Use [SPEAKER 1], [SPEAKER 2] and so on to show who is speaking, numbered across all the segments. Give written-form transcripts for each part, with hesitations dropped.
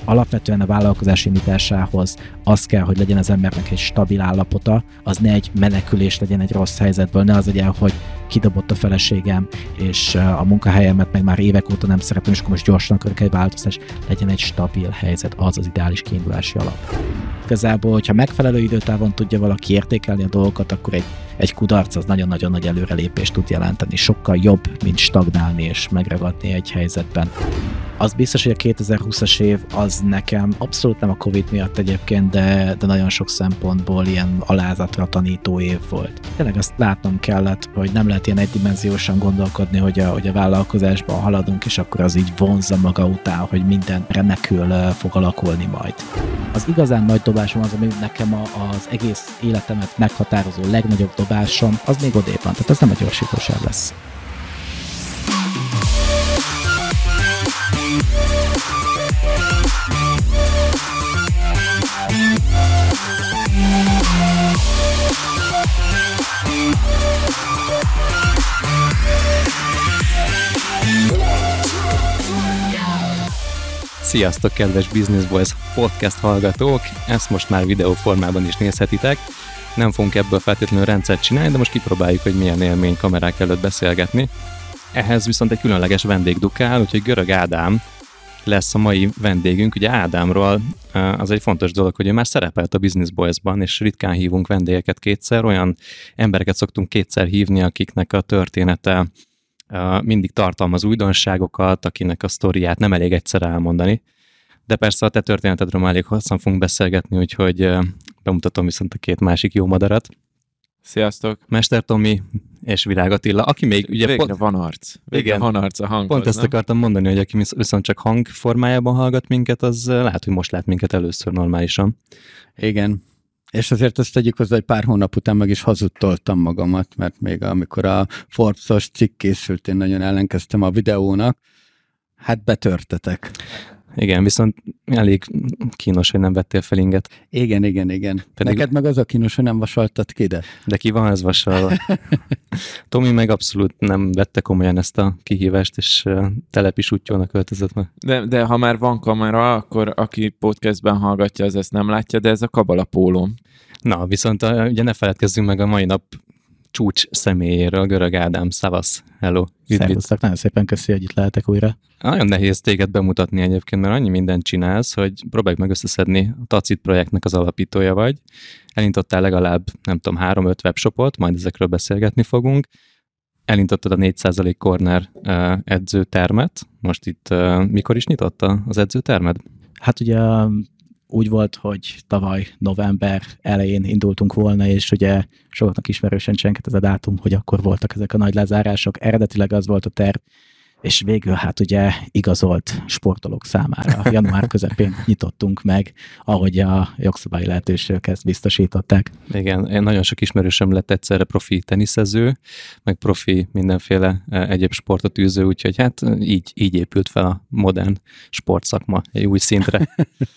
[SPEAKER 1] alapvetően a vállalkozás indításához az kell, hogy legyen az embernek egy stabil állapota, az ne egy menekülés legyen egy rossz helyzetből, ne az legyen, hogy kidobott a feleségem, és a munkahelyemet meg már évek óta nem szeretem, és akkor most gyorsan akarok egy változás, legyen egy stabil helyzet, az az ideális kiindulási alap. Igazából, hogyha megfelelő időtávon tudja valaki értékelni a dolgokat, akkor egy kudarc az nagyon-nagyon nagy előrelépést tud jelenteni. Sokkal jobb, mint stagnálni és megragadni egy helyzetben. Az biztos, hogy a 2020-as év az nekem abszolút nem a Covid miatt egyébként, de nagyon sok szempontból ilyen alázatra tanító év volt. Tényleg azt látnom kellett, hogy nem lehet ilyen egydimenziósan gondolkodni, hogy a vállalkozásban haladunk, és akkor az így vonzza maga után, hogy minden remekül fog alakulni majd. Az igazán nagy dobásom az, ami nekem az egész életemet meghatározó legnagyobb dobásom, az még odébb van, tehát ez nem a gyorsítósáv lesz.
[SPEAKER 2] Sziasztok, kedves Business Boys podcast hallgatók! Ezt most már videóformában is nézhetitek. Nem fogunk ebből feltétlenül rendszert csinálni, de most kipróbáljuk, hogy milyen élmény kamerák előtt beszélgetni. Ehhez viszont egy különleges vendég dukál, úgyhogy Görög Ádám lesz a mai vendégünk. Ugye Ádámról az egy fontos dolog, hogy ő már szerepelt a Business Boys-ban, és ritkán hívunk vendégeket kétszer. Olyan embereket szoktunk kétszer hívni, akiknek a története mindig tartalmaz újdonságokat, akinek a sztoriát nem elég egyszer elmondani. De persze a te történetedről már elég hosszan fogunk beszélgetni, úgyhogy bemutatom viszont a két másik jó madarat.
[SPEAKER 3] Sziasztok!
[SPEAKER 2] Mester Tomi és Virág Attila, aki még ugye
[SPEAKER 3] Végre van arc. Végre van arc a hanghoz.
[SPEAKER 2] Pont ezt akartam mondani, hogy aki viszont csak hang formájában hallgat minket, az lehet, hogy most lát minket először normálisan.
[SPEAKER 4] Igen. És azért azt tegyük hozzá, hogy pár hónap után meg is hazudtoltam magamat, mert még amikor a Forbes-os cikk készült, én nagyon ellenkeztem a videónak. Hát betörtetek.
[SPEAKER 2] Igen, viszont elég kínos, hogy nem vettél fel inget.
[SPEAKER 4] Igen. Pedig... Neked meg az a kínos, hogy nem vasaltad ki ide.
[SPEAKER 2] De ki van ez vasalva? Tomi meg abszolút nem vette komolyan ezt a kihívást, és telepis útjólnak költözött meg.
[SPEAKER 3] De ha már van kamera, akkor aki podcastben hallgatja, az ezt nem látja, de ez a Kabala pólóm.
[SPEAKER 2] Na, viszont ugye ne feledkezzünk meg a mai nap csúcs személyéről, Görög Ádám, szavasz, hello.
[SPEAKER 1] Szervusztok, nagyon szépen köszi, hogy itt lehetek újra.
[SPEAKER 2] Nagyon nehéz téged bemutatni egyébként, mert annyi mindent csinálsz, hogy próbáljuk meg összeszedni. A Tacit projektnek az alapítója vagy. Elindítottál legalább, nem tudom, 3-5 webshopot, majd ezekről beszélgetni fogunk. Elindítottad a 4% Corner edzőtermet. Most itt mikor is nyitotta az edzőtermed?
[SPEAKER 1] Hát ugye úgy volt, hogy tavaly november elején indultunk volna, és ugye sokaknak ismerősen csenket ez a dátum, hogy akkor voltak ezek a nagy lezárások. Eredetileg az volt a terv, és végül hát ugye igazolt sportolók számára. Január közepén nyitottunk meg, ahogy a jogszabályi lehetőségek ezt biztosították.
[SPEAKER 2] Igen, én nagyon sok ismerősöm lett egyszerre profi teniszező, meg profi mindenféle egyéb sportot űző, úgyhogy hát így épült fel a modern sportszakma egy új szintre.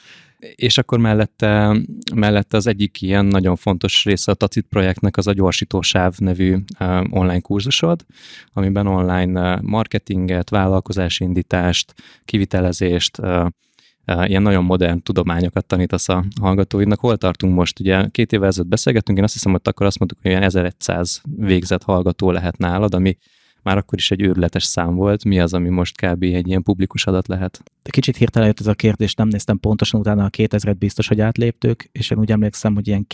[SPEAKER 2] És akkor mellette az egyik ilyen nagyon fontos része a Tacit projektnek az a Gyorsítósáv nevű online kurzusod, amiben online marketinget, vállalkozásindítást, kivitelezést, ilyen nagyon modern tudományokat tanítasz a hallgatóidnak. Hol tartunk most? Ugye 2 évvel ezelőtt beszélgettünk, én azt hiszem, hogy akkor azt mondtuk, hogy ilyen 1100 végzett hallgató lehet nálad, ami már akkor is egy őrületes szám volt. Mi az, ami most kb. Egy ilyen publikus adat lehet?
[SPEAKER 1] De kicsit hirtelen jött ez a kérdés, nem néztem pontosan, utána a 2000-et biztos, hogy átléptük, és én úgy emlékszem, hogy ilyen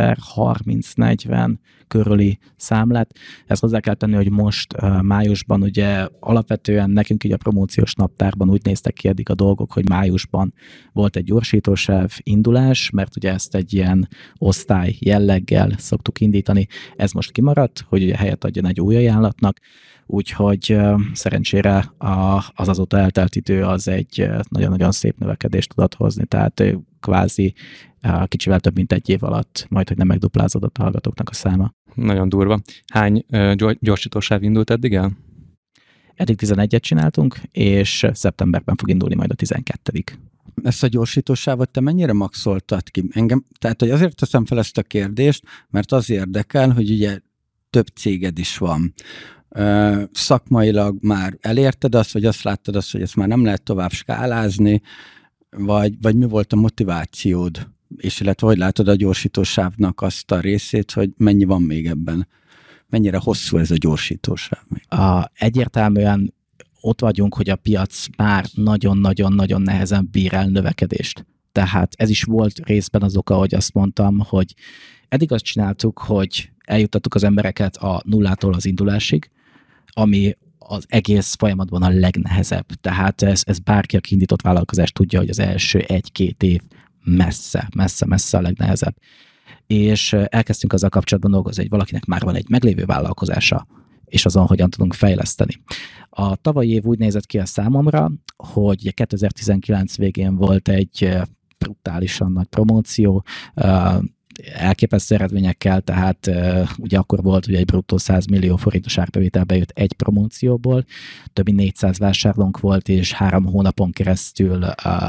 [SPEAKER 1] 2030-40 körüli szám lett. Ezt hozzá kell tenni, hogy most májusban ugye alapvetően nekünk így a promóciós naptárban úgy néztek ki eddig a dolgok, hogy májusban volt egy gyorsítósáv indulás, mert ugye ezt egy ilyen osztály jelleggel szoktuk indítani. Ez most kimaradt, hogy ugye helyet adjon egy új ajánlatnak, úgyhogy szerencsére az azóta eltelt idő az egy nagyon-nagyon szép növekedést tudott hozni, tehát kvázi kicsivel több mint 1 év alatt majd, hogy nem megduplázódott a hallgatóknak a száma.
[SPEAKER 2] Nagyon durva. Hány gyorsítósáv indult eddig el?
[SPEAKER 1] Eddig 11-et csináltunk, és szeptemberben fog indulni majd a 12.
[SPEAKER 4] Ezt a gyorsítósávot te mennyire maxoltad ki? Engem, tehát, hogy azért teszem fel ezt a kérdést, mert az érdekel, hogy ugye több céged is van. Szakmailag már elérted azt, vagy azt láttad azt, hogy ezt már nem lehet tovább skálázni, vagy mi volt a motivációd? És illetve hogy látod a gyorsítósávnak azt a részét, hogy mennyi van még ebben? Mennyire hosszú ez a gyorsítósáv még?
[SPEAKER 1] Egyértelműen ott vagyunk, hogy a piac már nagyon-nagyon-nagyon nehezen bír el növekedést. Tehát ez is volt részben az oka, hogy azt mondtam, hogy eddig azt csináltuk, hogy eljuttattuk az embereket a nullától az indulásig, ami az egész folyamatban a legnehezebb. Tehát ez bárki, aki indított vállalkozást tudja, hogy az első 1-2 év messze a legnehezebb. És elkezdtünk azzal kapcsolatban dolgozni, hogy valakinek már van egy meglévő vállalkozása, és azon hogyan tudunk fejleszteni. A tavalyi év úgy nézett ki a számomra, hogy 2019 végén volt egy brutálisan nagy promóció, elképesztő eredményekkel, tehát ugye akkor volt, hogy egy bruttó 100 millió forintos árbevétel bejött egy promócióból, többi 400 vásárlónk volt, és 3 hónapon keresztül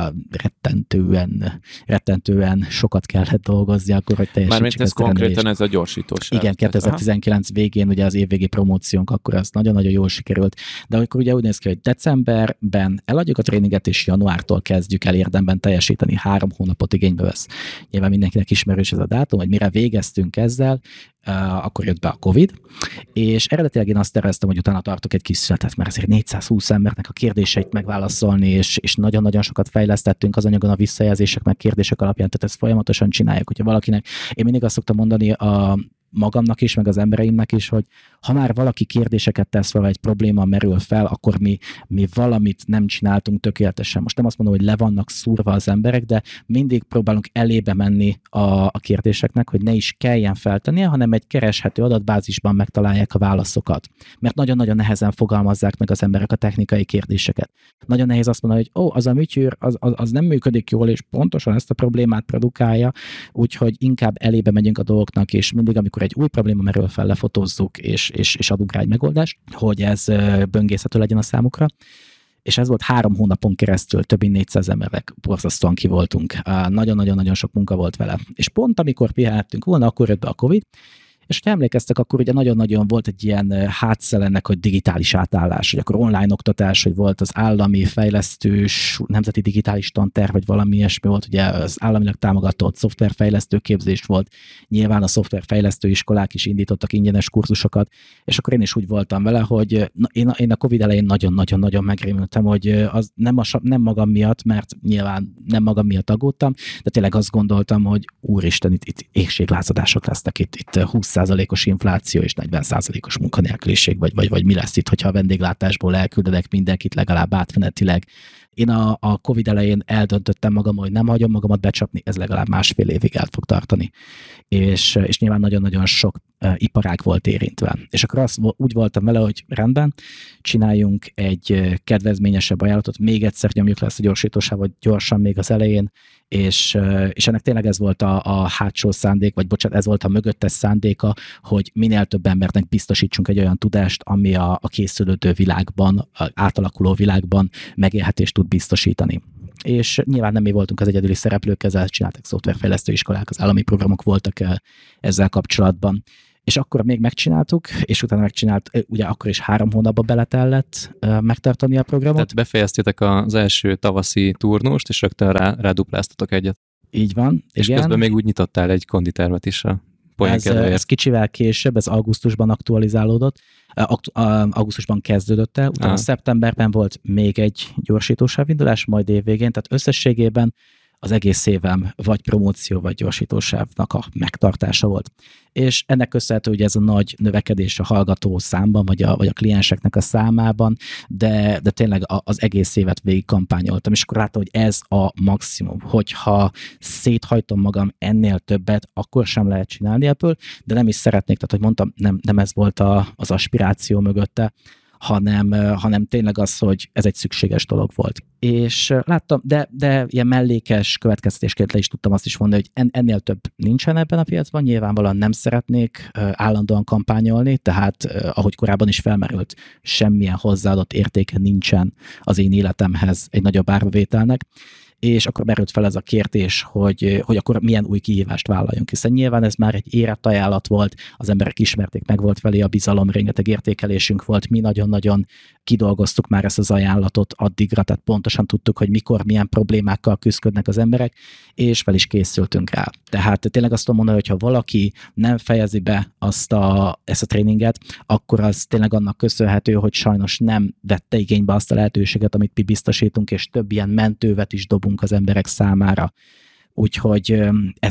[SPEAKER 1] rettentően sokat kellett dolgozni akkor, hogy teljesítsük.
[SPEAKER 3] Mármint ez konkrétan ez a gyorsítósáv.
[SPEAKER 1] Igen, 2019 végén ugye az évvégi promóciónk, akkor az nagyon-nagyon jól sikerült, de akkor ugye úgy néz ki, hogy decemberben eladjuk a tréninget, és januártól kezdjük el érdemben teljesíteni, 3 hónapot igénybe vesz. Nyilván mindenkinek ismerős ez a dátum, hogy mire végeztünk ezzel, akkor jött be a Covid, és eredetileg én azt terveztem, hogy utána tartok egy kis születet, mert ezért 420 embernek a kérdéseit megválaszolni, és nagyon-nagyon sokat fejlesztettünk az anyagon a visszajelzések, meg kérdések alapján, tehát ezt folyamatosan csináljuk, hogyha valakinek, én mindig azt szoktam mondani magamnak is, meg az embereimnek is, hogy ha már valaki kérdéseket tesz fel, egy probléma merül fel, akkor mi valamit nem csináltunk tökéletesen. Most nem azt mondom, hogy le vannak szúrva az emberek, de mindig próbálunk elébe menni a kérdéseknek, hogy ne is kelljen feltennie, hanem egy kereshető adatbázisban megtalálják a válaszokat. Mert nagyon-nagyon nehezen fogalmazzák meg az emberek a technikai kérdéseket. Nagyon nehéz azt mondani, hogy az a műtyűr, az nem működik jól, és pontosan ezt a problémát produkálja, úgyhogy inkább elébe megyünk a dolgoknak, és mindig, amikor egy új probléma merül fel, lefotózzuk, és adunk rá egy megoldást, hogy ez böngészhető legyen a számukra. És ez volt 3 hónapon keresztül, több mint 400 emberek, borzasztóan ki voltunk. Nagyon-nagyon-nagyon sok munka volt vele. És pont amikor pihenhettünk volna, akkor jött be a Covid, és ha emlékeztek, akkor ugye nagyon-nagyon volt egy ilyen hátszele ennek, hogy digitális átállás, hogy akkor online oktatás, hogy volt az állami fejlesztős, nemzeti digitális tanterv, vagy valami ilyesmi volt, ugye az államilag támogatott szoftverfejlesztő képzés volt, nyilván a szoftverfejlesztő iskolák is indítottak ingyenes kurzusokat, és akkor én is úgy voltam vele, hogy én a Covid elején nagyon-nagyon-nagyon megrémültem, hogy az nem magam miatt, mert nyilván nem magam miatt aggódtam, de tényleg azt gondoltam, hogy úristen, itt égséglázadások lesznek, itt 20%-os infláció és 40%-os munkanélküliség, vagy mi lesz itt, hogyha a vendéglátásból elküldenek mindenkit legalább átmenetileg. Én a Covid elején eldöntöttem magam, hogy nem hagyom magamat becsapni, ez legalább 1,5 évig el fog tartani. És nyilván nagyon-nagyon sok iparág volt érintve. És akkor úgy voltam vele, hogy rendben, csináljunk egy kedvezményesebb ajánlatot, még egyszer nyomjuk le ezt a gyorsítósávot gyorsan még az elején, és ennek tényleg ez volt a hátsó szándék, vagy bocsánat, ez volt a mögöttes szándéka, hogy minél több embernek biztosítsunk egy olyan tudást, ami a készülődő világban, átalakuló világban megélhetést tud biztosítani. És nyilván nem mi voltunk az egyedüli szereplők, ezzel csináltak szoftverfejlesztő iskolák, az állami programok voltak ezzel kapcsolatban. És akkor még megcsináltuk, és utána ugye akkor is 3 hónapba beletellett megtartani a programot.
[SPEAKER 2] Tehát befejeztétek az első tavaszi turnust, és rögtön rádupláztatok egyet.
[SPEAKER 1] Így van.
[SPEAKER 2] És
[SPEAKER 1] igen.
[SPEAKER 2] Közben még úgy nyitottál egy konditermet is a poén kedvéért.
[SPEAKER 1] Ez kicsivel később, ez augusztusban aktualizálódott, augusztusban kezdődött el, utána szeptemberben volt még egy gyorsítósáv indulás, majd évvégén, tehát összességében az egész évem vagy promóció, vagy gyorsítósávnak a megtartása volt. És ennek köszönhető, hogy ez a nagy növekedés a hallgató számban, vagy a klienseknek a számában, de tényleg az egész évet végig kampányoltam, és akkor láttam, hogy ez a maximum. Hogyha széthajtom magam ennél többet, akkor sem lehet csinálni ebből, de nem is szeretnék, tehát, hogy mondtam, nem ez volt az aspiráció mögötte, hanem tényleg az, hogy ez egy szükséges dolog volt. És láttam, de ilyen mellékes következtetésként le is tudtam azt is mondani, hogy ennél több nincsen ebben a piacban, nyilvánvalóan nem szeretnék állandóan kampányolni, tehát ahogy korábban is felmerült, semmilyen hozzáadott értéke nincsen az én életemhez egy nagyobb árbevételnek, és akkor merült fel ez a kérdés, hogy akkor milyen új kihívást vállaljunk, hiszen nyilván ez már egy érett ajánlat volt, az emberek ismerték, meg volt felé a bizalom, rengeteg értékelésünk volt, mi nagyon-nagyon kidolgoztuk már ezt az ajánlatot addigra, tehát pontosan tudtuk, hogy mikor, milyen problémákkal küzdködnek az emberek, és fel is készültünk rá. Tehát tényleg azt tudom mondani, hogy ha valaki nem fejezi be ezt a tréninget, akkor az tényleg annak köszönhető, hogy sajnos nem vette igénybe azt a lehetőséget, amit mi biztosítunk, és több ilyen mentővet is dobunk az emberek számára. Úgyhogy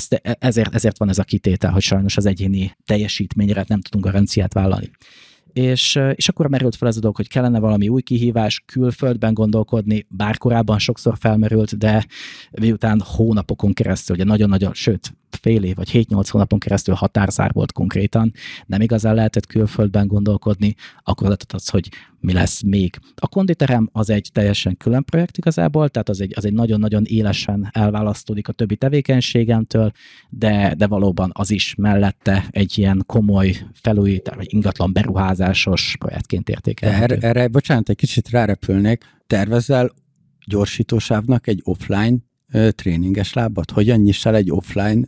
[SPEAKER 1] ezért van ez a kitétel, hogy sajnos az egyéni teljesítményre nem tudunk garanciát vállalni. És akkor merült fel ez a dolog, hogy kellene valami új kihívás, külföldben gondolkodni, bár korábban sokszor felmerült, de miután hónapokon keresztül, ugye nagyon-nagyon, sőt, fél év vagy 7-8 hónapon keresztül határzár volt konkrétan, nem igazán lehetett külföldben gondolkodni, akkor lett az, hogy mi lesz még. A konditerem az egy teljesen külön projekt igazából, tehát az egy nagyon-nagyon élesen elválasztódik a többi tevékenységemtől, de valóban az is mellette egy ilyen komoly felújítás, vagy ingatlan beruházásos projektként értékelhető.
[SPEAKER 4] Erre, bocsánat, egy kicsit rárepülnék, tervezel gyorsítósávnak egy offline tréninges lábat? Hogyan nyissál egy offline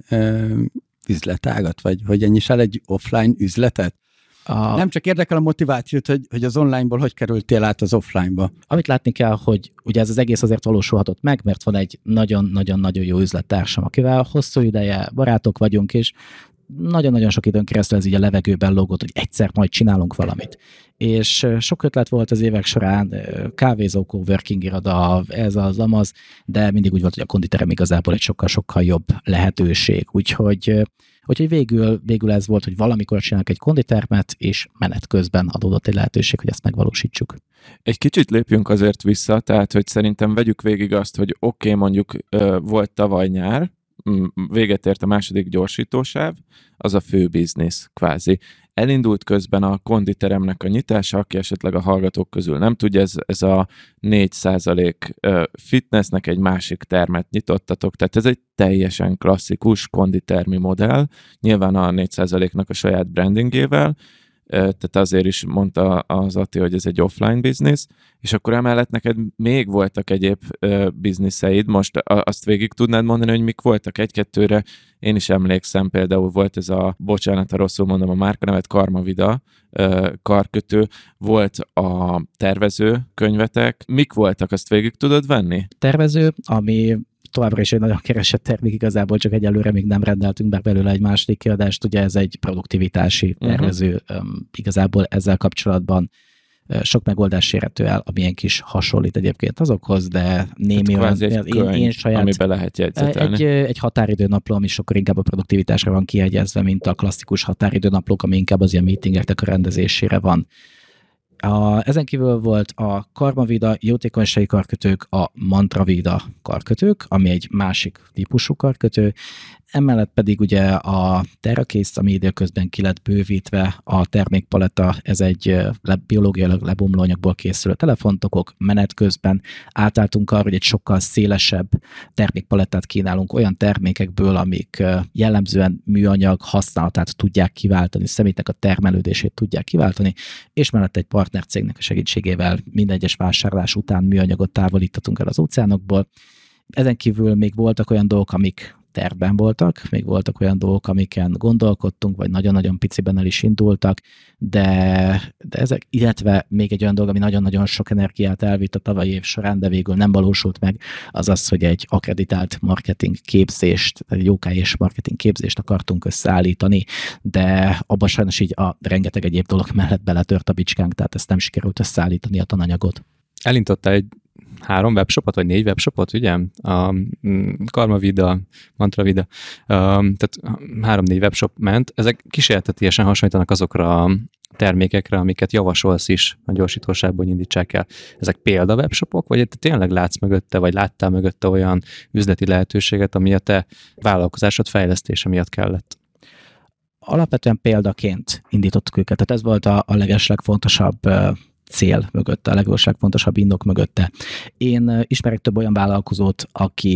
[SPEAKER 4] üzletágat, vagy hogyan nyissál egy offline üzletet? Nem csak érdekel a motivációt, hogy az onlineból hogy kerültél át az offline-ba.
[SPEAKER 1] Amit látni kell, hogy ugye ez az egész azért valósulhatott meg, mert van egy nagyon-nagyon-nagyon jó üzlettársam, akivel hosszú ideje barátok vagyunk, és nagyon-nagyon sok időn keresztül ez így a levegőben lógott, hogy egyszer majd csinálunk valamit. És sok ötlet volt az évek során, kávézó, coworking iroda, ez az amaz, de mindig úgy volt, hogy a konditerem igazából egy sokkal-sokkal jobb lehetőség. Úgyhogy végül ez volt, hogy valamikor csinálunk egy konditermet, és menet közben adódott egy lehetőség, hogy ezt megvalósítsuk.
[SPEAKER 3] Egy kicsit lépjünk azért vissza, tehát hogy szerintem vegyük végig azt, hogy oké, mondjuk volt tavaly nyár, véget ért a második gyorsítósáv, az a fő biznisz kvázi. Elindult közben a konditeremnek a nyitása, aki esetleg a hallgatók közül nem tudja, ez a 4% fitnessnek egy másik termet nyitottatok, tehát ez egy teljesen klasszikus konditermi modell, nyilván a 4%-nak a saját brandingével, tehát azért is mondta az Atti, hogy ez egy offline business, és akkor emellett neked még voltak egyéb bizniszeid, most azt végig tudnád mondani, hogy mik voltak egy-kettőre, én is emlékszem, például volt ez bocsánat, ha rosszul mondom a márkanevet, Karmavida karkötő, volt a tervező könyvetek, mik voltak, azt végig tudod venni?
[SPEAKER 1] Tervező, ami továbbra is egy nagyon keresett termék, igazából csak egyelőre még nem rendeltünk be belőle egy második kiadást, ugye ez egy produktivitási tervező, igazából ezzel kapcsolatban sok megoldás érhető el, amilyen kis hasonlít egyébként azokhoz, de némi olyan, én saját...
[SPEAKER 3] amiben lehet jegyzetelni.
[SPEAKER 1] Egy határidőnapló, ami sokkal inkább a produktivitásra van kiegyezve, mint a klasszikus határidőnaplók, ami inkább az ilyen meetingeknek a rendezésére van. Ezen kívül volt a Karmavida jótékonysági karkötők, a Mantravida karkötők, ami egy másik típusú karkötő, emellett pedig ugye a TerraCase, ami időközben ki lett bővítve, a termékpaletta, ez egy biológiailag lebomló anyagból készülő telefontokok, menet közben átálltunk arra, hogy egy sokkal szélesebb termékpalettát kínálunk olyan termékekből, amik jellemzően műanyag használatát tudják kiváltani, szemétnek a termelődését tudják kiváltani, és mellett egy partnercégnek a segítségével minden egyes vásárlás után műanyagot távolítatunk el az óceánokból. Ezen kívül még voltak olyan dolgok, amik tervben voltak, még voltak olyan dolgok, amiken gondolkodtunk, vagy nagyon-nagyon piciben el is indultak, de ezek, illetve még egy olyan dolog, ami nagyon-nagyon sok energiát elvitt a tavalyi év során, de végül nem valósult meg, az az, hogy egy akkreditált marketing képzést, egy OKS marketing képzést akartunk összeállítani, de abban sajnos így a rengeteg egyéb dolog mellett beletört a bicskánk, tehát ezt nem sikerült összeállítani a tananyagot.
[SPEAKER 2] Elindítottál egy 3 webshopot, vagy 4 webshopot, ugye? A Karmavida, Mantravida, tehát 3-4 webshop ment. Ezek kísérletetiesen hasonlítanak azokra a termékekre, amiket javasolsz is a gyorsítóságban, hogy indítsák el. Ezek példa webshopok, vagy te tényleg látsz mögötte, vagy láttál mögötte olyan üzleti lehetőséget, ami a te vállalkozásod fejlesztése miatt kellett?
[SPEAKER 1] Alapvetően példaként indítottuk őket, tehát ez volt a legeslegfontosabb cél mögötte, a legfontosabb indok mögötte. Én ismerek több olyan vállalkozót, aki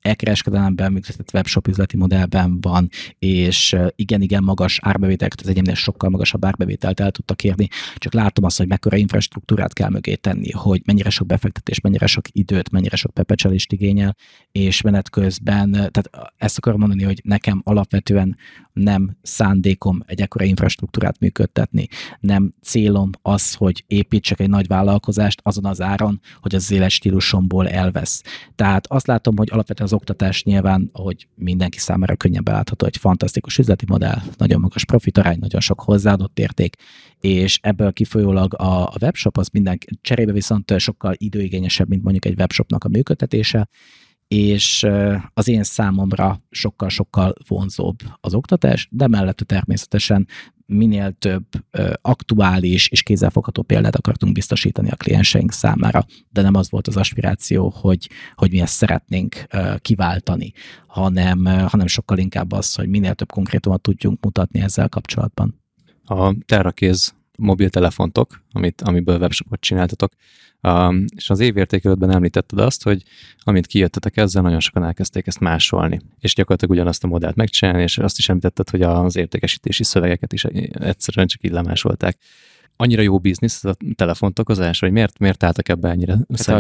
[SPEAKER 1] elkereskedelemben működtetett webshop üzleti modellben van, és igen magas árbevételt, az egyénnél sokkal magasabb árbevételt el tudtak érni, csak látom azt, hogy mekkora infrastruktúrát kell mögé tenni, hogy mennyire sok befektetés, mennyire sok időt, mennyire sok pepecselést igényel, és menet közben, tehát ezt akarom mondani, hogy nekem alapvetően nem szándékom egy ekkora infrastruktúrát működtetni, nem célom az, hogy építsek egy nagy vállalkozást azon az áron, hogy az életstílusomból elvesz. Tehát azt látom, hogy alapvetően az oktatás nyilván, ahogy mindenki számára könnyen belátható, egy fantasztikus üzleti modell, nagyon magas profitarány, nagyon sok hozzáadott érték, és ebből kifolyólag a webshop az minden cserébe viszont sokkal időigényesebb, mint mondjuk egy webshopnak a működtetése, és az én számomra sokkal-sokkal vonzóbb az oktatás, de mellette természetesen minél több aktuális és kézzelfogható példát akartunk biztosítani a klienseink számára, de nem az volt az aspiráció, hogy mi ezt szeretnénk kiváltani, hanem sokkal inkább az, hogy minél több konkrétumot tudjunk mutatni ezzel kapcsolatban.
[SPEAKER 2] A TerraKéz mobiltelefontok, amiből webshopot csináltatok, és az évértékelődben említetted azt, hogy amint kijöttetek ezzel, nagyon sokan elkezdték ezt másolni. És gyakorlatilag ugyanazt a modellt megcsinálni, és azt is említetted, hogy az értékesítési szövegeket is egyszerűen csak így lemásolták. Annyira jó biznisz ez a telefontokozás, vagy miért álltak ebbe ennyire?
[SPEAKER 3] Hát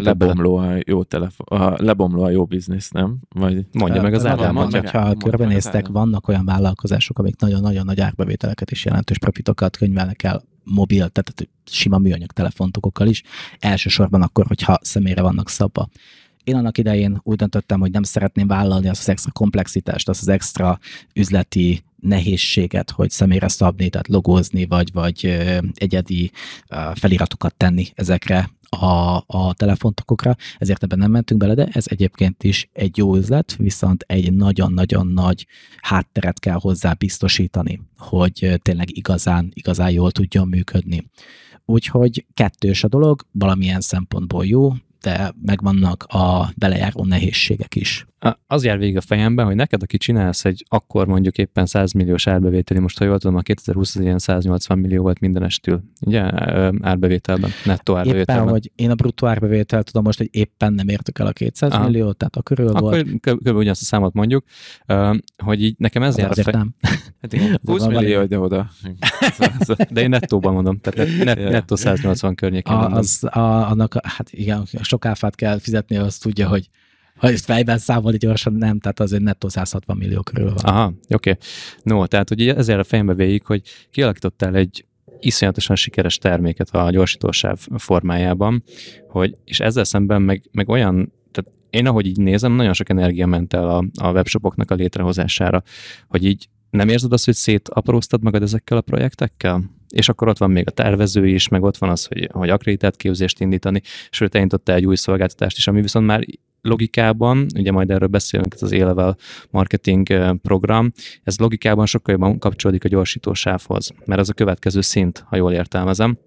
[SPEAKER 3] lebomló a jó biznisz, nem? Vagy
[SPEAKER 2] mondja meg az
[SPEAKER 1] államot. Ha körbenéztek, vannak olyan vállalkozások, amik nagyon-nagyon nagy árbevételeket és jelentős profitokat könyvelnek el mobil, tehát sima műanyag telefontokokkal is, elsősorban akkor, hogyha személyre vannak szabva. Én annak idején úgy döntöttem, hogy nem szeretném vállalni azt az extra komplexitást, azt az extra üzleti nehézséget, hogy személyre szabni, tehát logózni, vagy egyedi feliratokat tenni ezekre a telefontokokra, ezért ebben nem mentünk bele, de ez egyébként is egy jó üzlet, viszont egy nagyon-nagyon nagy hátteret kell hozzá biztosítani, hogy tényleg igazán jól tudjon működni. Úgyhogy kettős a dolog, valamilyen szempontból jó, de megvannak a belejáró nehézségek is.
[SPEAKER 2] Az jár végig a fejemben, hogy neked, aki csinálsz egy akkor mondjuk éppen 100 milliós árbevételi, most ha jól tudom, a 2020 az ilyen 180 millió volt mindenestül, ugye, árbevételben, nettó árbevételben.
[SPEAKER 1] Éppen, hogy én a bruttó árbevételt tudom most, hogy éppen nem értük el a 200 milliót, tehát a körül
[SPEAKER 2] akkor
[SPEAKER 1] volt.
[SPEAKER 2] Körülbelül ugyanazt a számot mondjuk, hogy így nekem ez jár a
[SPEAKER 1] nem.
[SPEAKER 3] Hát igen, 20 millió ide oda.
[SPEAKER 2] De én nettóban mondom, tehát nettó 180 környékén.
[SPEAKER 1] Annak, hát igen, sok áfát kell fizetni, azt tudja, hogy ha ezt fejben számolni gyorsan, nem, tehát azért nettó 160 millió körül van.
[SPEAKER 2] Aha, oké. No, tehát hogy ezért a fejembe végig, hogy kialakítottál egy iszonyatosan sikeres terméket a gyorsítósáv formájában, és ezzel szemben meg olyan, tehát én ahogy így nézem, nagyon sok energia ment el a webshopoknak a létrehozására, hogy így nem érzed azt, hogy szétapróztad magad ezekkel a projektekkel? És akkor ott van még a tervező is, meg ott van az, hogy akkreditált képzést indítani, sőt elindítottál egy új szolgáltatást is, ami viszont már logikában, ugye majd erről beszélünk, ez az A-level marketing program, ez logikában sokkal jobban kapcsolódik a gyorsítósávhoz, mert ez a következő szint, ha jól értelmezem.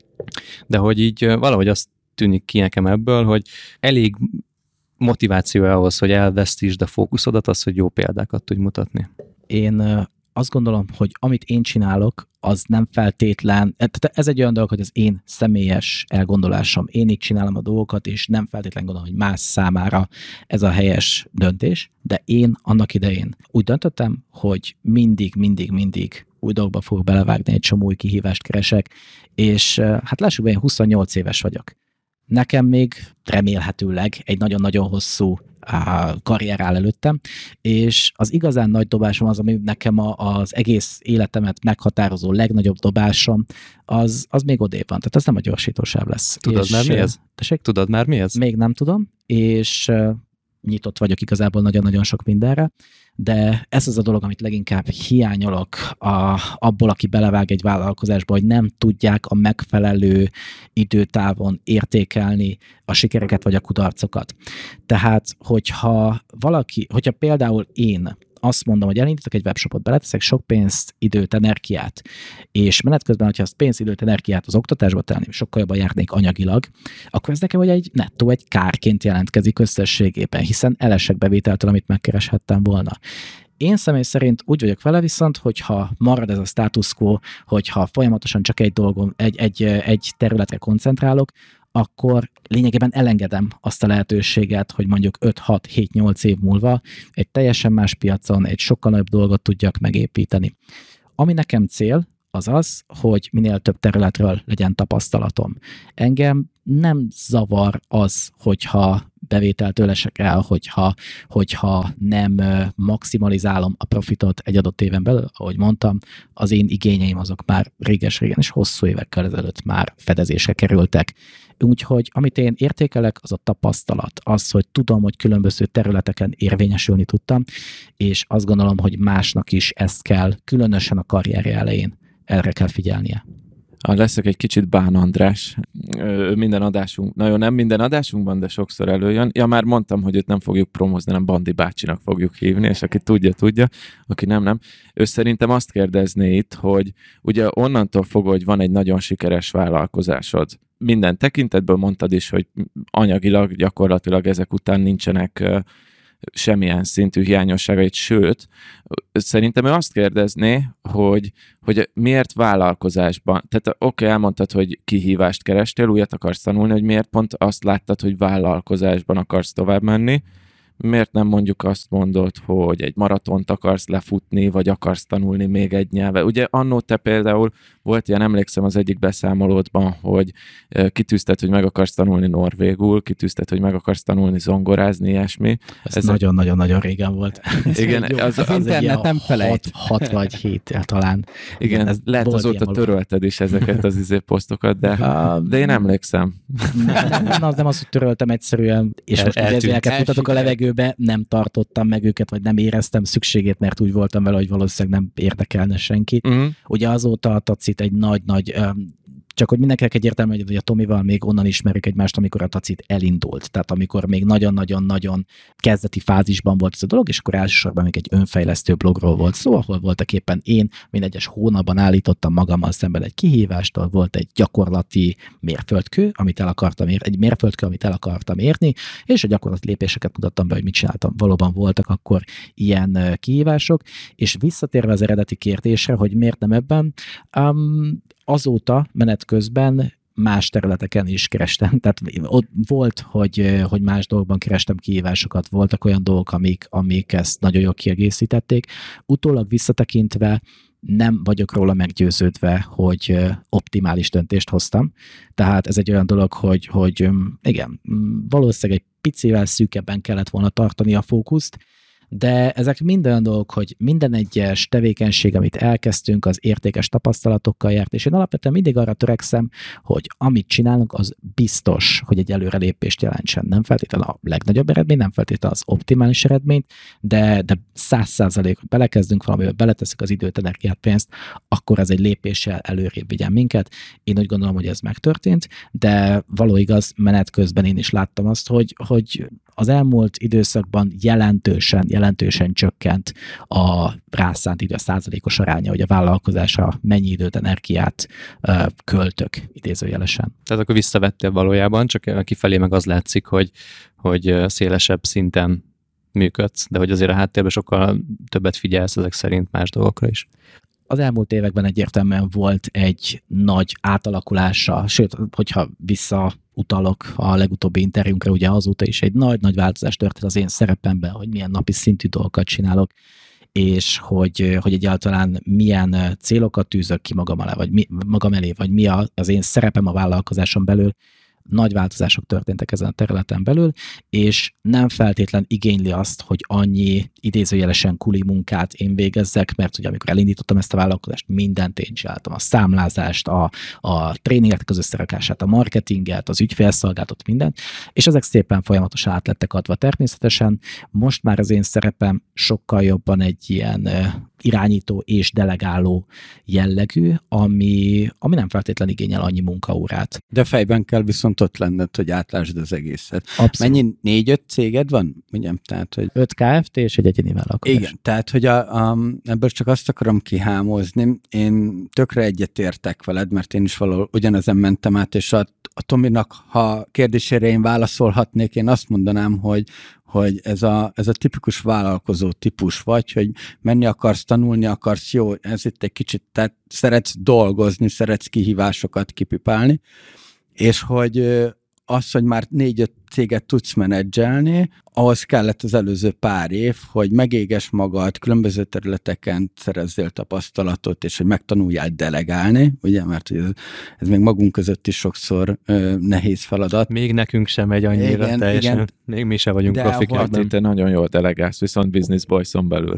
[SPEAKER 2] De hogy így valahogy azt tűnik ki nekem ebből, hogy elég motiváció ahhoz, hogy elvesztítsd a fókuszodat, az, hogy jó példákat tudj mutatni.
[SPEAKER 1] Én azt gondolom, hogy amit én csinálok, az nem feltétlen, ez egy olyan dolog, hogy az én személyes elgondolásom, én így csinálom a dolgokat, és nem feltétlen gondolom, hogy más számára ez a helyes döntés, de én annak idején úgy döntöttem, hogy mindig új dolgokba fogok belevágni, egy csomó új kihívást keresek, és hát lássuk be, én 28 éves vagyok. Nekem még remélhetőleg egy nagyon-nagyon hosszú karrier áll előttem, és az igazán nagy dobásom az, ami nekem az egész életemet meghatározó legnagyobb dobásom, az még odébb van. Tehát ez nem a gyorsítósáv lesz.
[SPEAKER 2] Tudod már mi ez?
[SPEAKER 1] Tessék?
[SPEAKER 2] Tudod már mi ez?
[SPEAKER 1] Még nem tudom, és nyitott vagyok igazából nagyon-nagyon sok mindenre, de ez az a dolog, amit leginkább hiányolok abból, aki belevág egy vállalkozásba, hogy nem tudják a megfelelő időtávon értékelni a sikereket vagy a kudarcokat. Tehát, hogyha például én azt mondom, hogy elindítok egy webshopot, beleteszek sok pénzt, időt, energiát, és menet közben, hogyha azt pénzt, időt, energiát az oktatásba tenném, sokkal jobban járnék anyagilag, akkor ez nekem egy kárként jelentkezik összességében, hiszen elesek bevételtől, amit megkereshettem volna. Én személy szerint úgy vagyok vele viszont, hogyha marad ez a status quo, hogyha folyamatosan csak egy területre koncentrálok, akkor lényegében elengedem azt a lehetőséget, hogy mondjuk 5-6-7-8 év múlva egy teljesen más piacon egy sokkal nagyobb dolgot tudjak megépíteni. Ami nekem cél, az az, hogy minél több területről legyen tapasztalatom. Engem nem zavar az, hogyha bevételtől esek el, hogyha nem maximalizálom a profitot egy adott éven belül, ahogy mondtam, az én igényeim azok már réges-régen és hosszú évekkel ezelőtt már fedezésre kerültek. Úgyhogy amit én értékelek, az a tapasztalat, az, hogy tudom, hogy különböző területeken érvényesülni tudtam, és azt gondolom, hogy másnak is ezt kell, különösen a karrierje elején erre kell figyelnie.
[SPEAKER 3] Leszek egy kicsit Bán András. Minden adásunk, nem minden adásunkban, de sokszor előjön. Ja, már mondtam, hogy őt nem fogjuk promózni, nem Bandi bácsinak fogjuk hívni, és aki tudja, aki nem. Ő szerintem azt kérdezné itt, hogy ugye onnantól fogva, hogy van egy nagyon sikeres vállalkozásod, minden tekintetből mondtad is, hogy anyagilag gyakorlatilag ezek után nincsenek semmilyen szintű hiányosságait, sőt, szerintem ő azt kérdezné, hogy miért vállalkozásban, tehát oké, elmondtad, hogy kihívást kerestél, újat akarsz tanulni, hogy miért pont azt láttad, hogy vállalkozásban akarsz tovább menni, miért nem mondjuk azt mondod, hogy egy maratont akarsz lefutni, vagy akarsz tanulni még egy nyelvet. Ugye annó te például volt ilyen, emlékszem az egyik beszámolódban, hogy kitűzted, hogy meg akarsz tanulni norvégul, kitűzted, hogy meg akarsz tanulni zongorázni, ilyesmi.
[SPEAKER 1] Ez nagyon-nagyon régen volt.
[SPEAKER 3] Igen,
[SPEAKER 4] az internet nem felejt.
[SPEAKER 1] 6 vagy 7 talán.
[SPEAKER 3] Igen, lehet azóta törölted is ezeket az posztokat, de én emlékszem.
[SPEAKER 1] Nem az, hogy töröltem egyszerűen, és most idézőjeleket mutatok a levegőbe, nem tartottam meg őket, vagy nem éreztem szükségét, mert úgy voltam vele, hogy valószínűleg nem érdekelne senkit. Ugye azóta a Tacit egy nagy-nagy, csak hogy mindenkinek egyértelmű, hogy a Tomival még onnan ismerik egymást, amikor a Tacit elindult. Tehát amikor még nagyon-nagyon-nagyon kezdeti fázisban volt ez a dolog, és akkor elsősorban még egy önfejlesztő blogról volt szó, ahol voltak éppen én minden egyes hónapban állítottam magammal szemben egy kihívástól, volt egy gyakorlati mérföldkő, amit el akartam érni, és a gyakorlati lépéseket mutattam be, hogy mit csináltam. Valóban voltak akkor ilyen kihívások, és visszatérve az eredeti kérdésre, hogy miért nem ebben, azóta menet közben más területeken is kerestem. Tehát ott volt, hogy más dolgokban kerestem kihívásokat, voltak olyan dolgok, amik ezt nagyon jól kiegészítették. Utólag visszatekintve nem vagyok róla meggyőződve, hogy optimális döntést hoztam. Tehát ez egy olyan dolog, hogy igen, valószínűleg egy picivel szűkebben kellett volna tartani a fókuszt, de ezek mind olyan dolgok, hogy minden egyes tevékenység, amit elkezdtünk, az értékes tapasztalatokkal járt, és én alapvetően mindig arra törekszem, hogy amit csinálunk, az biztos, hogy egy előrelépést jelentsen. Nem feltétlenül a legnagyobb eredmény, nem feltétlenül az optimális eredményt, de 100%, hogy belekezdünk valamivel, beleteszünk az időt, energiát, pénzt, akkor ez egy lépéssel előrébb vigyen minket. Én úgy gondolom, hogy ez megtörtént, de való igaz, menet közben én is láttam azt, hogy az elmúlt időszakban jelentősen csökkent a rászánt idő, a százalékos aránya, hogy a vállalkozásra mennyi időt, energiát költök, idézőjelesen.
[SPEAKER 2] Tehát akkor visszavettél valójában, csak kifelé meg az látszik, hogy szélesebb szinten működsz, de hogy azért a háttérben sokkal többet figyelsz ezek szerint más dolgokra is.
[SPEAKER 1] Az elmúlt években egyértelműen volt egy nagy átalakulása, sőt, hogyha visszautalok a legutóbbi interjúnkra, ugye azóta is egy nagy nagy történt az én szerepemben, hogy milyen napi szintű dolgokat csinálok, és hogy egyáltalán milyen célokat tűzök ki magam elé, vagy mi az én szerepem a vállalkozáson belül. Nagy változások történtek ezen a területen belül, és nem feltétlen igényli azt, hogy annyi idézőjelesen kuli munkát én végezzek, mert ugye amikor elindítottam ezt a vállalkozást, mindent én csináltam, a számlázást, a tréningek az összerakását, a marketinget, az ügyfélszolgáltatót, mindent, és ezek szépen folyamatosan át lettek adva természetesen. Most már az én szerepem sokkal jobban egy ilyen irányító és delegáló jellegű, ami nem feltétlenül igényel annyi munkaórát.
[SPEAKER 4] De fejben kell viszont ott lenned, hogy átlásd az egészet.
[SPEAKER 1] Abszolút.
[SPEAKER 4] Mennyi 4-5 céged van? Ugye? Tehát, hogy
[SPEAKER 1] 5 Kft. És egy egyéni vállalkozás.
[SPEAKER 4] Igen, tehát, hogy ebből csak azt akarom kihámozni, én tökre egyetértek veled, mert én is valahol ugyanezen mentem át, és a Tominak, ha kérdésére én válaszolhatnék, én azt mondanám, hogy ez a tipikus vállalkozó típus vagy, hogy menni akarsz, tanulni akarsz, jó, ez itt egy kicsit, tehát szeretsz dolgozni, szeretsz kihívásokat kipipálni, és hogy az, hogy már 4-5 céget tudsz menedzselni, ahhoz kellett az előző pár év, hogy megéges magad, különböző területeken szerezzél tapasztalatot, és hogy megtanuljál delegálni, ugye, mert ez még magunk között is sokszor nehéz feladat.
[SPEAKER 2] Még nekünk sem megy annyira
[SPEAKER 4] igen,
[SPEAKER 2] teljesen,
[SPEAKER 4] igen.
[SPEAKER 2] még mi sem vagyunk profik ebben.
[SPEAKER 3] Te nagyon jól delegálsz, viszont Business Boys-on belül.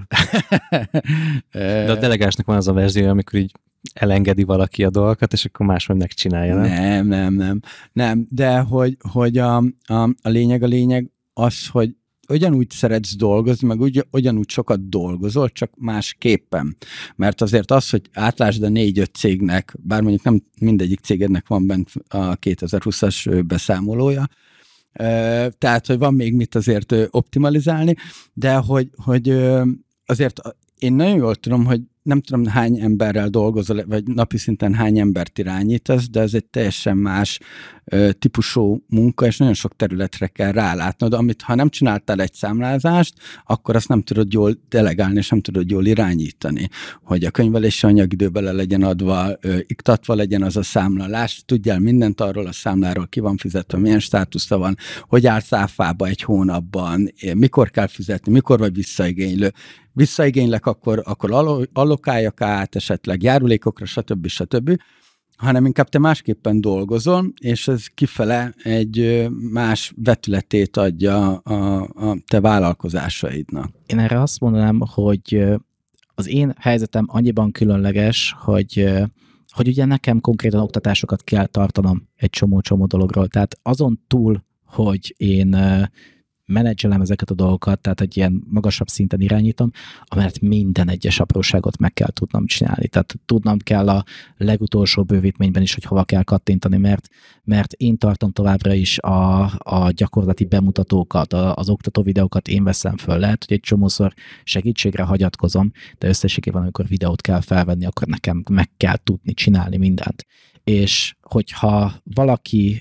[SPEAKER 2] De a delegásnak van az a verzió, amikor így elengedi valaki a dolgokat, és akkor máshogy megcsinálja, nem?
[SPEAKER 4] Nem, de hogy a lényeg az, hogy ugyanúgy szeretsz dolgozni, meg ugyanúgy sokat dolgozol, csak másképpen. Mert azért az, hogy átlásd a 4-5 cégnek, bár mondjuk nem mindegyik cégednek van bent a 2020-as beszámolója, tehát, hogy van még mit azért optimalizálni, de hogy azért én nagyon jól tudom, hogy nem tudom, hány emberrel dolgozol, vagy napi szinten hány embert irányítasz, de ez egy teljesen más típusú munka, és nagyon sok területre kell rálátnod, amit ha nem csináltál egy számlázást, akkor azt nem tudod jól delegálni, és nem tudod jól irányítani, hogy a könyvelési anyagidő bele legyen adva, iktatva legyen az a számlálás, tudjál mindent arról a számláról, ki van fizetve, milyen státusza van, hogy állsz áfába egy hónapban, mikor kell fizetni, mikor vagy visszaigénylő. Visszaigénylek, akkor allokáljak át, esetleg járulékokra, stb., hanem inkább te másképpen dolgozol, és ez kifele egy más vetületét adja a te vállalkozásaidnak.
[SPEAKER 1] Én erre azt mondanám, hogy az én helyzetem annyiban különleges, hogy ugye nekem konkrétan oktatásokat kell tartanom egy csomó dologról. Tehát azon túl, hogy én menedzselem ezeket a dolgokat, tehát egy ilyen magasabb szinten irányítom, amellett minden egyes apróságot meg kell tudnom csinálni. Tehát tudnom kell a legutolsó bővítményben is, hogy hova kell kattintani, mert én tartom továbbra is a gyakorlati bemutatókat, az oktató videókat én veszem föl. Lehet, hogy egy csomószor segítségre hagyatkozom, de összességében, amikor videót kell felvenni, akkor nekem meg kell tudni csinálni mindent. És hogyha valaki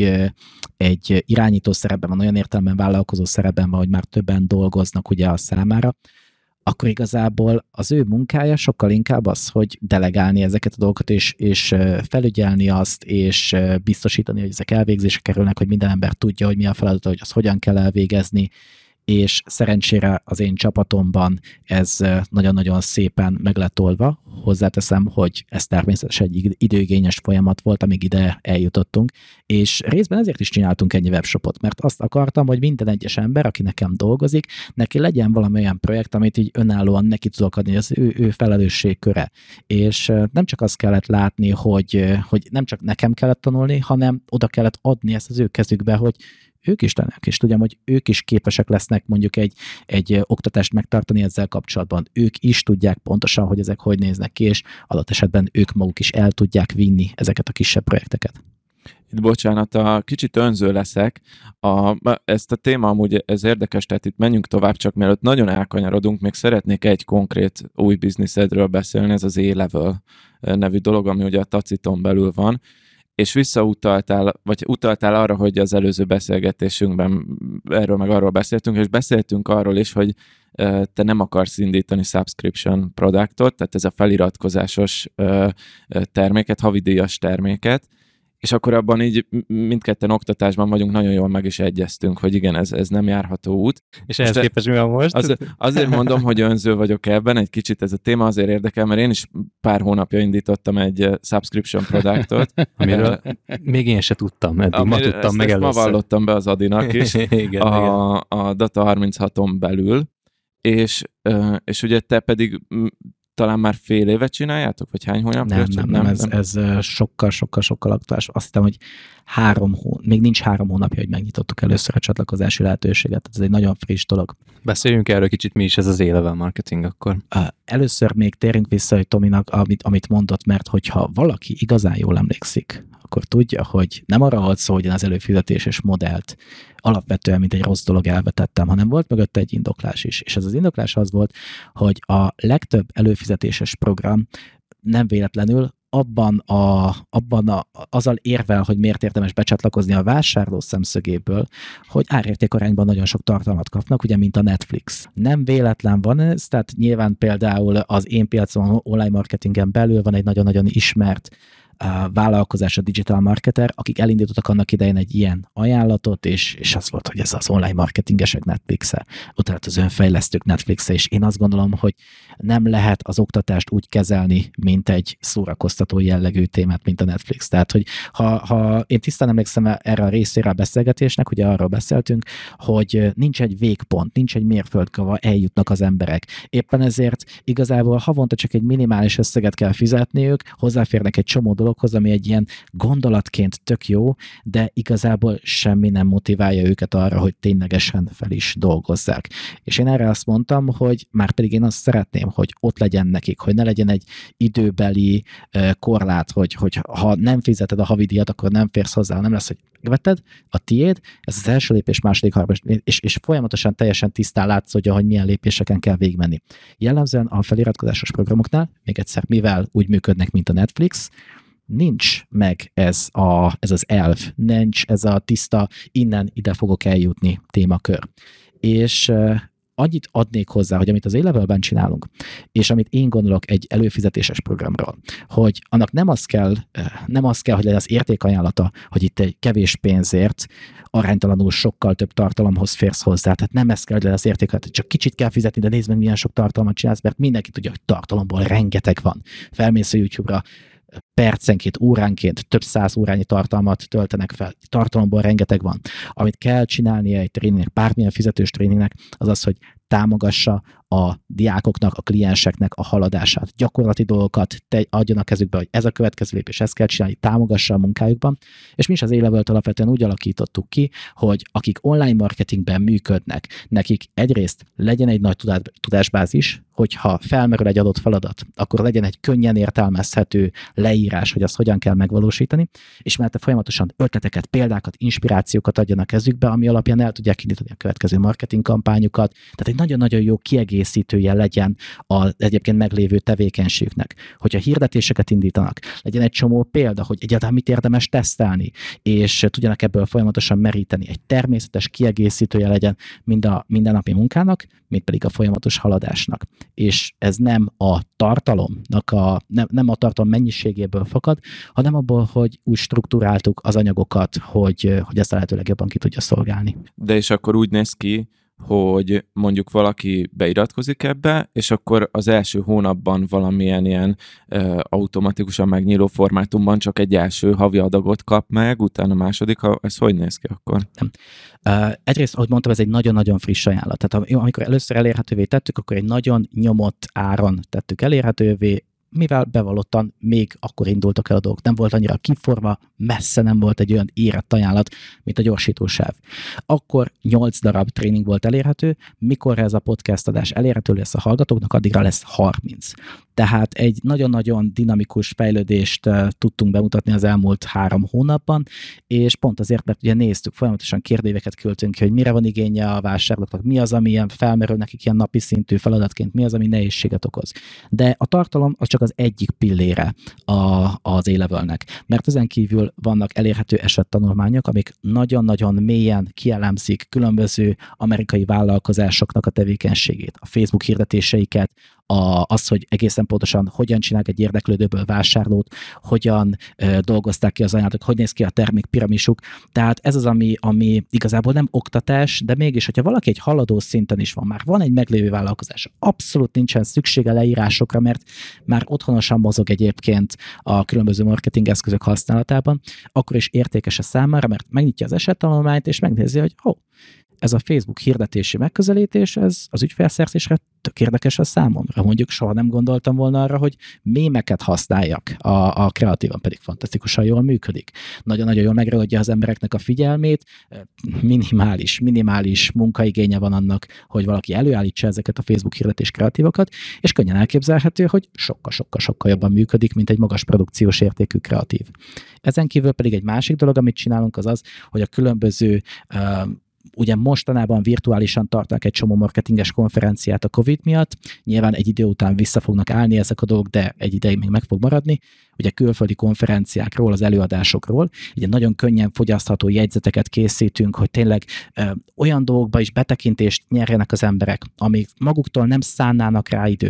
[SPEAKER 1] egy irányító szerepben van, olyan értelemben vállalkozó szerepben van, hogy már többen dolgoznak ugye a számára, akkor igazából az ő munkája sokkal inkább az, hogy delegálni ezeket a dolgokat, és felügyelni azt, és biztosítani, hogy ezek elvégzésre kerülnek, hogy minden ember tudja, hogy mi a feladata, hogy azt hogyan kell elvégezni, és szerencsére az én csapatomban ez nagyon-nagyon szépen meg lett oldva. Hozzáteszem, hogy ez természetesen egy időigényes folyamat volt, amíg ide eljutottunk, és részben ezért is csináltunk ennyi webshopot, mert azt akartam, hogy minden egyes ember, aki nekem dolgozik, neki legyen valami olyan projekt, amit így önállóan neki tudok adni, az ő felelősségköre. És nem csak azt kellett látni, hogy nem csak nekem kellett tanulni, hanem oda kellett adni ezt az ő kezükbe, hogy ők is tanulják, és tudjam, hogy ők is képesek lesznek mondjuk egy oktatást megtartani ezzel kapcsolatban. Ők is tudják pontosan, hogy ezek hogy néznek ki, és adott esetben ők maguk is el tudják vinni ezeket a kisebb projekteket.
[SPEAKER 3] Itt bocsánat, kicsit önző leszek. Ezt a téma amúgy ez érdekes, tehát itt menjünk tovább, csak mielőtt nagyon elkanyarodunk, még szeretnék egy konkrét új bizniszedről beszélni, ez az A-Level nevű dolog, ami ugye a Taciton belül van, és visszautaltál, vagy utaltál arra, hogy az előző beszélgetésünkben erről meg arról beszéltünk, és beszéltünk arról is, hogy te nem akarsz indítani subscription produktot, tehát ez a feliratkozásos terméket, havidíjas terméket, és akkor abban így mindketten oktatásban vagyunk, nagyon jól meg is egyeztünk, hogy igen, ez nem járható út.
[SPEAKER 2] És ehhez képest mi van most?
[SPEAKER 3] Azért mondom, hogy önző vagyok ebben, egy kicsit ez a téma azért érdekel, mert én is pár hónapja indítottam egy subscription produktot.
[SPEAKER 2] Amiről még én se tudtam, eddig ma tudtam meg először.
[SPEAKER 3] Ma vallottam be az Adinak is,
[SPEAKER 2] igen.
[SPEAKER 3] A Data 36-on belül, és ugye te pedig talán már fél évet csináljátok, vagy hány hónapja?
[SPEAKER 1] Nem, ez sokkal aktuális. Azt hiszem, hogy még nincs 3 hónapja, hogy megnyitottuk először a csatlakozási lehetőséget. Ez egy nagyon friss dolog.
[SPEAKER 2] Beszéljünk erről kicsit, mi is ez az A-Level marketing akkor.
[SPEAKER 1] Először még térjünk vissza, hogy Tominak, amit mondott, mert hogyha valaki igazán jól emlékszik, akkor tudja, hogy nem arra volt szó, hogy én az előfizetéses modellt alapvetően, mint egy rossz dolog elvetettem, hanem volt mögötte egy indoklás is. És ez az indoklás az volt, hogy a legtöbb előfizetéses program nem véletlenül azzal érvel, hogy miért érdemes becsatlakozni a vásárló szemszögéből, hogy árértékarányban nagyon sok tartalmat kapnak, ugye, mint a Netflix. Nem véletlen van ez, tehát nyilván például az én piacon online marketingen belül van egy nagyon-nagyon ismert vállalkozás, a digital marketer, akik elindítottak annak idején egy ilyen ajánlatot, és az volt, hogy ez az online marketingesek Netflixe, utána az önfejlesztők Netflixe, és én azt gondolom, hogy nem lehet az oktatást úgy kezelni, mint egy szórakoztató jellegű témát, mint a Netflix. Tehát, hogy ha én tisztán emlékszem erre a részére a beszélgetésnek, ugye arról beszéltünk, hogy nincs egy végpont, nincs egy mérföldkava, eljutnak az emberek. Éppen ezért igazából havonta csak egy minimális összeget kell fizetniük, hozzáférnek egy csomó dologhoz, ami egy ilyen gondolatként tök jó, de igazából semmi nem motiválja őket arra, hogy ténylegesen fel is dolgozzák. És én erre azt mondtam, hogy már pedig én azt szeretném, hogy ott legyen nekik, hogy ne legyen egy időbeli korlát, hogy ha nem fizeted a havidíjat, akkor nem férsz hozzá, nem lesz, hogy vetted, a tiéd, ez az első lépés, második, harmadik, és folyamatosan teljesen tisztán látszódja, hogy milyen lépéseken kell végigmenni. Jellemzően a feliratkozásos programoknál, még egyszer, mivel úgy működnek, mint a Netflix, nincs meg ez az elv, nincs ez a tiszta, innen ide fogok eljutni témakör. És annyit adnék hozzá, hogy amit az A-Levelben csinálunk, és amit én gondolok egy előfizetéses programról, hogy annak nem az kell, hogy legyen az értékajánlata, hogy itt egy kevés pénzért aránytalanul sokkal több tartalomhoz férsz hozzá. Tehát nem ez kell, hogy legyen az értékajánlata, csak kicsit kell fizetni, de nézd meg, milyen sok tartalmat csinálsz, mert mindenki tudja, hogy tartalomból rengeteg van. Felmész a YouTube-ra, percenként, óránként több 100 órányi tartalmat töltenek fel. Tartalomból rengeteg van. Amit kell csinálnia egy tréningnek, bármilyen fizetős tréningnek, az az, hogy támogassa a diákoknak, a klienseknek a haladását. Gyakorlati dolgokat adjon a kezükbe, hogy ez a következő lépés, ezt kell csinálni, támogassa a munkájukban. És mi is az A-Levelt alapvetően úgy alakítottuk ki, hogy akik online marketingben működnek, nekik egyrészt legyen egy nagy tudásbázis, hogyha felmerül egy adott feladat, akkor legyen egy könnyen értelmezhető leírás, hogy azt hogyan kell megvalósítani, és mert folyamatosan ötleteket, példákat, inspirációkat adjon a kezükbe, ami alapján el tudják indítani a következő marketing kampányukat. Tehát egy nagyon-nagyon jó kiegészítője legyen az egyébként meglévő tevékenységüknek. Hogyha hirdetéseket indítanak, legyen egy csomó példa, hogy egyáltalán mit érdemes tesztelni, és tudjanak ebből folyamatosan meríteni. Egy természetes kiegészítője legyen mind a mindennapi munkának, mint pedig a folyamatos haladásnak. És ez nem a tartalomnak nem a tartalom mennyiségéből fakad, hanem abból, hogy úgy struktúráltuk az anyagokat, hogy ezt a lehető legjobban ki tudja szolgálni.
[SPEAKER 3] De és akkor úgy néz ki, hogy mondjuk valaki beiratkozik ebbe, és akkor az első hónapban valamilyen ilyen automatikusan megnyíló formátumban csak egy első havi adagot kap meg, utána második, ez hogy néz ki akkor?
[SPEAKER 1] Nem. Egyrészt, ahogy mondtam, ez egy nagyon-nagyon friss ajánlat. Tehát amikor először elérhetővé tettük, akkor egy nagyon nyomott áron tettük elérhetővé, mivel bevallottan még akkor indultak el a dolgok. Nem volt annyira kiforma, messze nem volt egy olyan érett ajánlat, mint a gyorsítósáv. Akkor 8 darab tréning volt elérhető, mikor ez a podcast adás elérhető lesz a hallgatóknak, addigra lesz 30. Tehát egy nagyon-nagyon dinamikus fejlődést tudtunk bemutatni az elmúlt 3 hónapban, és pont azért, mert ugye néztük, folyamatosan kérdőíveket küldtünk ki, hogy mire van igénye a vásárlóknak, mi az, ami ilyen felmerül nekik ilyen napi szintű feladatként, mi az, ami nehézséget okoz. De a tartalom az csak az egyik pillére az A-Levelnek, mert ezen kívül vannak elérhető esettanulmányok, amik nagyon-nagyon mélyen kielemzik különböző amerikai vállalkozásoknak a tevékenységét, a Facebook hirdetéseiket, az, hogy egészen pontosan hogyan csinálják egy érdeklődőből vásárlót, hogyan dolgozták ki az ajánlatot, hogy néz ki a termékpiramisuk. Tehát ez az, ami igazából nem oktatás, de mégis, hogyha valaki egy haladó szinten is van, már van egy meglévő vállalkozás, abszolút nincsen szüksége leírásokra, mert már otthonosan mozog egyébként a különböző marketing eszközök használatában, akkor is értékes a számára, mert megnyitja az esettanulmányt, és megnézi, hogy ez a Facebook hirdetési megközelítés, ez az ügyfélszerzésre tök érdekes a számomra. Mondjuk soha nem gondoltam volna arra, hogy mémeket használjak, a kreatívan pedig fantasztikusan jól működik. Nagyon-nagyon jól megragadja az embereknek a figyelmét, minimális munkaigénye van annak, hogy valaki előállítsa ezeket a Facebook hirdetés kreatívokat, és könnyen elképzelhető, hogy sokkal jobban működik, mint egy magas produkciós értékű kreatív. Ezen kívül pedig egy másik dolog, amit csinálunk, az, hogy a különböző ugye mostanában virtuálisan tartanak egy csomó marketinges konferenciát a Covid miatt, nyilván egy idő után vissza fognak állni ezek a dolgok, de egy ideig még meg fog maradni. Ugye külföldi konferenciákról, az előadásokról, ugye nagyon könnyen fogyasztható jegyzeteket készítünk, hogy tényleg olyan dolgokba is betekintést nyerjenek az emberek, amik maguktól nem szánnának rá időt,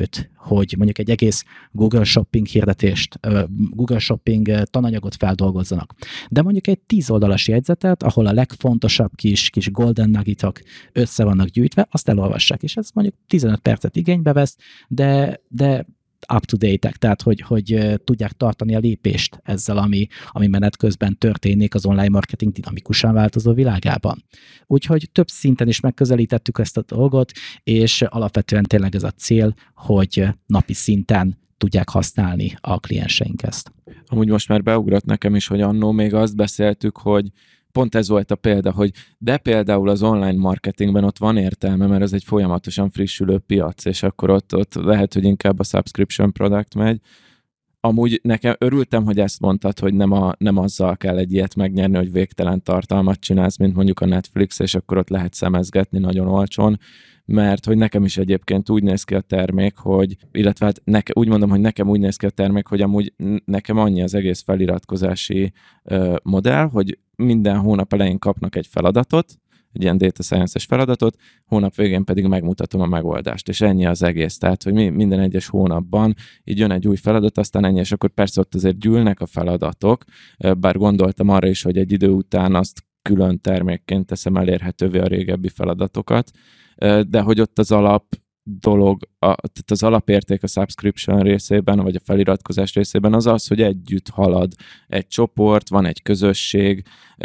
[SPEAKER 1] hogy mondjuk egy egész Google Shopping hirdetést, Google Shopping tananyagot feldolgozzanak. De mondjuk egy 10 oldalas jegyzetet, ahol a legfontosabb kis golden nuggetok össze vannak gyűjtve, azt elolvassák, és ez mondjuk 15 percet igénybe vesz, de up-to-date-ek, tehát hogy tudják tartani a lépést ezzel, ami menet közben történik az online marketing dinamikusan változó világában. Úgyhogy több szinten is megközelítettük ezt a dolgot, és alapvetően tényleg ez a cél, hogy napi szinten tudják használni a klienseink ezt.
[SPEAKER 3] Amúgy most már beugrott nekem is, hogy annó még azt beszéltük, hogy pont ez volt a példa, hogy de például az online marketingben ott van értelme, mert ez egy folyamatosan frissülő piac, és akkor ott lehet, hogy inkább a subscription product megy. Amúgy nekem örültem, hogy ezt mondtad, hogy nem azzal kell egy ilyet megnyerni, hogy végtelen tartalmat csinálsz, mint mondjuk a Netflix, és akkor ott lehet szemezgetni nagyon olcsón, mert hogy nekem is egyébként úgy néz ki a termék, illetve hát úgy mondom, hogy nekem úgy néz ki a termék, hogy amúgy nekem annyi az egész feliratkozási modell, hogy minden hónap elején kapnak egy feladatot, egy ilyen data science-es feladatot, hónap végén pedig megmutatom a megoldást, és ennyi az egész. Tehát, hogy minden egyes hónapban így jön egy új feladat, aztán ennyi, és akkor persze ott azért gyűlnek a feladatok, bár gondoltam arra is, hogy egy idő után azt külön termékként teszem elérhetővé a régebbi feladatokat, de hogy ott az alap dolog, tehát az alapérték a subscription részében, vagy a feliratkozás részében az az, hogy együtt halad egy csoport, van egy közösség,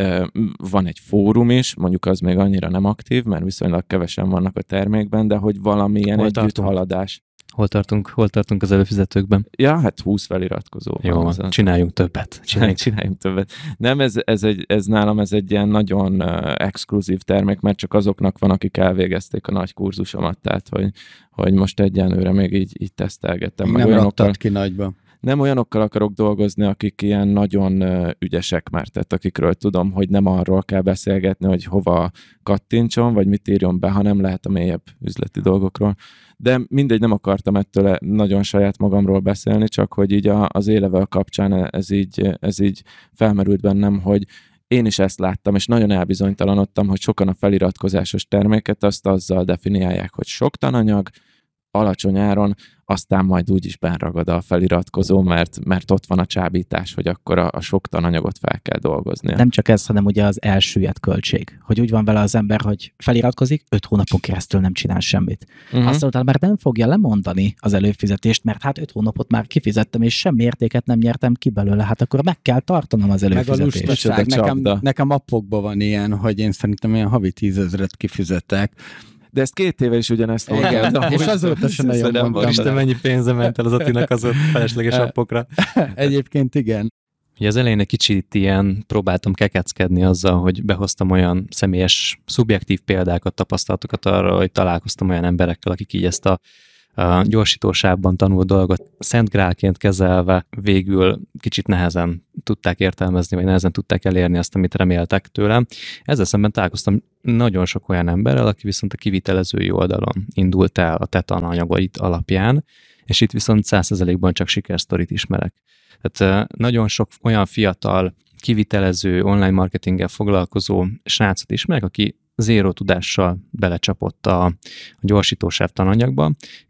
[SPEAKER 3] van egy fórum is, mondjuk az még annyira nem aktív, mert viszonylag kevesen vannak a termékben, de hogy valamilyen együtt haladás.
[SPEAKER 2] Hol tartunk az előfizetőkben?
[SPEAKER 3] Ja, hát 20 feliratkozó.
[SPEAKER 2] Jó, csináljunk többet.
[SPEAKER 3] Csináljunk többet. Nem, ez nálam egy ilyen nagyon exkluzív termék, mert csak azoknak van, akik elvégezték a nagy kurzusomat, tehát hogy most egyenlőre még így tesztelgettem.
[SPEAKER 4] Nem raktad ki nagyba.
[SPEAKER 3] Nem olyanokkal akarok dolgozni, akik ilyen nagyon ügyesek már, tehát akikről tudom, hogy nem arról kell beszélgetni, hogy hova kattintson, vagy mit írjon be, hanem lehet a mélyebb üzleti dolgokról. De mindegy, nem akartam ettől nagyon saját magamról beszélni, csak hogy így az élevel kapcsán ez így felmerült bennem, hogy én is ezt láttam, és nagyon elbizonytalanodtam, hogy sokan a feliratkozásos terméket azt azzal definiálják, hogy sok tananyag, alacsony áron, aztán majd úgyis benragad a feliratkozó, mert ott van a csábítás, hogy akkor a sok tananyagot fel kell dolgozni.
[SPEAKER 1] Nem csak ez, hanem ugye az elsüllyedt költség. Hogy úgy van vele az ember, hogy feliratkozik, 5 hónapon keresztül nem csinál semmit. Aztán utána már nem fogja lemondani az előfizetést, mert hát 5 hónapot már kifizettem, és semmi értéket nem nyertem ki belőle, hát akkor meg kell tartanom az előfizetést.
[SPEAKER 4] Meg a lustaság. Nekem appokban van ilyen, hogy én szerintem ilyen havi 10 000 kifizetek.
[SPEAKER 3] De ezt 2 éve is ugyanezt
[SPEAKER 4] mondtam. És azóta sem nagyon mondtam.
[SPEAKER 2] Isten, mennyi pénze ment el az Attinak az ott felesleges appokra.
[SPEAKER 4] Egyébként igen.
[SPEAKER 2] Ugye az elején egy kicsit ilyen próbáltam kekeckedni azzal, hogy behoztam olyan személyes, szubjektív példákat, tapasztalatokat arra, hogy találkoztam olyan emberekkel, akik így ezt a gyorsítósávban tanult dolgot szent grálként kezelve végül kicsit nehezen tudták értelmezni, vagy nehezen tudták elérni azt, amit reméltek tőlem. Ezzel szemben találkoztam nagyon sok olyan emberrel, aki viszont a kivitelezői oldalon indult el a te tananyagait alapján, és itt viszont 100%-ban csak sikersztorit ismerek. Tehát nagyon sok olyan fiatal, kivitelező, online marketinggel foglalkozó srácot ismerek, aki zéró tudással belecsapott a gyorsítósáv tananyagba,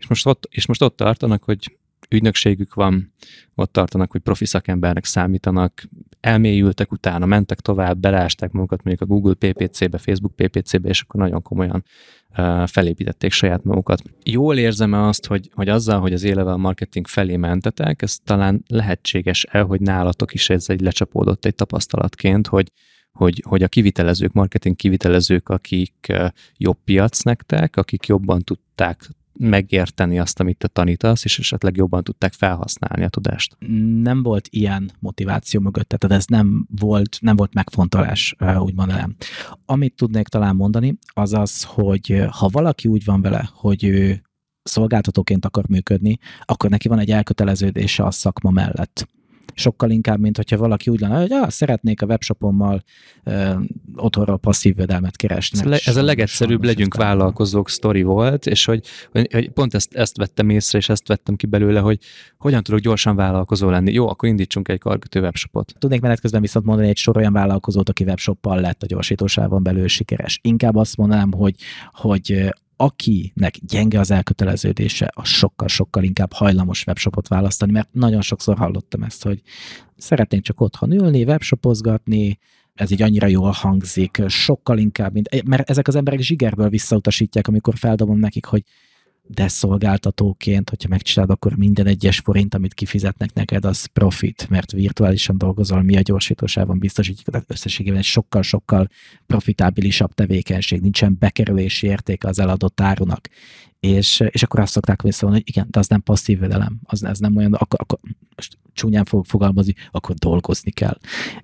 [SPEAKER 2] és most ott tartanak, hogy ügynökségük van, ott tartanak, hogy profi szakembernek számítanak, elmélyültek utána, mentek tovább, beleásták magukat mondjuk a Google PPC-be, Facebook PPC-be, és akkor nagyon komolyan felépítették saját magukat. Jól érzem-e azt, hogy azzal, hogy az A-level marketing felé mentetek, ez talán lehetséges-e, hogy nálatok is ez egy lecsapódott egy tapasztalatként, hogy a kivitelezők, marketing kivitelezők, akik jobb piac nektek, akik jobban tudták megérteni azt, amit te tanítasz, és esetleg jobban tudták felhasználni a tudást.
[SPEAKER 1] Nem volt ilyen motiváció mögött, tehát ez nem volt megfontolás, úgy mondanám. Amit tudnék talán mondani, az az, hogy ha valaki úgy van vele, hogy ő szolgáltatóként akar működni, akkor neki van egy elköteleződése a szakma mellett. Sokkal inkább, mint hogyha valaki úgy lenne, hogy szeretnék a webshopommal otthonról passzív jövedelmet keresni.
[SPEAKER 2] Ez a legegyszerűbb legyünk vállalkozók sztori volt, és hogy pont ezt vettem észre, és ezt vettem ki belőle, hogy hogyan tudok gyorsan vállalkozó lenni. Jó, akkor indítsunk egy karkötő webshopot.
[SPEAKER 1] Tudnék menet közben viszont mondani egy sor olyan vállalkozót, aki webshoppal lett a gyorsítósávon belül sikeres. Inkább azt mondanám, hogy akinek gyenge az elköteleződése, az sokkal-sokkal inkább hajlamos webshopot választani, mert nagyon sokszor hallottam ezt, hogy szeretnénk csak otthon ülni, webshopozgatni, ez így annyira jól hangzik, sokkal inkább, mert ezek az emberek zsigerből visszautasítják, amikor feldobom nekik, hogy de szolgáltatóként, hogyha megcsinálod, akkor minden egyes forint, amit kifizetnek neked, az profit, mert virtuálisan dolgozol, mi a gyorsítósában biztosítjuk, tehát összességében egy sokkal-sokkal profitábilisabb tevékenység, nincsen bekerülési értéke az eladott árunak. És akkor azt szokták visszavonni, hogy igen, de az nem passzív védelem, ez nem olyan, akkor most csúnyán fogok fogalmazni, akkor dolgozni kell.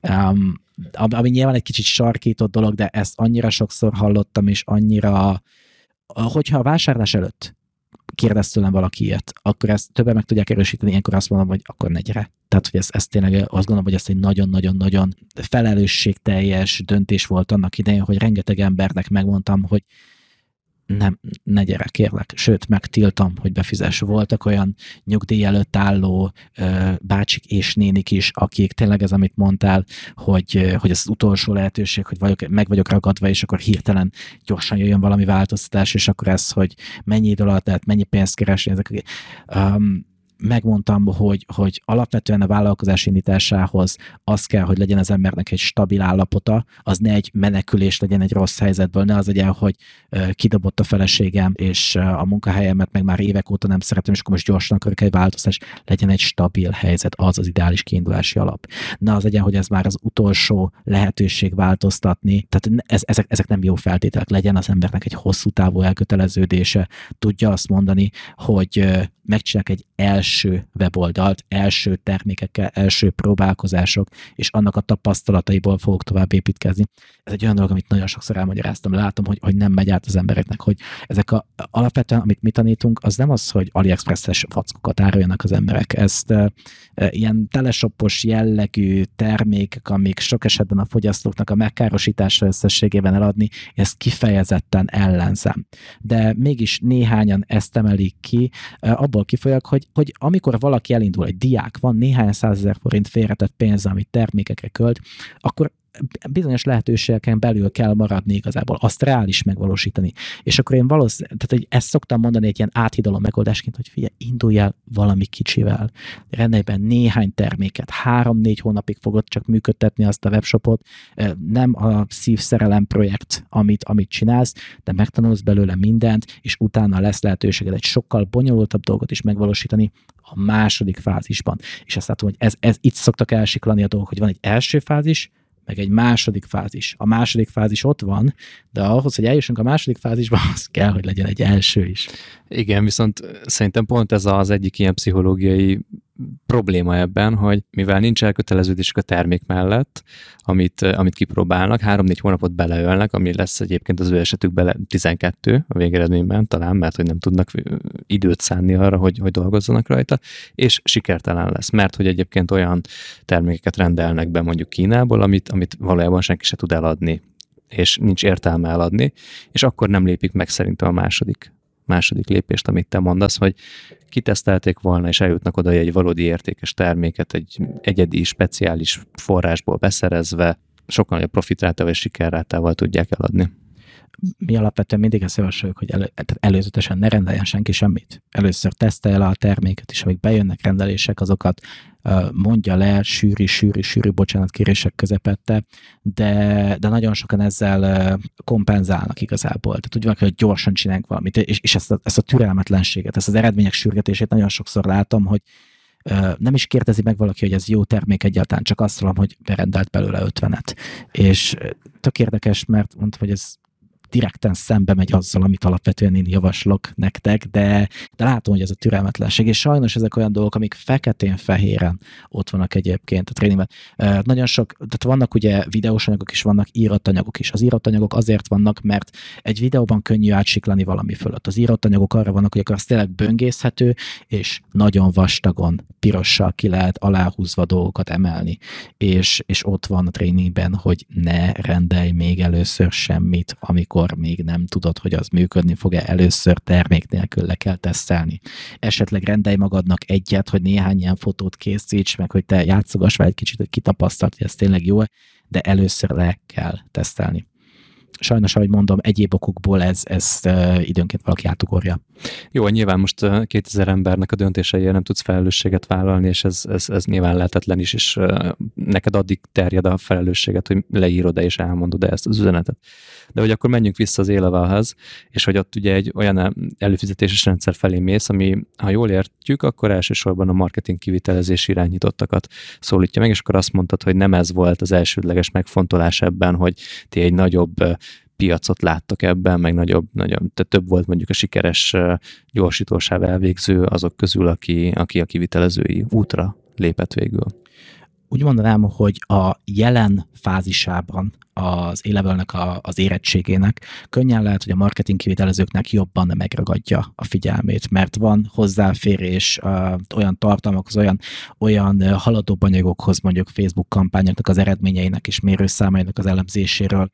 [SPEAKER 1] Ami nyilván egy kicsit sarkított dolog, de ezt annyira sokszor hallottam, és annyira, hogyha a vásárlás előtt kérdez tőlem valaki ilyet, akkor ezt többen meg tudják erősíteni, ilyenkor azt mondom, hogy akkor ne gyere. Tehát, hogy ez tényleg azt gondolom, hogy ez egy nagyon-nagyon-nagyon felelősségteljes döntés volt annak idején, hogy rengeteg embernek megmondtam, hogy nem, ne gyere, kérlek. Sőt, megtiltam, hogy befizess. Voltak olyan nyugdíj előtt álló bácsik és nénik is, akik tényleg ez, amit mondtál, hogy ez az utolsó lehetőség, hogy meg vagyok ragadva, és akkor hirtelen gyorsan jöjjön valami változtatás, és akkor ez, hogy mennyi idő alatt lehet, mennyi pénzt keresni. Megmondtam, hogy alapvetően a vállalkozás indításához az kell, hogy legyen az embernek egy stabil állapota, az ne egy menekülés legyen egy rossz helyzetből, ne az legyen, hogy kidobott a feleségem, és a munkahelyemet meg már évek óta nem szeretem, és akkor most gyorsan akarok egy változás, legyen egy stabil helyzet, az ideális kiindulási alap. Ne az legyen, hogy ez már az utolsó lehetőség változtatni, tehát ezek nem jó feltételek, legyen az embernek egy hosszú távú elköteleződése, tudja azt mondani, hogy megcsinálják egy első weboldalt, első termékekkel, első próbálkozások, és annak a tapasztalataiból fogok tovább építkezni. Ez egy olyan dolog, amit nagyon sokszor elmagyaráztam, látom, hogy nem megy át az embereknek, hogy ezek alapvetően, amit mi tanítunk, az nem az, hogy AliExpress-es fackokat áruljanak az emberek. Ezt ilyen teleshopos jellegű termékek, amik sok esetben a fogyasztóknak a megkárosítása összességében eladni, ezt kifejezetten ellenzem. De mégis néhányan ezt emelik ki, abból kifolyag, hogy amikor valaki elindul, egy diák, van néhány 100 000 forint félretett pénze, amit termékekre költ, akkor bizonyos lehetőségeken belül kell maradni igazából, azt reális megvalósítani. És akkor én valószínűleg, tehát ezt szoktam mondani egy ilyen áthidaló megoldásként, hogy figyelj, indulj el valami kicsivel, rendelj be néhány terméket, 3-4 hónapig fogod csak működtetni azt a webshopot, nem a szívszerelem projekt, amit csinálsz, de megtanulsz belőle mindent, és utána lesz lehetőséged egy sokkal bonyolultabb dolgot is megvalósítani a második fázisban. És azt látom, hogy ez itt szoktak elsiklani a dolgok, hogy van egy első fázis, meg egy második fázis. A második fázis ott van, de ahhoz, hogy eljussunk a második fázisba, az kell, hogy legyen egy első is.
[SPEAKER 2] Igen, viszont szerintem pont ez az egyik ilyen pszichológiai probléma ebben, hogy mivel nincs elköteleződésük a termék mellett, amit kipróbálnak, 3-4 hónapot beleölnek, ami lesz egyébként az ő esetükben 12 a végeredményben talán, mert hogy nem tudnak időt szánni arra, hogy dolgozzanak rajta, és sikertelen lesz, mert hogy egyébként olyan termékeket rendelnek be mondjuk Kínából, amit valójában senki se tud eladni, és nincs értelme eladni, és akkor nem lépik meg szerintem a második lépést, amit te mondasz, hogy kitesztelték volna, és eljutnak oda, hogy egy valódi értékes terméket, egy egyedi, speciális forrásból beszerezve, sokkal nagyobb profitrátával és sikerrátával tudják eladni.
[SPEAKER 1] Mi alapvetően mindig ezt javasoljuk, hogy előzetesen ne rendeljen senki semmit. Először tesztelj el a terméket, és amíg bejönnek rendelések, azokat mondja le sűrű bocsánatkérések közepette, de nagyon sokan ezzel kompenzálnak igazából. Tehát úgy van, hogy gyorsan csinálunk valamit, és ezt a türelmetlenséget, ezt az eredmények sürgetését nagyon sokszor látom, hogy nem is kérdezi meg valaki, hogy ez jó termék egyáltalán, csak azt mondom, hogy berendelt belőle 50-et. És tök érdekes, mert mondtam, hogy ez direkten szembe megy azzal, amit alapvetően én javaslok nektek, de látom, hogy ez a türelmetlenség, és sajnos ezek olyan dolgok, amik feketén-fehéren ott vannak egyébként a tréningben. Nagyon sok, tehát vannak ugye videós anyagok is, vannak írott anyagok is. Az írott anyagok azért vannak, mert egy videóban könnyű átsiklani valami fölött. Az írott anyagok arra vannak, hogy akkor az tényleg böngészhető, és nagyon vastagon, pirossal ki lehet aláhúzva dolgokat emelni. És ott van a tréningben, hogy ne rendelj még először semmit, amikor még nem tudod, hogy az működni fog-e, először termék nélkül le kell tesztelni. Esetleg rendelj magadnak egyet, hogy néhány ilyen fotót készíts, meg hogy te játszogass vele egy kicsit, hogy kitapasztalt, hogy ez tényleg jó, de először le kell tesztelni. sajnos, ahogy mondom, egyéb okokból ezt időnként valaki átugorja.
[SPEAKER 2] Jó, nyilván most 2000 embernek a döntéseiért nem tudsz felelősséget vállalni, és ez nyilván lehetetlen is, és neked addig terjed a felelősséget, hogy leírod és elmondod ezt az üzenetet. De hogy akkor menjünk vissza az Élevelhez, és hogy ott ugye egy olyan előfizetéses rendszer felé mész, ami, ha jól értjük, akkor elsősorban a marketing kivitelezési irányítottakat szólítja meg, és akkor azt mondtad, hogy nem ez volt az elsődleges megfontolás ebben, hogy ti egy nagyobb piacot láttak ebben, meg tehát több volt mondjuk a sikeres gyorsítósáv elvégző azok közül, aki a kivitelezői útra lépett végül.
[SPEAKER 1] Úgy mondanám, hogy a jelen fázisában az A-levelnek az érettségének könnyen lehet, hogy a marketing kivitelezőknek jobban megragadja a figyelmét, mert van hozzáférés olyan tartalmakhoz, olyan haladóbb anyagokhoz, mondjuk Facebook kampányoknak az eredményeinek és mérőszámainak az elemzéséről,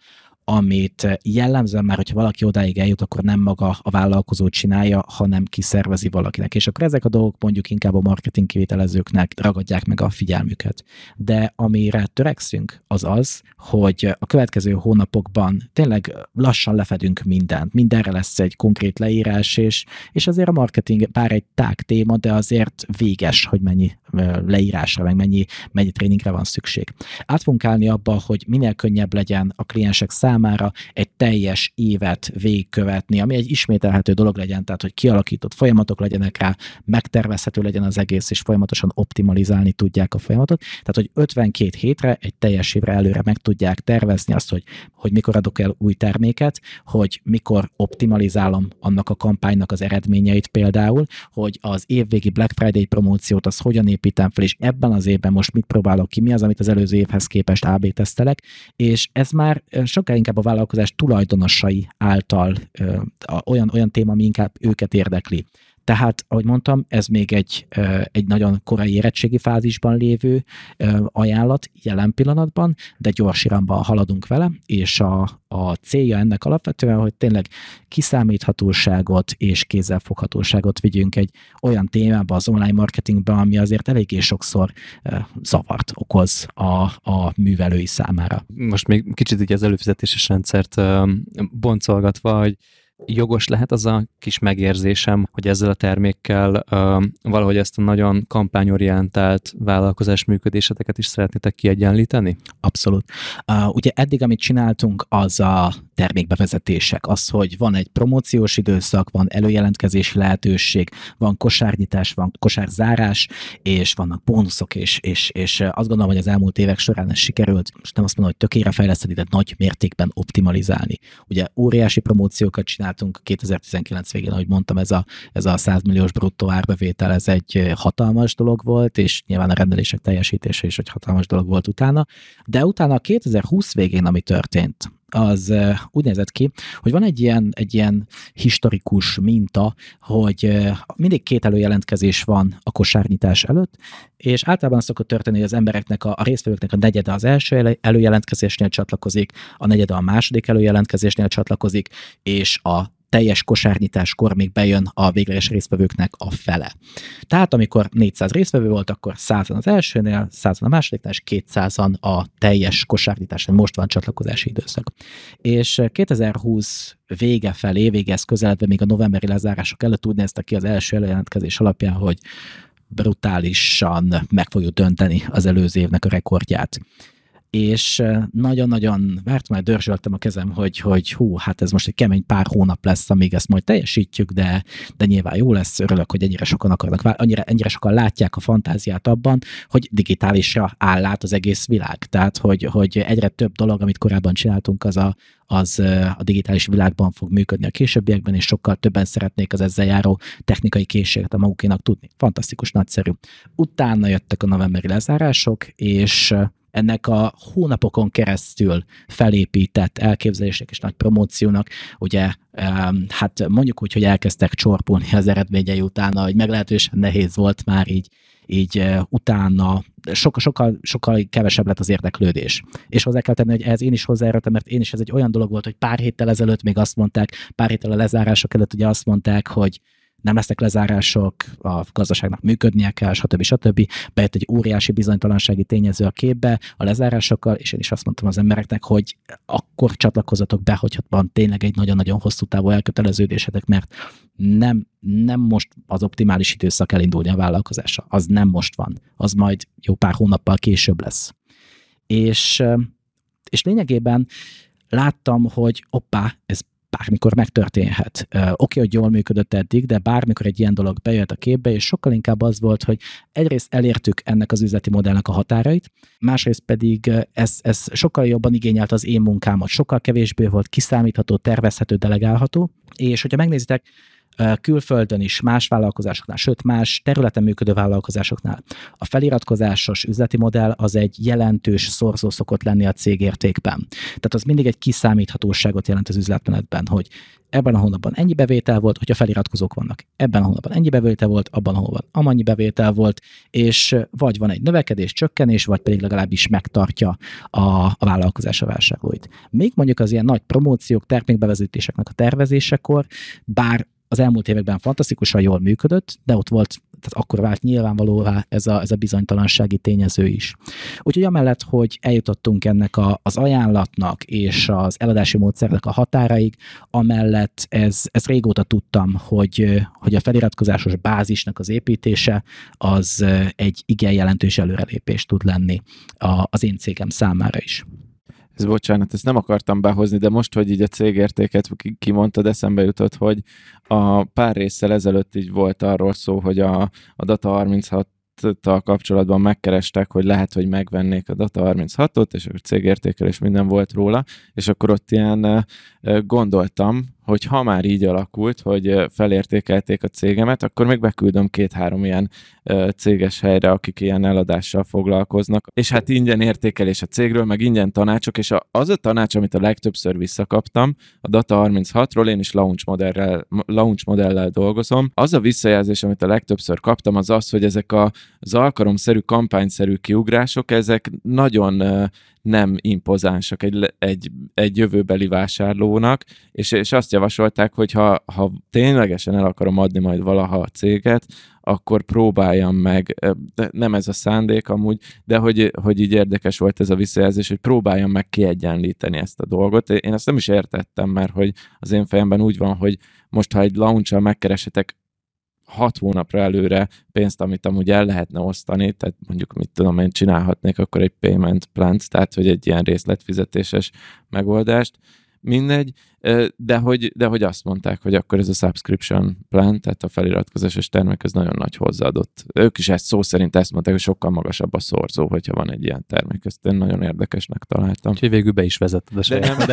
[SPEAKER 1] amit jellemzően már, hogyha valaki odáig eljut, akkor nem maga a vállalkozó csinálja, hanem kiszervezi valakinek. És akkor ezek a dolgok mondjuk inkább a marketing kivitelezőknek ragadják meg a figyelmüket. De amire törekszünk, az az, hogy a következő hónapokban tényleg lassan lefedünk mindent. Mindenre lesz egy konkrét leírás, és azért a marketing bár egy tág téma, de azért véges, hogy mennyi leírásra, meg mennyi tréningre van szükség. Át fogunk állni abba, hogy minél könnyebb legyen a kliensek számára egy teljes évet végigkövetni, ami egy ismételhető dolog legyen, tehát hogy kialakított folyamatok legyenek rá, megtervezhető legyen az egész, és folyamatosan optimalizálni tudják a folyamatot. Tehát, hogy 52 hétre, egy teljes évre előre meg tudják tervezni azt, hogy mikor adok el új terméket, hogy mikor optimalizálom annak a kampánynak az eredményeit például, hogy az évvégi Black Friday promóciót az hogyan építem fel, és ebben az évben most mit próbálok ki, mi az, amit az előző évhez képest AB tesztelek, és ez már sokkal inkább a vállalkozás tulajdonosai által olyan téma, ami inkább őket érdekli. Tehát, ahogy mondtam, ez még egy nagyon korai érettségi fázisban lévő ajánlat jelen pillanatban, de gyors iramban haladunk vele, és a célja ennek alapvetően, hogy tényleg kiszámíthatóságot és kézzelfoghatóságot vigyünk egy olyan témába az online marketingben, ami azért eléggé sokszor zavart okoz a művelői számára.
[SPEAKER 2] Most még kicsit így az előfizetéses rendszert boncolgatva, hogy jogos lehet az a kis megérzésem, hogy ezzel a termékkel valahogy ezt a nagyon kampányorientált vállalkozás működéseteket is szeretnétek kiegyenlíteni?
[SPEAKER 1] Abszolút. Ugye eddig, amit csináltunk, az a termékbevezetések. Az, hogy van egy promóciós időszak, van előjelentkezési lehetőség, van kosárnyitás, van kosárzárás, és vannak bónuszok, és azt gondolom, hogy az elmúlt évek során ez sikerült, most nem azt mondom, hogy tökére fejleszteni, de nagy mértékben optimalizálni. Ugye óriási promóciókat csináltunk 2019 végén, ahogy mondtam, ez a 100 milliós bruttó árbevétel, ez egy hatalmas dolog volt, és nyilván a rendelések teljesítése is egy hatalmas dolog volt utána, de utána a 2020 végén, ami történt, az úgy nézett ki, hogy van egy ilyen historikus minta, hogy mindig 2 előjelentkezés van a kosárnyitás előtt, és általában az szokott történni, hogy az embereknek, a résztvevőknek a negyede az első előjelentkezésnél csatlakozik, a negyede a második előjelentkezésnél csatlakozik, és a teljes kosárnyitáskor még bejön a végleges résztvevőknek a fele. Tehát amikor 400 résztvevő volt, akkor 100-an az elsőnél, 100-an a másodiknál, és 200-an a teljes kosárnyitásnál. Most van csatlakozási időszak. És 2020 véghez közeledve, még a novemberi lezárások előtt úgy néztek ki az első előjelentkezés alapján, hogy brutálisan meg fogjuk dönteni az előző évnek a rekordját. És nagyon-nagyon, már dörzsöltem a kezem, hogy hú, hát ez most egy kemény pár hónap lesz, amíg ezt majd teljesítjük, de nyilván jó lesz, örülök, hogy ennyire sokan akarnak, ennyire sokan látják a fantáziát abban, hogy digitálisra áll át az egész világ. Tehát, hogy egyre több dolog, amit korábban csináltunk, az a digitális világban fog működni a későbbiekben, és sokkal többen szeretnék az ezzel járó technikai készséget a magukénak tudni. Fantasztikus, nagyszerű. Utána jöttek a novemberi lezárások, és ennek a hónapokon keresztül felépített elképzelések és nagy promóciónak, ugye, hát mondjuk úgy, hogy elkezdtek csorpulni az eredményei utána, hogy meglehetősen nehéz volt már így utána, sokkal kevesebb lett az érdeklődés. És hozzá kell tenni, hogy ehhez én is hozzájárultam, mert én is ez egy olyan dolog volt, hogy pár héttel ezelőtt még azt mondták, pár héttel a lezárások előtt ugye azt mondták, hogy nem lesznek lezárások, a gazdaságnak működnie kell, stb. Bejött egy óriási bizonytalansági tényező a képbe a lezárásokkal, és én is azt mondtam az embereknek, hogy akkor csatlakozzatok be, hogyha van tényleg egy nagyon-nagyon hosszú távú elköteleződésetek, mert nem most az optimális időszak elindulni a vállalkozásra. Az nem most van. Az majd jó pár hónappal később lesz. És lényegében láttam, hogy ez bármikor megtörténhet. Oké, hogy jól működött eddig, de bármikor egy ilyen dolog bejött a képbe, és sokkal inkább az volt, hogy egyrészt elértük ennek az üzleti modellnek a határait, másrészt pedig ez sokkal jobban igényelt az én munkámat, sokkal kevésbé volt kiszámítható, tervezhető, delegálható, és hogyha megnézitek, külföldön is, más vállalkozásoknál, sőt más területen működő vállalkozásoknál a feliratkozásos üzleti modell az egy jelentős szorzó szokott lenni a cégértékben. Tehát az mindig egy kiszámíthatóságot jelent az üzletmenetben, hogy ebben a hónapban ennyi bevétel volt, hogyha feliratkozók vannak. Ebben a hónapban ennyi bevétel volt, abban a hónapban amannyi bevétel volt, és vagy van egy növekedés, csökkenés, vagy pedig legalábbis megtartja a vállalkozás a vásárlóit. Még mondjuk az ilyen nagy promóciók, termékbevezetéseknek a tervezésekor, bár az elmúlt években fantasztikusan jól működött, de ott volt, tehát akkor vált nyilvánvalóvá ez a bizonytalansági tényező is. Úgyhogy amellett, hogy eljutottunk ennek az ajánlatnak és az eladási módszernek a határaig, amellett ez régóta tudtam, hogy a feliratkozásos bázisnak az építése az egy igen jelentős előrelépés tud lenni az én cégem számára is.
[SPEAKER 3] Bocsánat, ezt nem akartam behozni, de most, hogy így a cégértéket kimondtad, eszembe jutott, hogy a pár résszel ezelőtt így volt arról szó, hogy a Data36-tal kapcsolatban megkerestek, hogy lehet, hogy megvennék a Data36-ot, és akkor cégértékelés minden volt róla, és akkor ott ilyen gondoltam, hogy ha már így alakult, hogy felértékelték a cégemet, akkor még beküldöm 2-3 ilyen céges helyre, akik ilyen eladással foglalkoznak. És hát ingyen értékelés a cégről, meg ingyen tanácsok, és az a tanács, amit a legtöbbször visszakaptam, a Data36-ról, én is launch modellel dolgozom. Az a visszajelzés, amit a legtöbbször kaptam, az az, hogy ezek az alkalomszerű, kampányszerű kiugrások, ezek nagyon nem impozánsak egy jövőbeli vásárlónak, és azt javasolták, hogy ha ténylegesen el akarom adni majd valaha a céget, akkor próbáljam meg, nem ez a szándék amúgy, de hogy így érdekes volt ez a visszajelzés, hogy próbáljam meg kiegyenlíteni ezt a dolgot. Én azt nem is értettem, mert hogy az én fejemben úgy van, hogy most, ha egy launch-al megkeresetek 6 hónapra előre pénzt, amit amúgy el lehetne osztani, tehát mondjuk mit tudom én csinálhatnék akkor egy payment plant, tehát hogy egy ilyen részletfizetéses megoldást, mindegy, de hogy azt mondták, hogy akkor ez a subscription plan, tehát a feliratkozásos termék, ez nagyon nagy hozzáadott. Ők is szó szerint ezt mondták, hogy sokkal magasabb a szorzó, hogyha van egy ilyen termék. Ezt én nagyon érdekesnek találtam.
[SPEAKER 2] Úgyhogy végül be is vezetted a saját.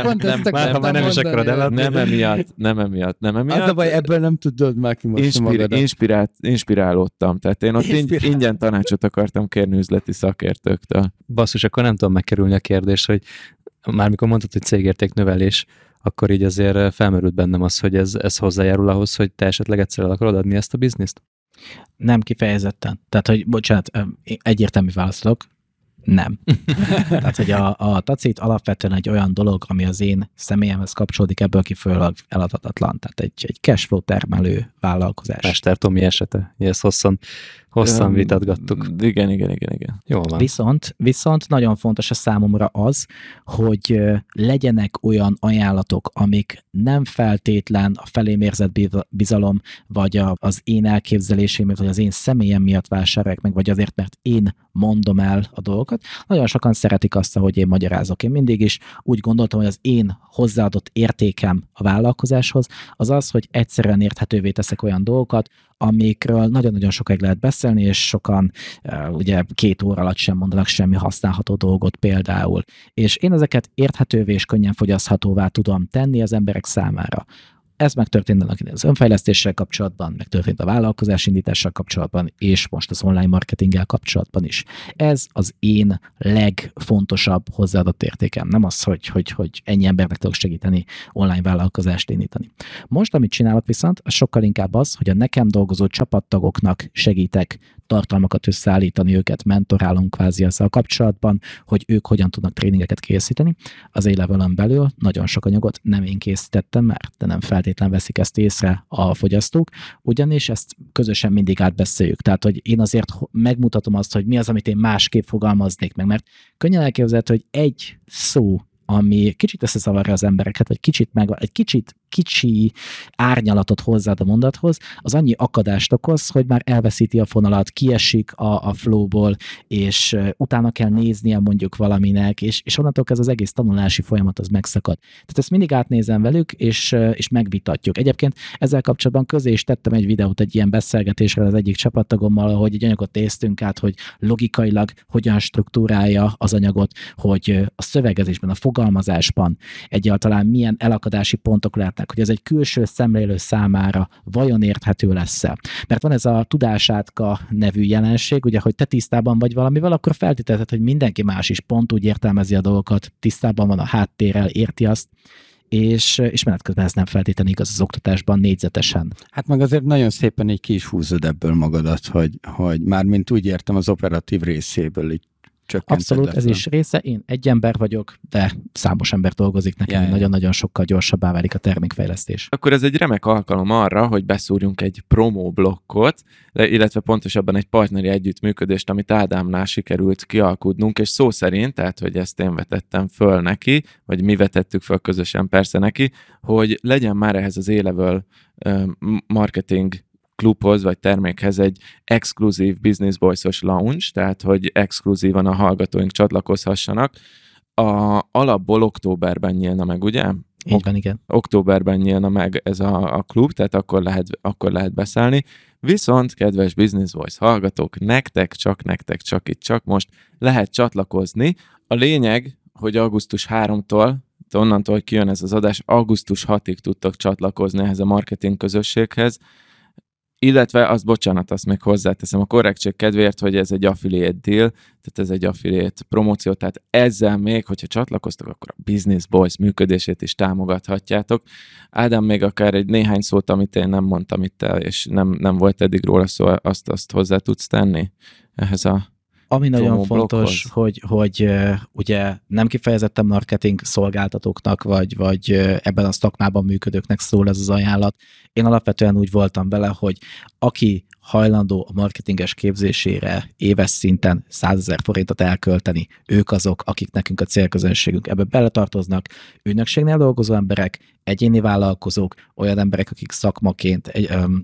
[SPEAKER 3] Nem emiatt.
[SPEAKER 4] Az a baj, ebből nem tudod már kimosni magadat.
[SPEAKER 3] Inspirálódtam, tehát én ott ingyen tanácsot akartam kérni üzleti szakértőktől.
[SPEAKER 2] Basszus, akkor nem tudom megkerülni a kérdést, hogy már mikor mondtad, hogy cégértéknövelés, akkor így azért felmerült bennem az, hogy ez hozzájárul ahhoz, hogy te esetleg egyszer el akarod adni ezt a bizniszt?
[SPEAKER 1] Nem kifejezetten. Tehát, hogy bocsánat, egyértelmű válaszolok, nem. Tehát, hogy a tacit alapvetően egy olyan dolog, ami az én személyemhez kapcsolódik, ebből kifolyólag eladhatatlan. Tehát egy cashflow termelő vállalkozás.
[SPEAKER 2] Mester Tomi esete. Ezt hosszan vitatgattuk.
[SPEAKER 3] Igen.
[SPEAKER 2] Jó van.
[SPEAKER 1] Viszont nagyon fontos a számomra az, hogy legyenek olyan ajánlatok, amik nem feltétlen a felém érzett bizalom, vagy az én elképzelésém, vagy az én személyem miatt vásárolják meg, vagy azért, mert én mondom el a dolgokat. Nagyon sokan szeretik azt, hogy én magyarázok. Én mindig is úgy gondoltam, hogy az én hozzáadott értékem a vállalkozáshoz az az, hogy egyszerűen érthetővé teszek olyan dolgokat, amikről nagyon-nagyon sokáig lehet beszélni, és sokan ugye 2 óra alatt sem mondanak semmi használható dolgot például. És én ezeket érthetővé és könnyen fogyaszthatóvá tudom tenni az emberek számára. Ez megtörtént az önfejlesztéssel kapcsolatban, megtörtént a vállalkozásindítással kapcsolatban, és most az online marketinggel kapcsolatban is. Ez az én legfontosabb hozzáadott értékem. Nem az, hogy ennyi embernek tudok segíteni online vállalkozást indítani. Most, amit csinálok viszont, az sokkal inkább az, hogy a nekem dolgozó csapattagoknak segítek tartalmakat összeállítani, őket mentorálom kvázi azzal kapcsolatban, hogy ők hogyan tudnak tréningeket készíteni. Az A-Level-en belül nagyon sok anyagot nem én készítettem már, de nem feltétlenül feltétlen veszik ezt észre a fogyasztók, ugyanis ezt közösen mindig átbeszéljük. Tehát, hogy én azért megmutatom azt, hogy mi az, amit én másképp fogalmaznék meg, mert könnyen elképzelhető, hogy egy szó, ami kicsit összezavarja az embereket, vagy egy kicsi árnyalatot hozzáad a mondathoz, az annyi akadást okoz, hogy már elveszíti a fonalat, kiesik a flowból, és utána kell néznie mondjuk valaminek, és onnantól ez az egész tanulási folyamat az megszakad. Tehát ezt mindig átnézem velük, és megvitatjuk. Egyébként ezzel kapcsolatban közé is tettem egy videót egy ilyen beszélgetésről az egyik csapattagommal, hogy egy anyagot néztünk át, hogy logikailag hogyan struktúrálja az anyagot, hogy a szövegezésben, a fogalmazásban egyáltalán milyen elakadási pontok lehetnek, hogy ez egy külső szemlélő számára vajon érthető lesz-e. Mert van ez a tudásátka nevű jelenség, ugye, hogy te tisztában vagy valamivel, akkor feltételezed, hogy mindenki más is pont úgy értelmezi a dolgokat, tisztában van a háttérrel, érti azt, és menet közben ez nem feltétlenül igaz az oktatásban négyzetesen.
[SPEAKER 4] Hát meg azért nagyon szépen így ki is húzod ebből magadat, hogy mármint úgy értem az operatív részéből így
[SPEAKER 1] abszolút, ez is része. Én egy ember vagyok, de számos ember dolgozik nekem, nagyon-nagyon sokkal gyorsabbá válik a termékfejlesztés.
[SPEAKER 3] Akkor ez egy remek alkalom arra, hogy beszúrjunk egy promo blokkot, illetve pontosabban egy partneri együttműködést, amit Ádámnál sikerült kialkudnunk, és szó szerint, tehát, hogy ezt én vetettem föl neki, vagy mi vetettük föl közösen persze neki, hogy legyen már ehhez az A-level marketing klubhoz vagy termékhez egy exkluzív Business Boys-os launch, tehát hogy exkluzívan a hallgatóink csatlakozhassanak. Alapból októberben nyílna meg, ugye?
[SPEAKER 1] Így van, igen.
[SPEAKER 3] Októberben nyílna meg ez a klub, tehát akkor lehet beszállni. Viszont, kedves Business Boys hallgatók, nektek csak most lehet csatlakozni. A lényeg, hogy augusztus 3-tól, onnantól, hogy kijön ez az adás, augusztus 6-ig tudtok csatlakozni ehhez a marketing közösséghez. Illetve azt még hozzáteszem a korrektség kedvéért, hogy ez egy affiliate deal, tehát ez egy affiliate promóció, tehát ezzel még, hogyha csatlakoztok, akkor a Business Boys működését is támogathatjátok. Ádám, még akár egy néhány szót, amit én nem mondtam itt el, és nem volt eddig róla szó, azt hozzá tudsz tenni ehhez a
[SPEAKER 1] ami nagyon fontos, hogy ugye nem kifejezetten marketing szolgáltatóknak, vagy ebben a szakmában működőknek szól ez az ajánlat. Én alapvetően úgy voltam vele, hogy aki hajlandó a marketinges képzésére éves szinten 100 000 forintot elkölteni, ők azok, akik nekünk a célközönségünk. Ebbe beletartoznak ügynökségnél dolgozó emberek, egyéni vállalkozók, olyan emberek, akik szakmaként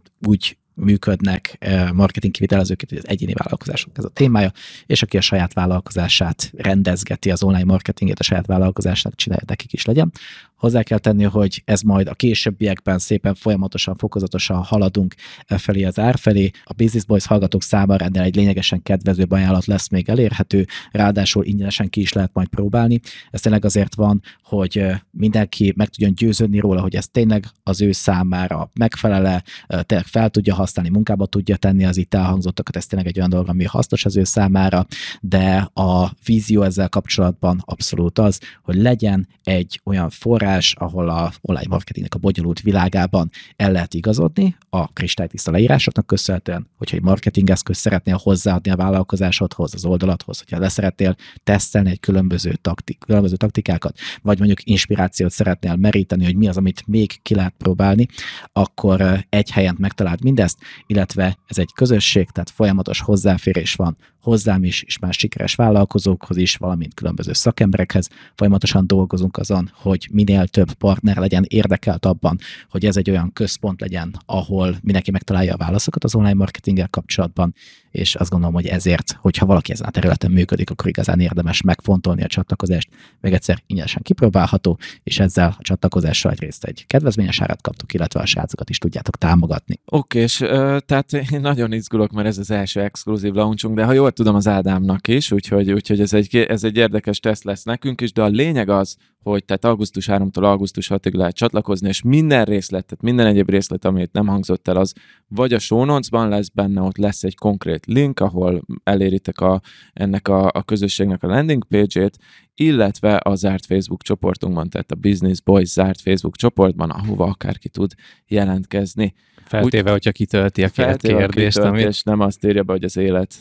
[SPEAKER 1] úgy működnek marketing kivitelezőket, hogy az egyéni vállalkozások ez a témája, és aki a saját vállalkozását rendezgeti, az online marketinget a saját vállalkozásnak csinálja, nekik is legyen. Hozzá kell tenni, hogy ez majd a későbbiekben szépen folyamatosan, fokozatosan haladunk felé az ár felé. A Business Boys hallgatók számára ennél egy lényegesen kedvezőbb ajánlat lesz még elérhető, ráadásul ingyenesen ki is lehet majd próbálni. Ez tényleg azért van, hogy mindenki meg tudjon győződni róla, hogy ez tényleg az ő számára megfelele, tényleg fel tudja használni, munkába tudja tenni az itt elhangzottakat, ez tényleg egy olyan dolog, ami hasznos az ő számára, de a vízió ezzel kapcsolatban abszolút az, hogy legyen egy olyan forrás, ahol a online marketingnek a bonyolult világában el lehet igazodni a kristálytiszta leírásoknak köszönhetően, hogyha egy marketing eszköz szeretnél hozzáadni a vállalkozásodhoz, az oldalathoz, hogyha leszeretnél tesztelni egy különböző taktikákat, vagy mondjuk inspirációt szeretnél meríteni, hogy mi az, amit még ki lehet próbálni, akkor egy helyen megtaláld mindezt, illetve ez egy közösség, tehát folyamatos hozzáférés van hozzám is, és más sikeres vállalkozókhoz is, valamint különböző szakemberekhez. Folyamatosan dolgozunk azon, hogy minél több partner legyen érdekelt abban, hogy ez egy olyan központ legyen, ahol mindenki megtalálja a válaszokat az online marketinggel kapcsolatban, és azt gondolom, hogy ezért, hogyha valaki ezen a területen működik, akkor igazán érdemes megfontolni a csatlakozást. Még egyszer ingyenesen kipróbálható, és ezzel a csatlakozással egyrészt egy kedvezményes árat kaptuk, illetve a srácokat is tudjátok támogatni.
[SPEAKER 3] Oké, és tehát én nagyon izgulok, mert ez az első exkluzív launchunk, de ha jól tudom, az Ádámnak is, úgyhogy ez egy érdekes teszt lesz nekünk is, de a lényeg az, hogy tehát augusztus 3-tól augusztus 6-ig lehet csatlakozni, és minden részlet, tehát minden egyéb részlet, amit nem hangzott el, az vagy a show notes-ban lesz benne, ott lesz egy konkrét link, ahol eléritek ennek a közösségnek a landing page-ét, illetve a zárt Facebook csoportunkban, tehát a Business Boys zárt Facebook csoportban, ahova akárki tud jelentkezni.
[SPEAKER 2] Feltéve, hogyha kitölti a kérdést,
[SPEAKER 3] és nem azt írja be, hogy az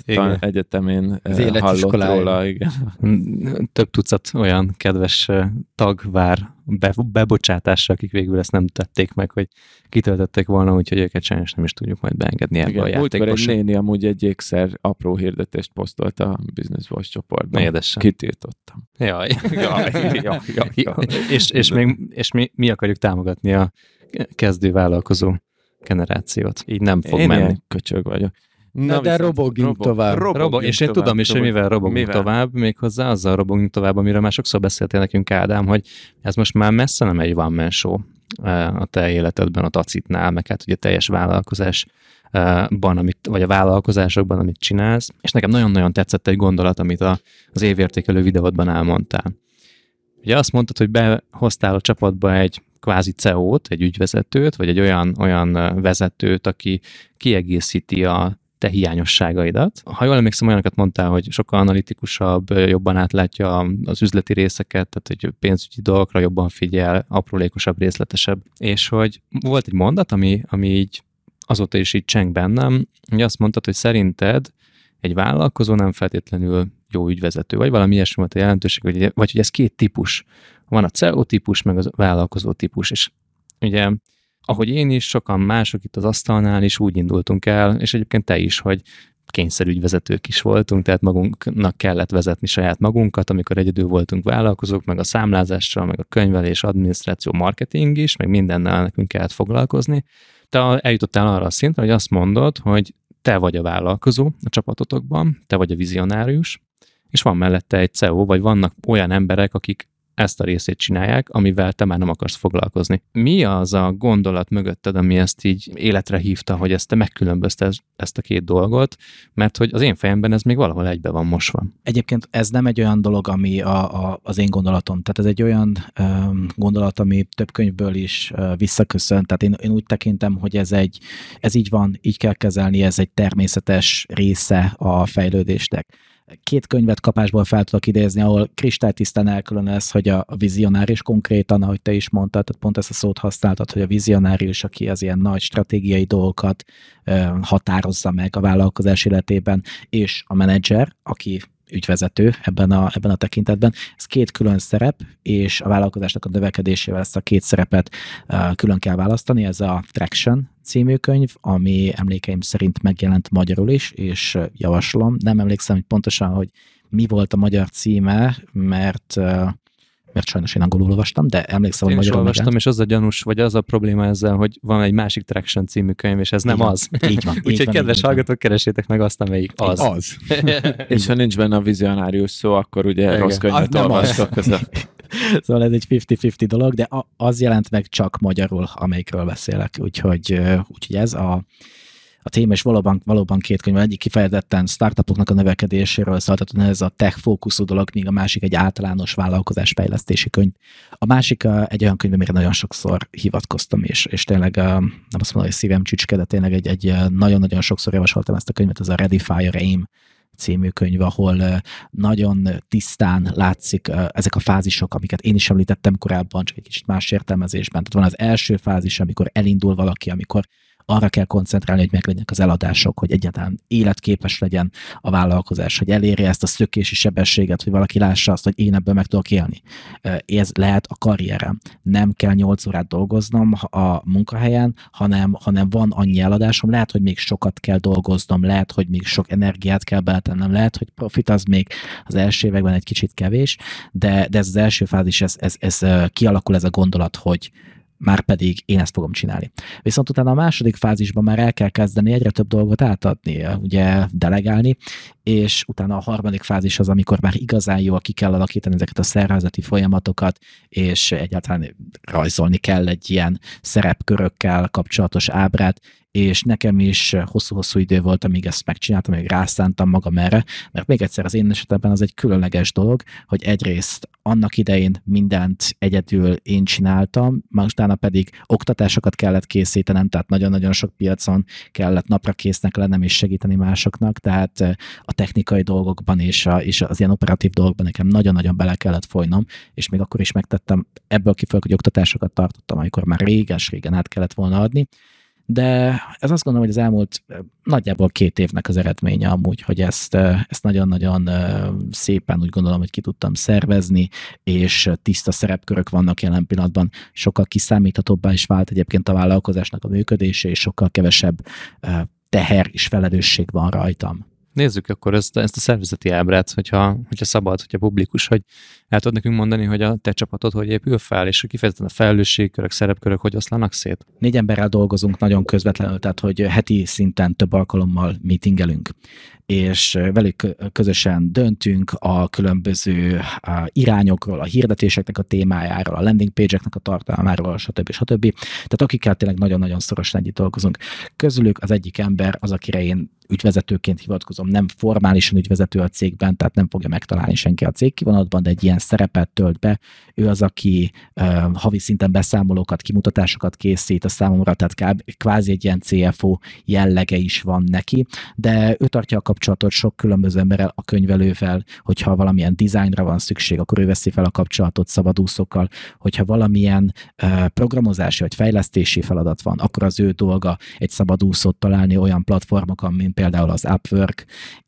[SPEAKER 3] egyetemén hallott róla. Igen.
[SPEAKER 2] Több tucat olyan kedves tag vár bebocsátásra, akik végül ezt nem tették meg, hogy kitöltötték volna, úgyhogy őket sajnos nem is tudjuk majd beengedni ebbe a játékba.
[SPEAKER 3] Múltkor egy néni amúgy egy ékszer apró hirdetést posztolt a Business Voice csoportban.
[SPEAKER 2] Édesen.
[SPEAKER 3] Kitiltottam.
[SPEAKER 2] Jaj. És mi akarjuk támogatni a kezdő vállalkozó generációt. Így nem fog
[SPEAKER 3] Én
[SPEAKER 2] menni.
[SPEAKER 3] ilyen köcsög vagyok.
[SPEAKER 4] Na de robogunk tovább.
[SPEAKER 2] És én tudom is, hogy mivel robogunk tovább, méghozzá azzal robogunk tovább, amiről már sokszor beszéltél nekünk, Ádám, hogy ez most már messze nem egy one-man show a te életedben, a Tacitnál, meg hát ugye teljes vállalkozásban, vagy a vállalkozásokban, amit csinálsz. És nekem nagyon-nagyon tetszett egy gondolat, amit az évértékelő videódban elmondtál. Ugye azt mondtad, hogy behoztál a csapatba egy kvázi CEO-t, egy ügyvezetőt, vagy egy olyan vezetőt, aki kiegészíti a te hiányosságaidat. Ha jól emlékszem, olyanokat mondtál, hogy sokkal analitikusabb, jobban átlátja az üzleti részeket, tehát hogy pénzügyi dolgokra jobban figyel, aprólékosabb, részletesebb. És hogy volt egy mondat, ami így azóta is így cseng bennem, hogy azt mondtad, hogy szerinted egy vállalkozó nem feltétlenül jó ügyvezető, vagy valami ilyesmi volt a jelentőség, vagy hogy ez két típus. Van a CEO típus, meg a vállalkozó típus, és ugye ahogy én is, sokan mások itt az asztalnál is úgy indultunk el, és egyébként te is, hogy kényszerügyvezetők is voltunk, tehát magunknak kellett vezetni saját magunkat, amikor egyedül voltunk vállalkozók, meg a számlázással, meg a könyvelés, adminisztráció, marketing is, meg mindennel nekünk kellett foglalkozni. Te eljutottál arra a szintre, hogy azt mondod, hogy te vagy a vállalkozó a csapatotokban, te vagy a vizionárius, és van mellette egy CEO, vagy vannak olyan emberek, akik ezt a részét csinálják, amivel te már nem akarsz foglalkozni. Mi az a gondolat mögötted, ami ezt így életre hívta, hogy ezt te megkülönbözted ezt a két dolgot, mert hogy az én fejemben ez még valahol egybe van mosva.
[SPEAKER 1] Egyébként ez nem egy olyan dolog, ami az én gondolatom. Tehát ez egy olyan gondolat, ami több könyvből is visszaköszön. Tehát én úgy tekintem, hogy ez így van, így kell kezelni, ez egy természetes része a fejlődésnek. 2 könyvet kapásból fel tudok idézni, ahol kristálytisztán elkülönülsz, hogy a vizionárius konkrétan, ahogy te is mondtad, tehát pont ezt a szót használtad, hogy a vizionárius, aki az ilyen nagy stratégiai dolgokat határozza meg a vállalkozás életében, és a menedzser, aki ügyvezető ebben a tekintetben. Ez 2 külön szerep, és a vállalkozásnak a növekedésével ezt a 2 szerepet külön kell választani. Ez a Traction című könyv, ami emlékeim szerint megjelent magyarul is, és javaslom. Nem emlékszem, hogy pontosan, hogy mi volt a magyar címe, mert sajnos én angolul olvastam, de emlékszem, hogy magyarul
[SPEAKER 2] olvastam, és az a gyanús, vagy az a probléma ezzel, hogy van egy másik Traction című könyv, és ez nem az.
[SPEAKER 1] Így van.
[SPEAKER 2] Úgyhogy kedves hallgatók, keresétek meg azt, amelyik az.
[SPEAKER 3] És ha nincs benne a vizionárius szó, akkor ugye igen, rossz könyvet olvastok.
[SPEAKER 1] Szóval ez egy 50-50 dolog, de az jelent meg csak magyarul, amelyikről beszélek. Úgyhogy ez a téma, és valóban 2 könyv, egyik kifejezetten startupoknak a növekedéséről szólt, ez a tech fókuszú dolog, míg a másik egy általános vállalkozásfejlesztési könyv. A másik egy olyan könyv, amire nagyon sokszor hivatkoztam, és tényleg nem azt mondom, hogy szívem csücske, de tényleg egy nagyon-nagyon sokszor javasoltam ezt a könyvet, ez a Ready Fire Aim című könyv, ahol nagyon tisztán látszik ezek a fázisok, amiket én is említettem korábban, csak egy kicsit más értelmezésben. Tehát van az első fázis, amikor elindul valaki, amikor arra kell koncentrálni, hogy meglegyenek az eladások, hogy egyáltalán életképes legyen a vállalkozás, hogy elérje ezt a szökési sebességet, hogy valaki lássa azt, hogy én ebből meg tudok élni. Ez lehet a karrierem. Nem kell 8 órát dolgoznom a munkahelyen, hanem van annyi eladásom, lehet, hogy még sokat kell dolgoznom, lehet, hogy még sok energiát kell beletennem, lehet, hogy profit az még az első években egy kicsit kevés, de ez az első fázis, ez kialakul ez a gondolat, hogy már pedig én ezt fogom csinálni. Viszont utána a második fázisban már el kell kezdeni egyre több dolgot átadni, ugye delegálni, és utána a harmadik fázis az, amikor már igazán jól ki kell alakítani ezeket a szervezeti folyamatokat, és egyáltalán rajzolni kell egy ilyen szerepkörökkel kapcsolatos ábrát, és nekem is hosszú-hosszú idő volt, amíg ezt megcsináltam, amíg rászántam magam erre, mert még egyszer az én esetemben az egy különleges dolog, hogy egyrészt annak idején mindent egyedül én csináltam, más utána pedig oktatásokat kellett készítenem, tehát nagyon-nagyon sok piacon kellett napra késznek lennem és segíteni másoknak, tehát a technikai dolgokban és az ilyen operatív dolgokban nekem nagyon-nagyon bele kellett folynom, és még akkor is megtettem ebből kifolyólag, hogy oktatásokat tartottam, amikor már régen át kellett volna adni, De ez azt gondolom, hogy az elmúlt nagyjából 2 évnek az eredménye amúgy, hogy ezt nagyon-nagyon szépen úgy gondolom, hogy ki tudtam szervezni, és tiszta szerepkörök vannak jelen pillanatban. Sokkal kiszámíthatóbbá is vált egyébként a vállalkozásnak a működése, és sokkal kevesebb teher és felelősség van rajtam.
[SPEAKER 2] Nézzük akkor ezt a szervezeti ábrát, hogyha szabad, hogyha publikus, hogy el tudod nekünk mondani, hogy a te csapatod hogy épül fel, és kifejezetten a felelősségkörök, szerepkörök hogy oszlanak szét?
[SPEAKER 1] 4 emberrel dolgozunk nagyon közvetlenül, tehát hogy heti szinten több alkalommal meetingelünk, és velük közösen döntünk a különböző irányokról, a hirdetéseknek a témájáról, a landing page-eknek a tartalmáról, stb. Tehát akikkel tényleg nagyon-nagyon szorosan együtt dolgozunk. Közülük az egyik ember az, akire én ügyvezetőként hivatkozom, nem formálisan ügyvezető a cégben, tehát nem fogja megtalálni senki a cégkivonatban, de egy ilyen szerepet tölt be. Ő az, aki havi szinten beszámolókat, kimutatásokat készít a számomra, tehát kvázi egy ilyen CFO jellege is van neki, de ő tartja a kapcsolatot sok különböző emberrel, a könyvelővel, hogyha valamilyen dizájnra van szükség, akkor ő veszi fel a kapcsolatot szabadúszókkal, hogyha valamilyen programozási vagy fejlesztési feladat van, akkor az ő dolga egy szabadúszót találni olyan platformokon, mint például az Upwork,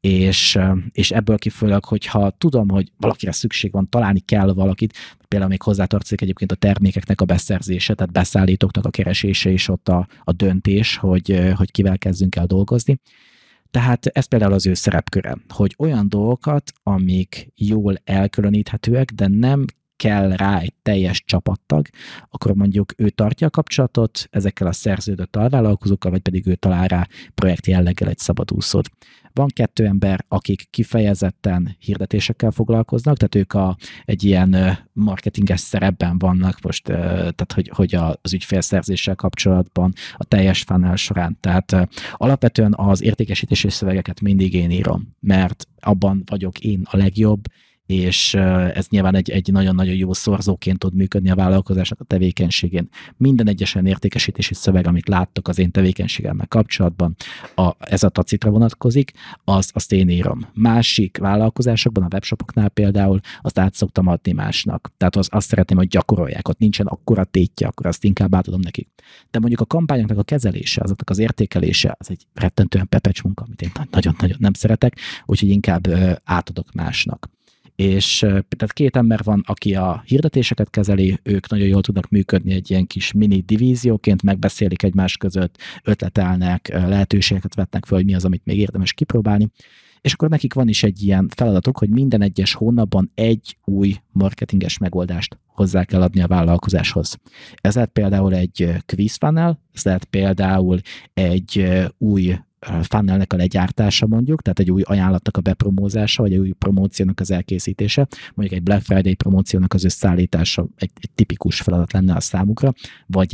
[SPEAKER 1] és ebből kifolyólag, hogyha tudom, hogy valakire szükség van, találni kell valakit, például még hozzátartozik egyébként a termékeknek a beszerzése, tehát beszállítóknak a keresése is ott a döntés, hogy kivel kezdünk el dolgozni. Tehát ez például az ő szerepköre, hogy olyan dolgokat, amik jól elkülöníthetőek, de nem kell rá egy teljes csapattag, akkor mondjuk ő tartja a kapcsolatot ezekkel a szerződött alvállalkozókkal, vagy pedig ő talál rá projekt jelleggel egy szabadúszót. Van 2 ember, akik kifejezetten hirdetésekkel foglalkoznak, tehát ők egy ilyen marketinges szerepben vannak most, tehát hogy az ügyfélszerzéssel kapcsolatban a teljes funnel során. Tehát alapvetően az értékesítési szövegeket mindig én írom, mert abban vagyok én a legjobb, és ez nyilván egy nagyon-nagyon jó szorzóként tud működni a vállalkozásnak a tevékenységén. Minden egyes olyan értékesítési szöveg, amit láttok az én tevékenységemmel kapcsolatban, ez a Tacitra vonatkozik, azt én írom. Másik vállalkozásokban, a webshopoknál például, azt át szoktam adni másnak. Tehát azt szeretném, hogy gyakorolják, ott nincsen akkora tétje, akkor azt inkább átadom nekik. De mondjuk a kampányoknak a kezelése, azoknak az értékelése, az egy rettentően pepecs munka, amit én nagyon-nagyon nem szeretek, úgyhogy inkább átadok másnak. És tehát 2 ember van, aki a hirdetéseket kezeli, ők nagyon jól tudnak működni egy ilyen kis mini divízióként, megbeszélik egymás között, ötletelnek, lehetőségeket vetnek fel, hogy mi az, amit még érdemes kipróbálni. És akkor nekik van is egy ilyen feladatuk, hogy minden egyes hónapban egy új marketinges megoldást hozzá kell adni a vállalkozáshoz. Ez lehet például egy quiz funnel, ez lehet például egy új funnelnek a legyártása mondjuk, tehát egy új ajánlatnak a bepromózása, vagy egy új promóciónak az elkészítése, mondjuk egy Black Friday promóciónak az összeállítása egy tipikus feladat lenne a számukra, vagy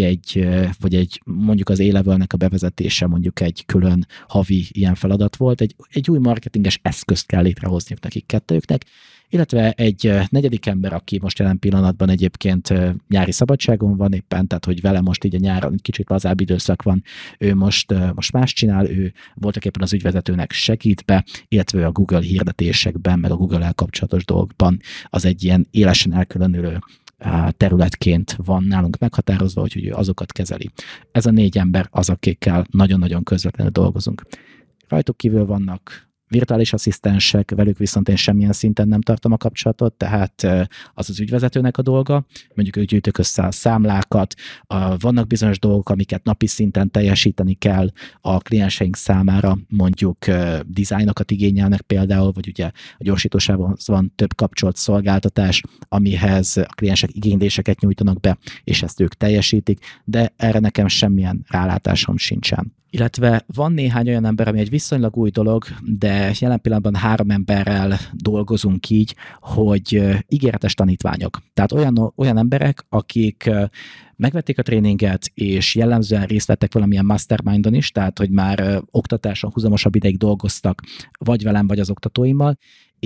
[SPEAKER 1] egy mondjuk az A-levelnek a bevezetése mondjuk egy külön havi ilyen feladat volt, egy új marketinges eszközt kell létrehozniuk nekik kettőknek, illetve egy 4. ember, aki most jelen pillanatban egyébként nyári szabadságon van éppen, tehát hogy vele most így a nyáron egy kicsit lazább időszak van, ő most más csinál, ő voltaképpen az ügyvezetőnek segít be, illetve a Google hirdetésekben, meg a Google-el kapcsolatos dolgokban az egy ilyen élesen elkülönülő területként van nálunk meghatározva, hogy azokat kezeli. Ez a 4 ember az, akikkel nagyon-nagyon közvetlenül dolgozunk. Rajtuk kívül vannak virtuális asszisztensek, velük viszont én semmilyen szinten nem tartom a kapcsolatot, tehát az ügyvezetőnek a dolga, mondjuk ők gyűjtök össze a számlákat, vannak bizonyos dolgok, amiket napi szinten teljesíteni kell a klienseink számára, mondjuk dizájnokat igényelnek például, vagy ugye a gyorsítósában van több kapcsolt szolgáltatás, amihez a kliensek igényléseket nyújtanak be, és ezt ők teljesítik, de erre nekem semmilyen rálátásom sincsen. Illetve van néhány olyan ember, ami egy viszonylag új dolog, de jelen pillanatban 3 emberrel dolgozunk így, hogy ígéretes tanítványok. Tehát olyan emberek, akik megvették a tréninget, és jellemzően részt vettek valamilyen mastermindon is, tehát hogy már oktatáson húzamosabb ideig dolgoztak, vagy velem, vagy az oktatóimmal,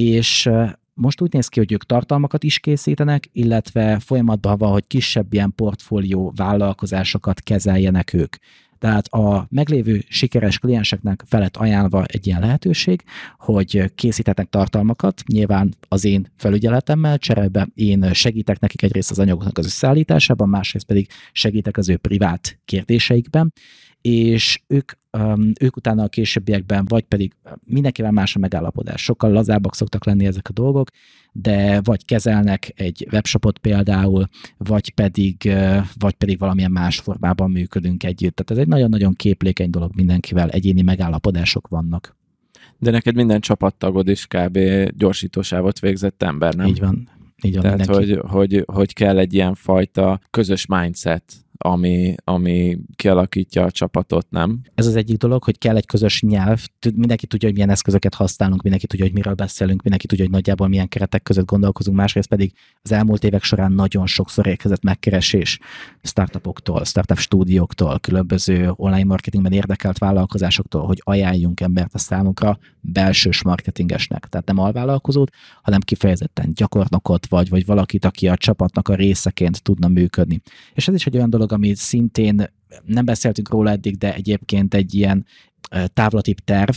[SPEAKER 1] és most úgy néz ki, hogy ők tartalmakat is készítenek, illetve folyamatban van, hogy kisebb ilyen portfólió vállalkozásokat kezeljenek ők. Tehát a meglévő sikeres klienseknek felett ajánlva egy ilyen lehetőség, hogy készítetnek tartalmakat, nyilván az én felügyeletemmel, cserébe én segítek nekik egyrészt az anyagoknak az összeállításában, másrészt pedig segítek az ő privát kérdéseikben, és ők utána a későbbiekben, vagy pedig mindenkivel más a megállapodás. Sokkal lazábbak szoktak lenni ezek a dolgok, de vagy kezelnek egy webshopot például, vagy pedig valamilyen más formában működünk együtt. Tehát ez egy nagyon-nagyon képlékeny dolog mindenkivel, egyéni megállapodások vannak.
[SPEAKER 3] De neked minden csapattagod is kb. Gyorsítósávot végzett ember, nem?
[SPEAKER 1] Így van.
[SPEAKER 3] Tehát, hogy kell egy ilyen fajta közös mindset, ami kialakítja a csapatot, nem?
[SPEAKER 1] Ez az egyik dolog, hogy kell egy közös nyelv, mindenki tudja, hogy milyen eszközöket használunk, mindenki tudja, hogy miről beszélünk, mindenki tudja, hogy nagyjából milyen keretek között gondolkozunk, másrészt pedig az elmúlt évek során nagyon sokszor érkezett megkeresés startupoktól, startup stúdióktól, különböző online marketingben érdekelt vállalkozásoktól, hogy ajánljunk embert a számunkra belsős marketingesnek. Tehát nem alvállalkozót, hanem kifejezetten gyakornokot, vagy valakit, aki a csapatnak a részeként tudna működni. És ez is egy olyan dolog, ami szintén nem beszéltünk róla eddig, de egyébként egy ilyen távlatibb terv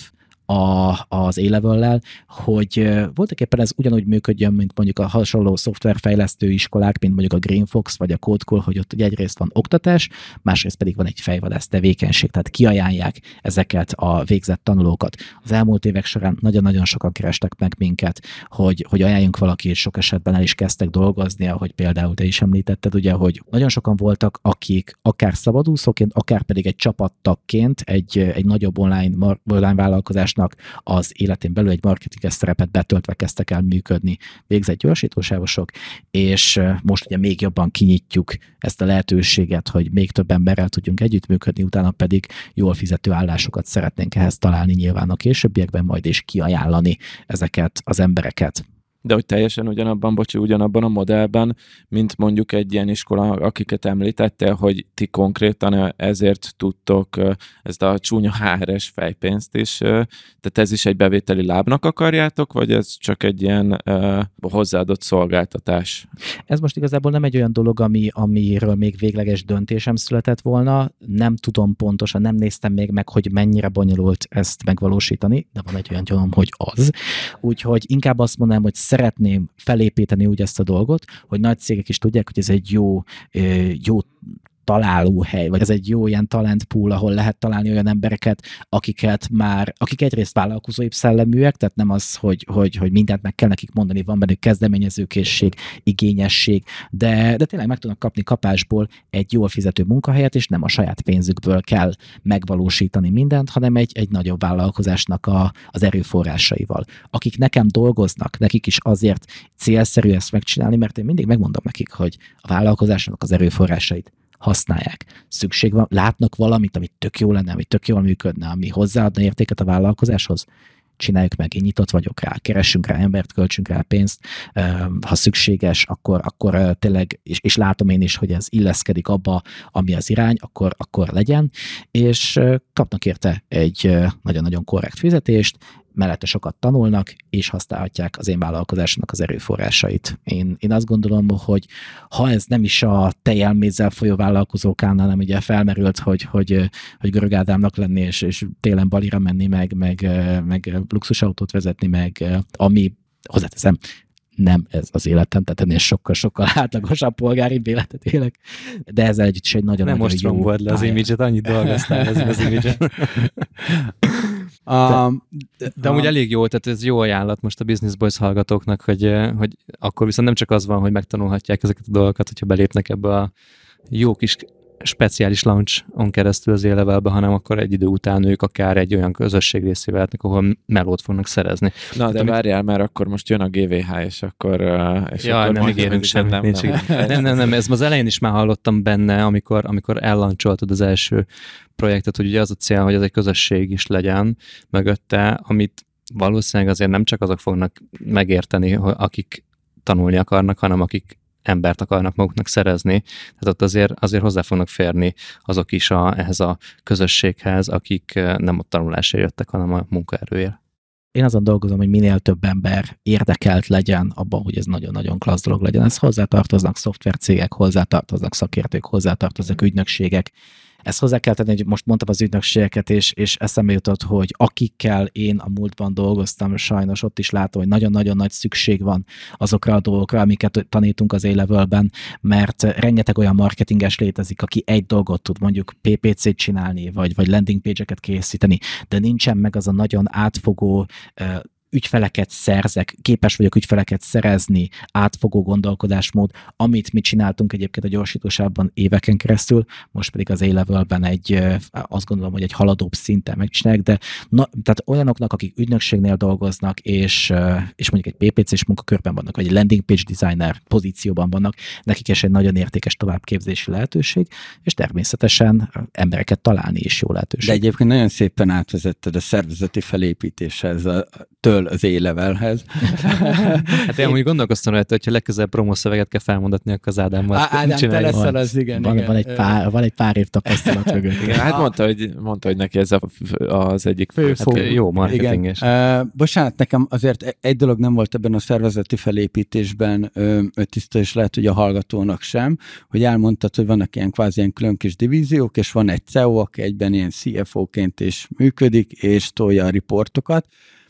[SPEAKER 1] az A-level-lel, hogy voltak éppen ez ugyanúgy működjön, mint mondjuk a hasonló szoftverfejlesztő iskolák, mint mondjuk a GreenFox vagy a CodeCool, hogy ott ugye egyrészt van oktatás, másrészt pedig van egy fejvadász tevékenység, tehát kiajánlják ezeket a végzett tanulókat. Az elmúlt évek során nagyon-nagyon sokan kerestek meg minket, hogy ajánljunk valaki, és sok esetben el is kezdtek dolgozni, ahogy például te is említetted, ugye, hogy nagyon sokan voltak, akik akár szabadúszóként, akár pedig egy csapattagként egy nagyobb online vállalkozásnak az életén belül egy marketinges szerepet betöltve kezdtek el működni végzett gyorsítósávosok, és most ugye még jobban kinyitjuk ezt a lehetőséget, hogy még több emberrel tudjunk együttműködni, utána pedig jól fizető állásokat szeretnénk ehhez találni nyilván a későbbiekben majd, és kiajánlani ezeket az embereket.
[SPEAKER 3] De hogy teljesen ugyanabban a modellben, mint mondjuk egy ilyen iskola, akiket említettél, hogy ti konkrétan ezért tudtok ezt a csúnya HRS fejpénzt is, tehát ez is egy bevételi lábnak akarjátok, vagy ez csak egy ilyen hozzáadott szolgáltatás?
[SPEAKER 1] Ez most igazából nem egy olyan dolog, amiről még végleges döntésem született volna, nem tudom pontosan, nem néztem még meg, hogy mennyire bonyolult ezt megvalósítani, de van egy olyan gyanom, hogy az. Úgyhogy inkább azt mondanám, hogy szeretném felépíteni úgy ezt a dolgot, hogy nagy cégek is tudják, hogy ez egy jó találóhely, vagy ez egy jó ilyen talent pool, ahol lehet találni olyan embereket, akik egyrészt vállalkozóibb szelleműek, tehát nem az, hogy mindent meg kell nekik mondani, van bennük kezdeményezőkészség, igényesség, de tényleg meg tudnak kapni kapásból egy jól fizető munkahelyet, és nem a saját pénzükből kell megvalósítani mindent, hanem egy nagyobb vállalkozásnak az erőforrásaival. Akik nekem dolgoznak, nekik is azért célszerű ezt megcsinálni, mert én mindig megmondom nekik, hogy a vállalkozásnak az erőforrásait használják. Szükség van, látnak valamit, ami tök jó lenne, ami tök jól működne, ami hozzáadna értéket a vállalkozáshoz, csináljuk meg, én nyitott vagyok rá, keressünk rá embert, költsünk rá pénzt, ha szükséges, akkor tényleg, és látom én is, hogy ez illeszkedik abba, ami az irány, akkor legyen, és kapnak érte egy nagyon-nagyon korrekt fizetést, mellette sokat tanulnak, és használhatják az én vállalkozásnak az erőforrásait. Én azt gondolom, hogy ha ez nem is a tejelmézzel folyó vállalkozókánál, nem ugye felmerült, hogy Görög Ádámnak lenni, és télen Balira menni, meg luxusautót vezetni, meg ami, hozzáteszem, nem ez az életem, tehát ennél sokkal átlagosabb polgári életet élek, de ezzel együtt is egy nagyon-nagyon jó...
[SPEAKER 2] Nem most rombold le az image-et, annyit dolgoztál ezen az image-et. De amúgy elég jó, tehát ez jó ajánlat most a Business Boys hallgatóknak, hogy akkor viszont nem csak az van, hogy megtanulhatják ezeket a dolgokat, hogyha belépnek ebbe a jó kis speciális launch-on keresztül az A-levelbe, hanem akkor egy idő után ők akár egy olyan közösség részével lehetnek, ahol melót fognak szerezni.
[SPEAKER 3] Na, de várjál, mert akkor most jön a GVH, és akkor...
[SPEAKER 2] Nem ígérünk semmit. Nem, ez az elején is már hallottam benne, amikor ellancsoltad az első projektet, hogy ugye az a cél, hogy ez egy közösség is legyen mögötte, amit valószínűleg azért nem csak azok fognak megérteni, akik tanulni akarnak, hanem akik embert akarnak maguknak szerezni, tehát ott azért hozzá fognak férni azok is ehhez a közösséghez, akik nem a tanulásért jöttek, hanem a munkaerőért.
[SPEAKER 1] Én azon dolgozom, hogy minél több ember érdekelt legyen abban, hogy ez nagyon-nagyon klassz dolog legyen. Ez hozzátartoznak szoftvercégek, hozzátartoznak szakértők, hozzátartoznak ügynökségek, Ezt hozzá kell tenni, hogy most mondtam az ügynökségeket, és eszembe jutott, hogy akikkel én a múltban dolgoztam, sajnos ott is látom, hogy nagyon-nagyon nagy szükség van azokra a dolgokra, amiket tanítunk az A-levelben, mert rengeteg olyan marketinges létezik, aki egy dolgot tud, mondjuk PPC-t csinálni, vagy landing page-eket készíteni, de nincsen meg az a nagyon átfogó ügyfeleket szerzek, képes vagyok ügyfeleket szerezni, átfogó gondolkodásmód, amit mi csináltunk egyébként a gyorsítósában éveken keresztül, most pedig az A-levelben azt gondolom, hogy egy haladóbb szinten megcsinálják, de tehát olyanoknak, akik ügynökségnél dolgoznak, és mondjuk egy PPC-s munkakörben vannak, vagy egy landing page designer pozícióban vannak, nekik is egy nagyon értékes továbbképzési lehetőség, és természetesen embereket találni is jó lehetőség.
[SPEAKER 4] De egyébként nagyon szépen átvezetted a szervezeti felépítéshez, től az A-levelhez.
[SPEAKER 2] Hát én úgy gondolkoztam rajta, hogyha legközelebb promószöveget kell felmondatni, akkor az Ádámmal
[SPEAKER 4] Ádám, te leszel az, igen.
[SPEAKER 1] Van egy pár év tapasztalat mögött.
[SPEAKER 3] Igen, hát mondta, hogy neki ez az egyik fő.
[SPEAKER 2] Hát jó marketinges.
[SPEAKER 4] Bocsánat, nekem azért egy dolog nem volt ebben a szervezeti felépítésben tiszta, és lehet, hogy a hallgatónak sem, hogy elmondtad, hogy vannak ilyen kvázi ilyen külön kis divíziók, és van egy CEO, aki egyben ilyen CFO-ként is működik, és tolja a riportokat.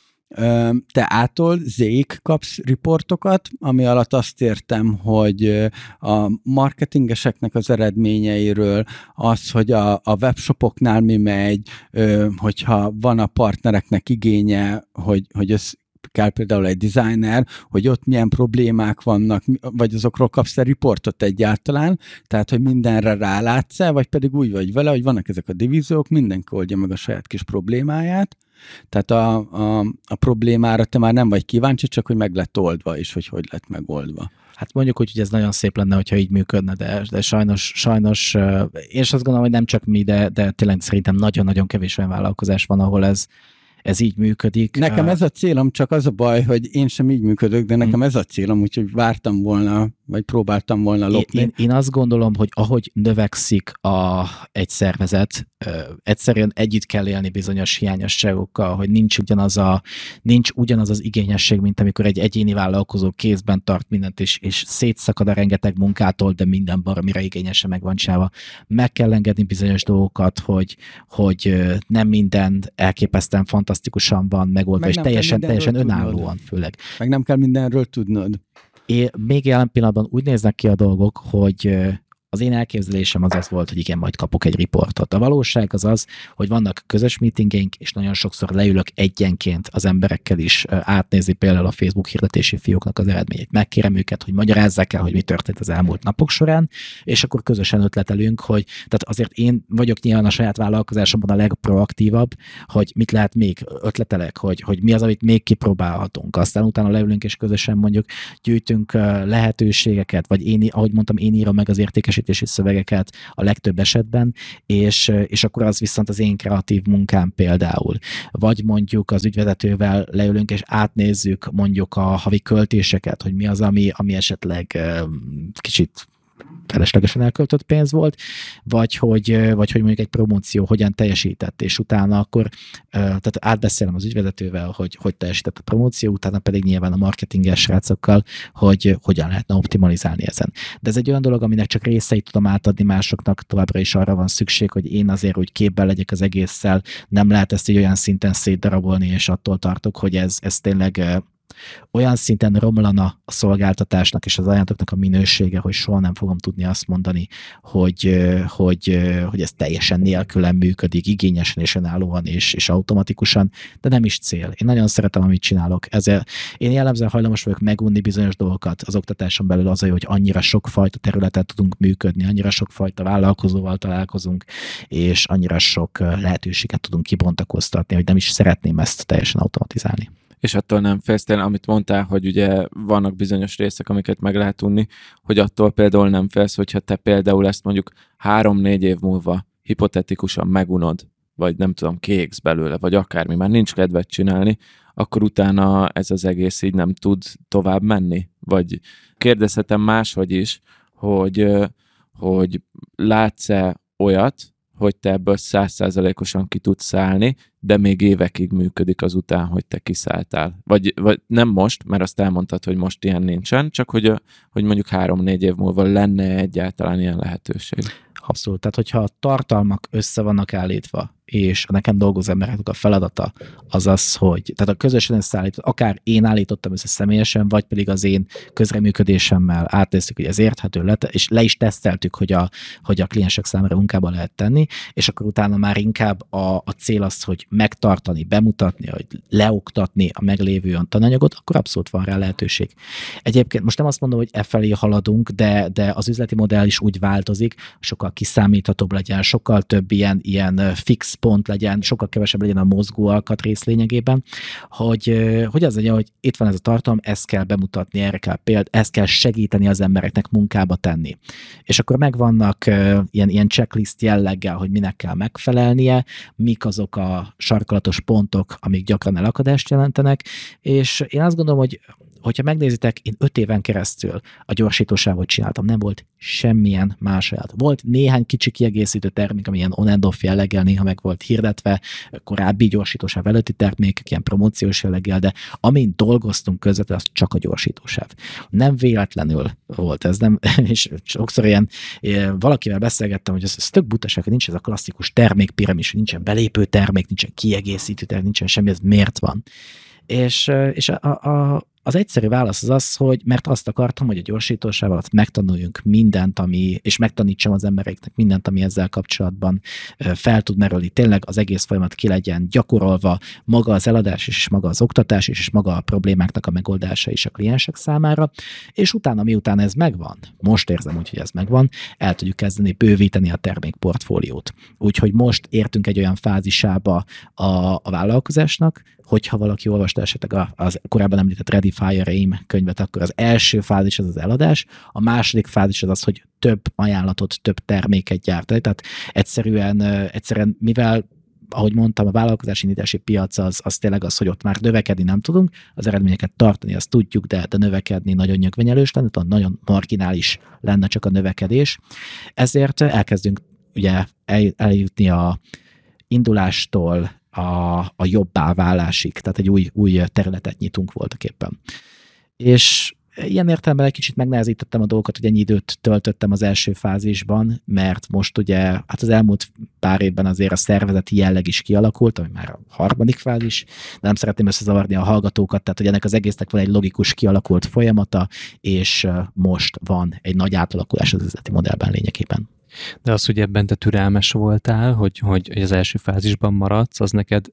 [SPEAKER 4] Te ától Z-ig kapsz riportokat, ami alatt azt értem, hogy a marketingeseknek az eredményeiről, az, hogy a webshopoknál mi megy, hogyha van a partnereknek igénye, hogy kell például egy designer, hogy ott milyen problémák vannak, vagy azokról kapsz-e riportot egyáltalán, tehát, hogy mindenre rálátsz-e, vagy pedig úgy vagy vele, hogy vannak ezek a divíziók, mindenki oldja meg a saját kis problémáját, tehát a problémára te már nem vagy kíváncsi, csak hogy meg lett oldva, és hogy lett megoldva.
[SPEAKER 1] Hát mondjuk úgy, hogy ez nagyon szép lenne, hogyha így működne, de sajnos én is azt gondolom, hogy nem csak mi, de tényleg szerintem nagyon-nagyon kevés olyan vállalkozás van, ahol ez így működik.
[SPEAKER 4] Nekem ez a célom, csak az a baj, hogy én sem így működök, de nekem ez a célom, úgyhogy vártam volna, vagy próbáltam volna lopni.
[SPEAKER 1] Én azt gondolom, hogy ahogy növekszik egy szervezet, egyszerűen együtt kell élni bizonyos hiányosságokkal, hogy nincs ugyanaz az igényesség, mint amikor egy egyéni vállalkozó kézben tart mindent, és szétszakad a rengeteg munkától, de minden baromira igényesen meg van csinálva. Meg kell engedni bizonyos dolgokat, hogy nem minden elképesztően fantasztikusan van megoldva, és teljesen önállóan főleg.
[SPEAKER 4] Meg nem kell mindenről tudnod.
[SPEAKER 1] Még jelen pillanatban úgy néznek ki a dolgok, hogy az én elképzelésem az volt, hogy igen, majd kapok egy riportot. A valóság az, hogy vannak közös meetingeink, és nagyon sokszor leülök egyenként az emberekkel is átnézni például a Facebook hirdetési fióknak az eredményét. Megkérem őket, hogy magyarázzák el, hogy mi történt az elmúlt napok során, és akkor közösen ötletelünk, hogy tehát azért én vagyok nyilván a saját vállalkozásomban a legproaktívabb, hogy mit lehet még ötletelek, hogy mi az, amit még kipróbálhatunk. Aztán utána leülünk, és közösen mondjuk gyűjtünk lehetőségeket, vagy ahogy mondtam, én írom meg az értékesítési szövegeket a legtöbb esetben, és akkor az viszont az én kreatív munkám például. Vagy mondjuk az ügyvezetővel leülünk, és átnézzük mondjuk a havi költéseket, hogy mi az, ami esetleg kicsit feleslegesen elköltött pénz volt, vagy hogy mondjuk egy promóció hogyan teljesített, és utána akkor tehát átbeszélem az ügyvezetővel, hogy teljesített a promóció, utána pedig nyilván a marketinges srácokkal, hogy hogyan lehetne optimalizálni ezen. De ez egy olyan dolog, aminek csak részeit tudom átadni másoknak, továbbra is arra van szükség, hogy én azért úgy képben legyek az egésszel, nem lehet ezt egy olyan szinten szétdarabolni, és attól tartok, hogy ez tényleg olyan szinten romlana a szolgáltatásnak és az ajánlatoknak a minősége, hogy soha nem fogom tudni azt mondani, hogy ez teljesen nélkülem működik, igényesen és önállóan és automatikusan, de nem is cél. Én nagyon szeretem, amit csinálok. Ezért én jellemzően hajlamos vagyok megunni bizonyos dolgokat az oktatáson belül azért, hogy annyira sokfajta területen tudunk működni, annyira sokfajta vállalkozóval találkozunk, és annyira sok lehetőséget tudunk kibontakoztatni, hogy nem is szeretném ezt teljesen automatizálni.
[SPEAKER 3] És attól nem félsz, amit mondtál, hogy ugye vannak bizonyos részek, amiket meg lehet unni, hogy attól például nem félsz, hogyha te például ezt mondjuk 3-4 év múlva hipotetikusan megunod, vagy nem tudom, kiégsz belőle, vagy akármi, már nincs kedved csinálni, akkor utána ez az egész így nem tud tovább menni? Vagy kérdezhetem máshogy is, hogy látsz-e olyat, hogy te ebből 100%-osan ki tudsz szállni, de még évekig működik azután, hogy te kiszálltál. Vagy nem most, mert azt elmondtad, hogy most ilyen nincsen, csak hogy mondjuk 3-4 év múlva lenne egyáltalán ilyen lehetőség.
[SPEAKER 1] Abszolút. Tehát, hogyha a tartalmak össze vannak állítva, és a nekem dolgozó embereknek a feladata az az, hogy tehát a közösen összeállított, akár én állítottam össze személyesen, vagy pedig az én közreműködésemmel átnéztük, hogy ez érthető, és le is teszteltük, hogy a kliensek számára munkába lehet tenni, és akkor utána már inkább a cél az, hogy megtartani, bemutatni, hogy leoktatni a meglévő tananyagot, akkor abszolút van rá lehetőség. Egyébként most nem azt mondom, hogy e felé haladunk, de az üzleti modell is úgy változik, sokkal kiszámíthatóbb legyen, sokkal több ilyen fix pont legyen, sokkal kevesebb legyen a mozgó alkatrész lényegében, hogy az legyen, hogy itt van ez a tartalom, ezt kell bemutatni, erre kell ezt kell segíteni az embereknek munkába tenni. És akkor megvannak ilyen checklist jelleggel, hogy minek kell megfelelnie, mik azok a sarkalatos pontok, amik gyakran elakadást jelentenek, és én azt gondolom, hogyha megnézitek, én 5 éven keresztül a gyorsítósávot csináltam, nem volt semmilyen más ajánlat. Volt néhány kicsi kiegészítő termék, ami ilyen on-and-off jelleggel néha meg volt hirdetve, korábbi gyorsítósáv előtti termékek, ilyen promóciós jelleggel, de amin dolgoztunk közvetlenül, az csak a gyorsítósáv. Nem véletlenül volt ez, nem, és sokszor ilyen valakivel beszélgettem, hogy ez tök butaság, hogy nincs ez a klasszikus termékpiramis, nincsen belépő termék, nincsen kiegészítő termék, nincsen semmi, ez miért van? És az egyszerű válasz az, hogy mert azt akartam, hogy a gyorsítósáv alatt megtanuljunk mindent, és megtanítsam az embereknek mindent, ami ezzel kapcsolatban fel tud merülni. Tényleg az egész folyamat ki legyen gyakorolva, maga az eladás és maga az oktatás és maga a problémáknak a megoldása is a kliensek számára, és utána, miután ez megvan, most érzem úgy, hogy ez megvan, el tudjuk kezdeni bővíteni a termékportfóliót. Úgyhogy most értünk egy olyan fázisába a vállalkozásnak, hogyha valaki olvasta esetleg az korábban említett Ready Fire Aim könyvet, akkor az első fázis az eladás, a második fázis az, hogy több ajánlatot, több terméket gyártani. Tehát egyszerűen mivel, ahogy mondtam, a vállalkozásindítási piac az tényleg az, hogy ott már növekedni nem tudunk, az eredményeket tartani, azt tudjuk, de növekedni nagyon nyögvenyelős lenne, tehát nagyon marginális lenne csak a növekedés. Ezért elkezdünk ugye eljutni a indulástól a jobbá válásig, tehát egy új területet nyitunk voltak éppen. És ilyen értelemben egy kicsit megnehezítettem a dolgokat, hogy ennyi időt töltöttem az első fázisban, mert most ugye hát az elmúlt pár évben azért a szervezeti jelleg is kialakult, ami már a harmadik fázis, de nem szeretném összezavarni a hallgatókat, tehát hogy ennek az egésznek van egy logikus kialakult folyamata, és most van egy nagy átalakulás az üzleti modellben lényegében.
[SPEAKER 2] De az, hogy ebben te türelmes voltál, hogy az első fázisban maradsz, az neked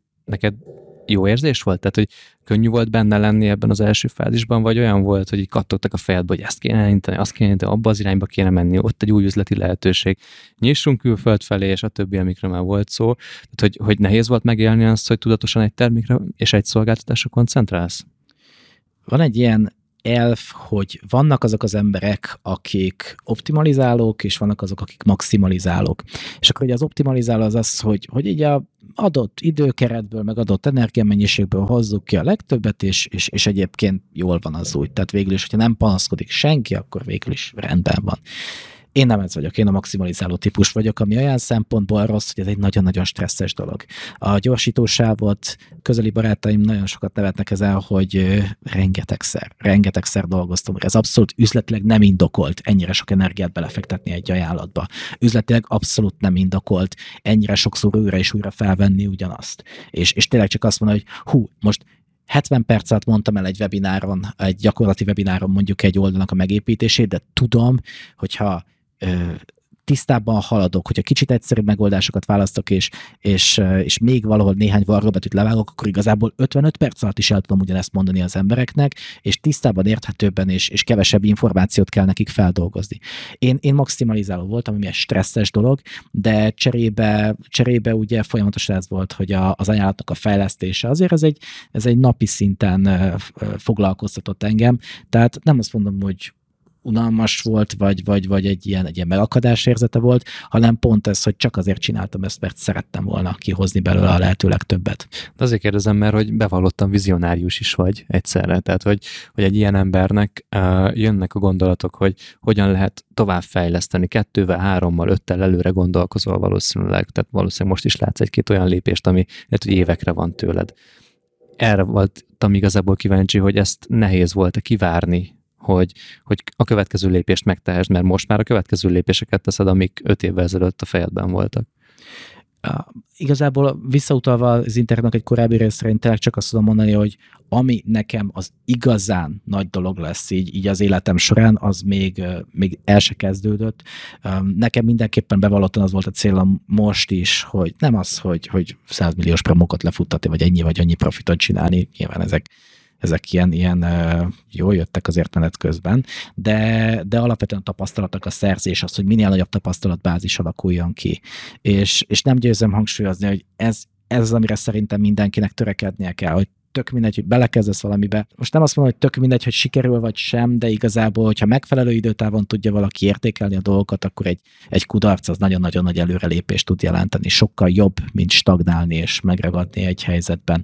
[SPEAKER 2] jó érzés volt? Tehát, hogy könnyű volt benne lenni ebben az első fázisban, vagy olyan volt, hogy így kattogtak a fejedbe, hogy ezt kéne elindítani, azt kéne elindítani, abba az irányba kéne menni, ott egy új üzleti lehetőség. Nyissunk külföld felé, és a többi, amikről már volt szó. Tehát, hogy nehéz volt megélni azt, hogy tudatosan egy termékre és egy szolgáltatásra koncentrálsz?
[SPEAKER 1] Van egy ilyen elf, hogy vannak azok az emberek, akik optimalizálók, és vannak azok, akik maximalizálók. És akkor ugye az optimalizáló az, hogy így a adott időkeretből, meg adott energiamennyiségből hozzuk ki a legtöbbet, és egyébként jól van az úgy. Tehát végül is, hogyha nem panaszkodik senki, akkor végül is rendben van. Én nem ez vagyok, én a maximalizáló típus vagyok, ami olyan szempontból rossz, hogy ez egy nagyon-nagyon stresszes dolog. A gyorsítósávot közeli barátaim nagyon sokat nevetnek ezen, hogy rengetegszer dolgoztam. Ez abszolút üzletileg nem indokolt ennyire sok energiát belefektetni egy ajánlatba. Üzletileg abszolút nem indokolt ennyire sokszor újra és újra felvenni ugyanazt. És tényleg csak azt mondani, hogy most 70 perc alatt mondtam el egy webináron, egy gyakorlati webináron mondjuk egy oldalnak a megépítését, de tudom, hogyha tisztábban haladok, hogyha kicsit egyszerűbb megoldásokat választok, és még valahol néhány varróbetűt levágok, akkor igazából 55 perc alatt is el tudom ugyanezt mondani az embereknek, és tisztában, érthetőbben, és kevesebb információt kell nekik feldolgozni. Én maximalizáló voltam, ami egy stresszes dolog, de cserébe ugye folyamatosan ez volt, hogy az ajánlatnak a fejlesztése. Azért ez egy napi szinten foglalkoztatott engem, tehát nem azt mondom, hogy unalmas volt, vagy egy ilyen megakadás érzete volt, hanem pont ez, hogy csak azért csináltam ezt, mert szerettem volna kihozni belőle a lehető legtöbbet.
[SPEAKER 2] De azért kérdezem, mert hogy bevallottan vizionárius is vagy egyszerre, tehát hogy egy ilyen embernek jönnek a gondolatok, hogy hogyan lehet tovább fejleszteni, 2-vel, 3-mal, 5-tel előre gondolkozol valószínűleg, tehát valószínűleg most is látsz egy-két olyan lépést, ami lehet, hogy évekre van tőled. Erre voltam igazából kíváncsi, hogy ezt nehéz volt-e kivárni, hogy a következő lépést megtehessd, mert most már a következő lépéseket teszed, amik 5 évvel ezelőtt a fejedben voltak.
[SPEAKER 1] Igazából visszautalva az interjúnak egy korábbi részre, én tényleg csak azt tudom mondani, hogy ami nekem az igazán nagy dolog lesz így az életem során, az még el se kezdődött. Nekem mindenképpen bevallottan az volt a célom most is, hogy nem az, hogy 100 milliós promókat lefuttatni, vagy ennyi vagy annyi profitot csinálni, nyilván ezek ilyen jól jöttek azért menet közben, de alapvetően a tapasztalatok, a szerzés az, hogy minél nagyobb tapasztalatbázis alakuljon ki. És nem győzöm hangsúlyozni, hogy ez az, amire szerintem mindenkinek törekednie kell, hogy tök mindegy, hogy belekezdesz valamibe. Most nem azt mondom, hogy tök mindegy, hogy sikerül vagy sem, de igazából, hogyha megfelelő időtávon tudja valaki értékelni a dolgokat, akkor egy kudarc az nagyon-nagyon nagy előrelépést tud jelenteni. Sokkal jobb, mint stagnálni és megragadni egy helyzetben.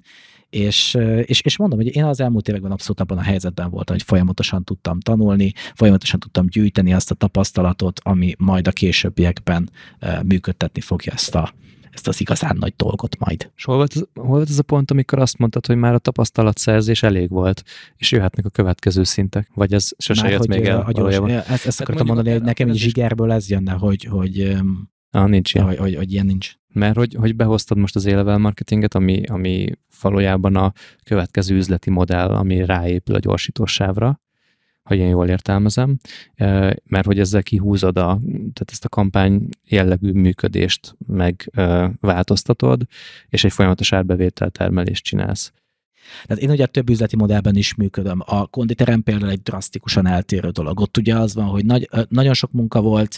[SPEAKER 1] És mondom, hogy én az elmúlt években abszolút abban a helyzetben voltam, hogy folyamatosan tudtam tanulni, folyamatosan tudtam gyűjteni azt a tapasztalatot, ami majd a későbbiekben működtetni fogja ezt az igazán nagy dolgot majd.
[SPEAKER 2] És hol volt ez a pont, amikor azt mondtad, hogy már a tapasztalatszerzés elég volt, és jöhetnek a következő szintek? Vagy ez sose jött még el valójában?
[SPEAKER 1] Ezt akartam mondani, hogy nekem így zsigerből ez jönne, hogy
[SPEAKER 2] nincs ilyen.
[SPEAKER 1] Hogy ilyen nincs.
[SPEAKER 2] Mert hogy behoztad most az A-level marketinget, ami valójában a következő üzleti modell, ami ráépül a gyorsítósávra, ha én jól értelmezem, mert hogy ezzel kihúzod tehát ezt a kampány jellegű működést megváltoztatod, és egy folyamatos árbevételtermelést csinálsz.
[SPEAKER 1] Tehát én ugye több üzleti modellben is működöm. A konditerem például egy drasztikusan eltérő dolog. Ott ugye az van, hogy nagyon sok munka volt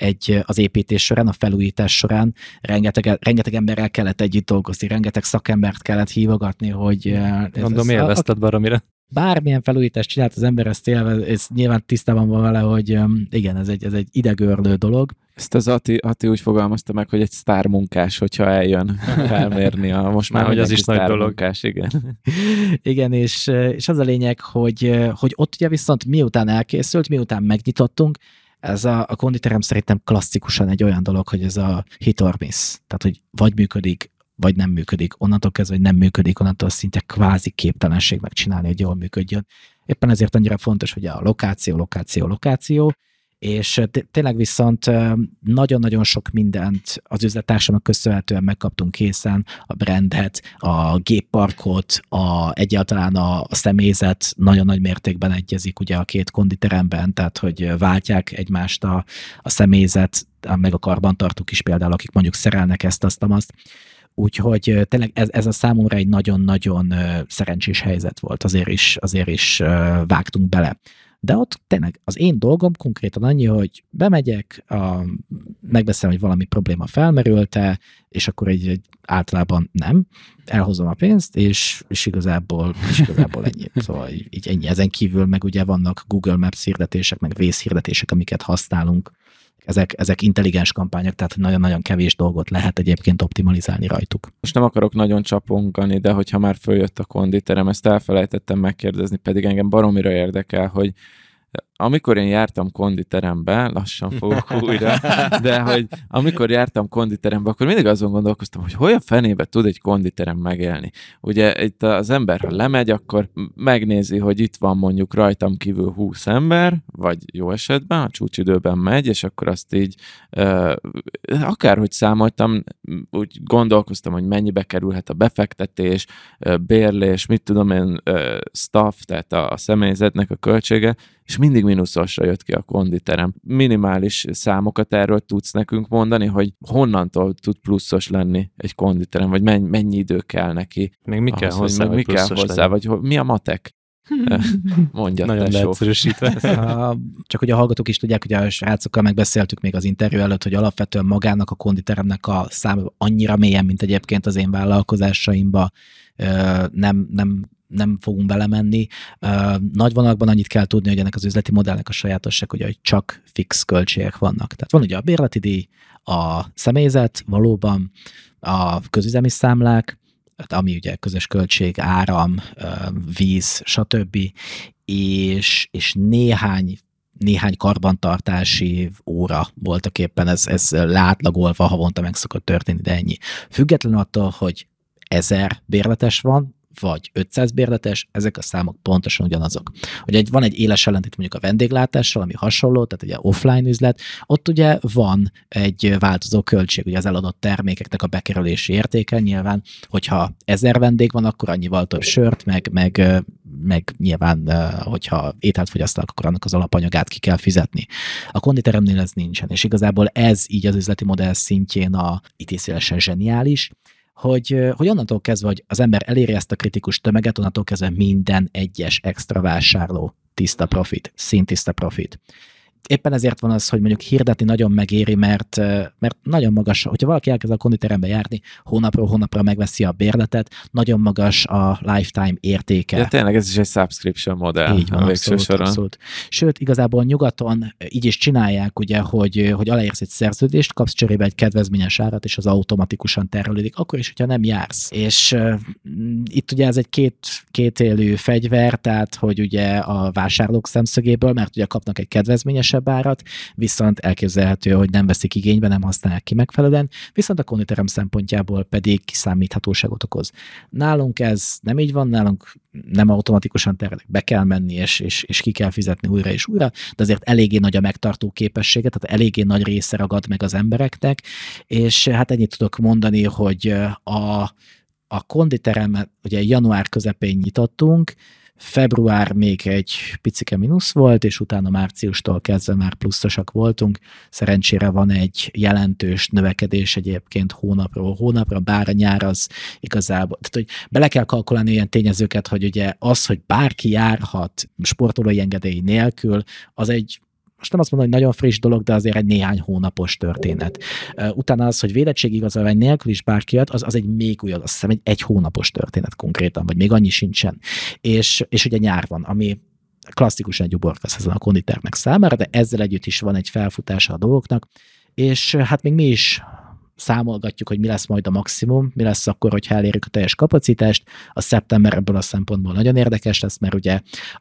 [SPEAKER 1] az építés során, a felújítás során, rengeteg emberrel kellett együtt dolgozni, rengeteg szakembert kellett hívogatni, hogy...
[SPEAKER 2] Mondom, élvezted baromira.
[SPEAKER 1] Bármilyen felújítást csinált az ember, ezt élvez, és nyilván tisztában van vele, hogy igen, ez egy idegőrlő dolog.
[SPEAKER 3] Ezt az Ati úgy fogalmazta meg, hogy egy sztármunkás, hogyha eljön felmérni most már,
[SPEAKER 2] hogy az is nagy dolog.
[SPEAKER 3] Munkás, igen.
[SPEAKER 1] Igen, és az a lényeg, hogy ott ugye viszont miután elkészült, miután megnyitottunk, ez a konditerem szerintem klasszikusan egy olyan dolog, hogy ez a hit or miss. Tehát, hogy vagy működik, vagy nem működik. Onnantól kezdve, hogy nem működik, onnantól szinte kvázi képtelenség megcsinálni, hogy jól működjön. Éppen ezért annyira fontos, hogy a lokáció, és tényleg viszont nagyon-nagyon sok mindent az üzlettársamnak köszönhetően megkaptunk készen, a brandet, a gépparkot, egyáltalán a személyzet nagyon nagy mértékben egyezik ugye a két konditeremben, tehát hogy váltják egymást a személyzet, meg a karbantartók is például, akik mondjuk szerelnek ezt, úgyhogy tényleg ez a számomra egy nagyon-nagyon szerencsés helyzet volt, azért is vágtunk bele. De ott tényleg az én dolgom konkrétan annyi, hogy bemegyek, megbeszélem, hogy valami probléma felmerült-e, és akkor egy általában nem, elhozom a pénzt, és igazából ennyi. Szóval így ennyi. Ezen kívül meg ugye vannak Google Maps hirdetések, meg vészhirdetések, amiket használunk. Ezek intelligens kampányok, tehát nagyon-nagyon kevés dolgot lehet egyébként optimalizálni rajtuk.
[SPEAKER 3] Most nem akarok nagyon csapongani, de hogyha már följött a konditerem, ezt elfelejtettem megkérdezni, pedig engem baromira érdekel, hogy amikor én jártam konditerembe, lassan fogok újra, de hogy amikor jártam konditerembe, akkor mindig azon gondolkoztam, hogy hol a fenébe tud egy konditerem megélni. Ugye itt az ember, ha lemegy, akkor megnézi, hogy itt van mondjuk rajtam kívül 20 ember, vagy jó esetben, a csúcsidőben megy, és akkor azt így akárhogy számoltam, úgy gondolkoztam, hogy mennyibe kerülhet a befektetés, bérlés, mit tudom én, staff, tehát a személyzetnek a költsége, és mindig mínuszosra jött ki a konditerem. Minimális számokat erről tudsz nekünk mondani, hogy honnantól tud pluszos lenni egy konditerem, vagy mennyi idő kell neki?
[SPEAKER 2] Még mi kell hozzá,
[SPEAKER 3] vagy mi a matek? Mondja,
[SPEAKER 2] Nagyon
[SPEAKER 3] tesó.
[SPEAKER 2] leegyszerűsítve.
[SPEAKER 1] Csak hogy a hallgatók is tudják, hogy a srácokkal megbeszéltük még az interjú előtt, hogy alapvetően magának a konditeremnek a száma annyira mélyen, mint egyébként az én vállalkozásaimba nem fogunk belemenni. Nagy vonalakban annyit kell tudni, hogy ennek az üzleti modellnek a sajátosság, hogy csak fix költségek vannak. Tehát van ugye a bérleti díj, a személyzet, valóban a közüzemi számlák, ami ugye közös költség, áram, víz, stb. És néhány karbantartási óra voltak éppen, ez látlagolva havonta meg szokott történni, de ennyi. Függetlenül attól, hogy 1000 bérletes van, vagy 500 bérletes, ezek a számok pontosan ugyanazok. Ugye van egy éles ellentét mondjuk a vendéglátással, ami hasonló, tehát ugye offline üzlet, ott ugye van egy változó költség, ugye az eladott termékeknek a bekerülési értéke, nyilván, hogyha 1000 vendég van, akkor annyival több sört, meg nyilván, hogyha ételt fogyasztanak, akkor annak az alapanyagát ki kell fizetni. A konditeremnél ez nincsen, és igazából ez így az üzleti modell szintjén idézőjelesen zseniális, hogy onnantól kezdve, hogy az ember eléri ezt a kritikus tömeget, onnantól kezdve minden egyes extra vásárló tiszta profit, szintiszta profit. Éppen ezért van az, hogy mondjuk hirdetni nagyon megéri, mert nagyon magas, hogyha valaki elkezd a konditerembe járni, hónapról hónapra megveszi a bérletet, nagyon magas a lifetime értéke.
[SPEAKER 3] Ja, tényleg ez is egy subscription modell.
[SPEAKER 1] Így van, abszolút. Sőt, igazából nyugaton így is csinálják, ugye, hogy aláírsz egy szerződést, kapsz cserébe egy kedvezményes árat, és az automatikusan termelődik, akkor is, hogyha nem jársz. És itt ugye ez egy kétélű fegyver, tehát, hogy ugye a vásárlók szemszögéből, mert ugye kapnak egy kedvezményes árat, viszont elképzelhető, hogy nem veszik igénybe, nem használják ki megfelelően, viszont a konditerem szempontjából pedig kiszámíthatóságot okoz. Nálunk ez nem így van, nálunk nem automatikusan termelődik, be kell menni, és ki kell fizetni újra és újra, de azért eléggé nagy a megtartó képessége, tehát eléggé nagy része ragad meg az embereknek, és hát ennyit tudok mondani, hogy a konditeremet ugye január közepén nyitottunk, február még egy picike mínusz volt, és utána márciustól kezdve már pluszosak voltunk. Szerencsére van egy jelentős növekedés egyébként hónapról hónapra, bár a nyár az igazából, tehát hogy bele kell kalkulálni ilyen tényezőket, hogy ugye az, hogy bárki járhat sportolói engedély nélkül, az egy most nem azt mondom, hogy nagyon friss dolog, de azért egy néhány hónapos történet. Utána az, hogy védettségigazolvány nélkül is bárki jött, az egy még újabb, azt hiszem egy hónapos történet konkrétan, vagy még annyi sincsen. És ugye nyár van, ami klasszikusan egy uborkasz a konditermek számára, de ezzel együtt is van egy felfutása a dolgoknak, és hát még mi is számolgatjuk, hogy mi lesz majd a maximum, mi lesz akkor, hogyha elérjük a teljes kapacitást. A szeptember ebből a szempontból nagyon érdekes lesz, mert ugye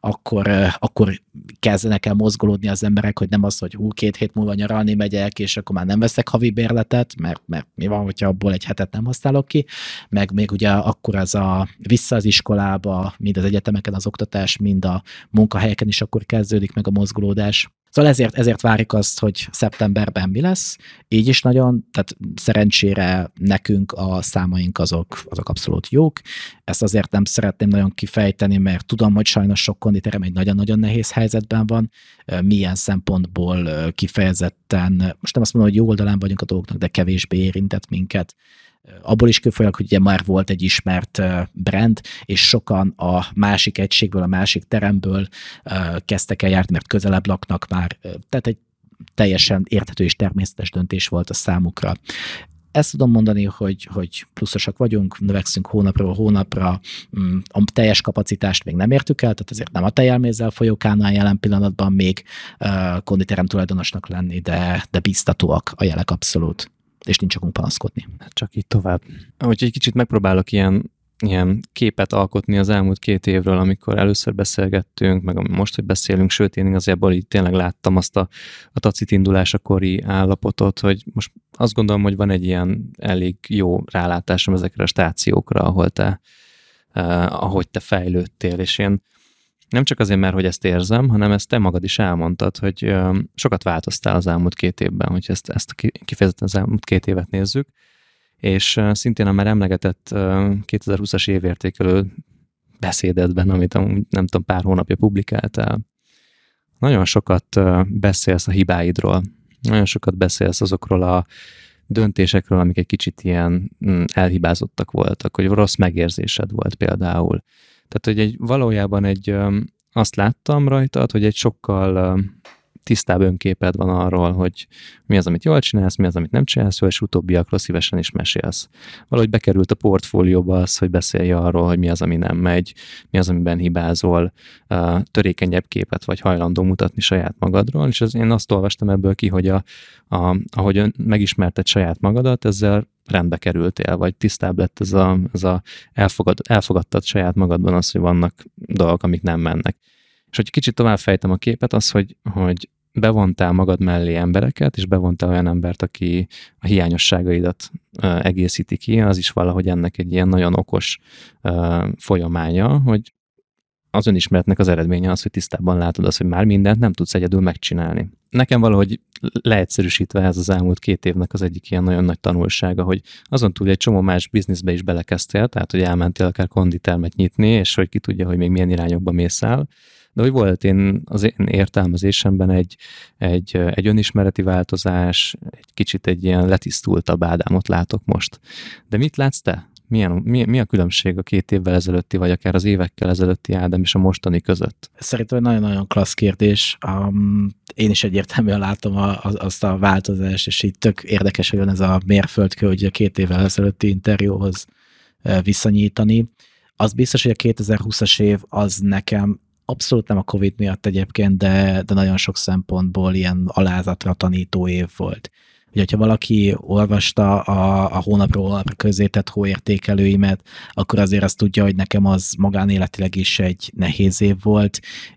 [SPEAKER 1] akkor kezdenek el mozgolódni az emberek, hogy nem az, hogy 2 hét múlva nyaralni megyek, és akkor már nem veszek havi bérletet, mert mi van, hogyha abból egy hetet nem használok ki, meg még ugye akkor az vissza az iskolába, mind az egyetemeken az oktatás, mind a munkahelyeken is akkor kezdődik meg a mozgolódás. Szóval ezért várjuk azt, hogy szeptemberben mi lesz. Így is nagyon, tehát szerencsére nekünk a számaink azok abszolút jók. Ezt azért nem szeretném nagyon kifejteni, mert tudom, hogy sajnos sok konditerem egy nagyon-nagyon nehéz helyzetben van. Milyen szempontból kifejezetten, most nem azt mondom, hogy jó oldalán vagyunk a dolgoknak, de kevésbé érintett minket. Abból is kifolyólag, hogy ugye már volt egy ismert brand, és sokan a másik egységből, a másik teremből kezdtek el járni, mert közelebb laknak már. Tehát egy teljesen érthető és természetes döntés volt a számukra. Ezt tudom mondani, hogy pluszosak vagyunk, növekszünk hónapról hónapra, a teljes kapacitást még nem értük el, tehát ezért nem a tejelmézzel folyókánál jelen pillanatban még konditerem tulajdonosnak lenni, de biztatóak a jelek abszolút. És nincs okunk panaszkodni.
[SPEAKER 2] Csak így tovább. Ahogy egy kicsit megpróbálok ilyen képet alkotni az elmúlt 2 évről, amikor először beszélgettünk, meg most, hogy beszélünk, sőt, én igazából így tényleg láttam azt a tacit indulásakori állapotot, hogy most azt gondolom, hogy van egy ilyen elég jó rálátásom ezekre a stációkra, ahogy te fejlődtél, és én nem csak azért, mert hogy ezt érzem, hanem ezt te magad is elmondtad, hogy sokat változtál az elmúlt 2 évben, hogy ezt kifejezetten az elmúlt 2 évet nézzük, és szintén a már emlegetett 2020-as évértékelő beszédedben, amit nem tudom, pár hónapja publikáltál, nagyon sokat beszélsz a hibáidról, nagyon sokat beszélsz azokról a döntésekről, amik egy kicsit ilyen elhibázottak voltak, hogy rossz megérzésed volt például. Tehát, hogy valójában azt láttam rajtad, hogy egy sokkal tisztább önképed van arról, hogy mi az, amit jól csinálsz, mi az, amit nem csinálsz jól, és utóbbiakról szívesen is mesélsz. Valahogy bekerült a portfólióba az, hogy beszélj arról, hogy mi az, ami nem megy, mi az, amiben hibázol, törékenyebb képet vagy hajlandó mutatni saját magadról, és én azt olvastam ebből ki, hogy ahogy megismerted saját magadat, ezzel rendbe kerültél, vagy tisztább lett ez a elfogadtad saját magadban az, hogy vannak dolgok, amik nem mennek. És hogy kicsit tovább fejtem a képet, az, hogy bevontál magad mellé embereket, és bevontál olyan embert, aki a hiányosságaidat egészíti ki, az is valahogy ennek egy ilyen nagyon okos folyamánya, hogy az önismeretnek az eredménye az, hogy tisztában látod azt, hogy már mindent nem tudsz egyedül megcsinálni. Nekem valahogy leegyszerűsítve ez az elmúlt 2 évnek az egyik ilyen nagyon nagy tanulsága, hogy azon túl egy csomó más bizniszbe is belekezdtél, tehát hogy elmentél akár konditermet nyitni, és hogy ki tudja, hogy még milyen irányokba mész el, de hogy volt az én értelmezésemben egy önismereti változás, egy kicsit egy ilyen letisztultabb Ádámot látok most. De mit látsz te? Mi a különbség a 2 évvel ezelőtti, vagy akár az évekkel ezelőtti Ádám és a mostani között?
[SPEAKER 1] Szerintem egy nagyon-nagyon klassz kérdés. Én is egyértelműen látom azt a változást, és így tök érdekes, hogy jön ez a mérföldkő, hogy a 2 évvel ezelőtti interjúhoz viszonyítani. Az biztos, hogy a 2020-as év az nekem abszolút nem a Covid miatt egyébként, de nagyon sok szempontból ilyen alázatra tanító év volt. Ugye, hogyha valaki olvasta a hónapról hónapra közzétett hóértékelőimet, akkor azért azt tudja, hogy nekem az magánéletileg is egy nehéz év volt,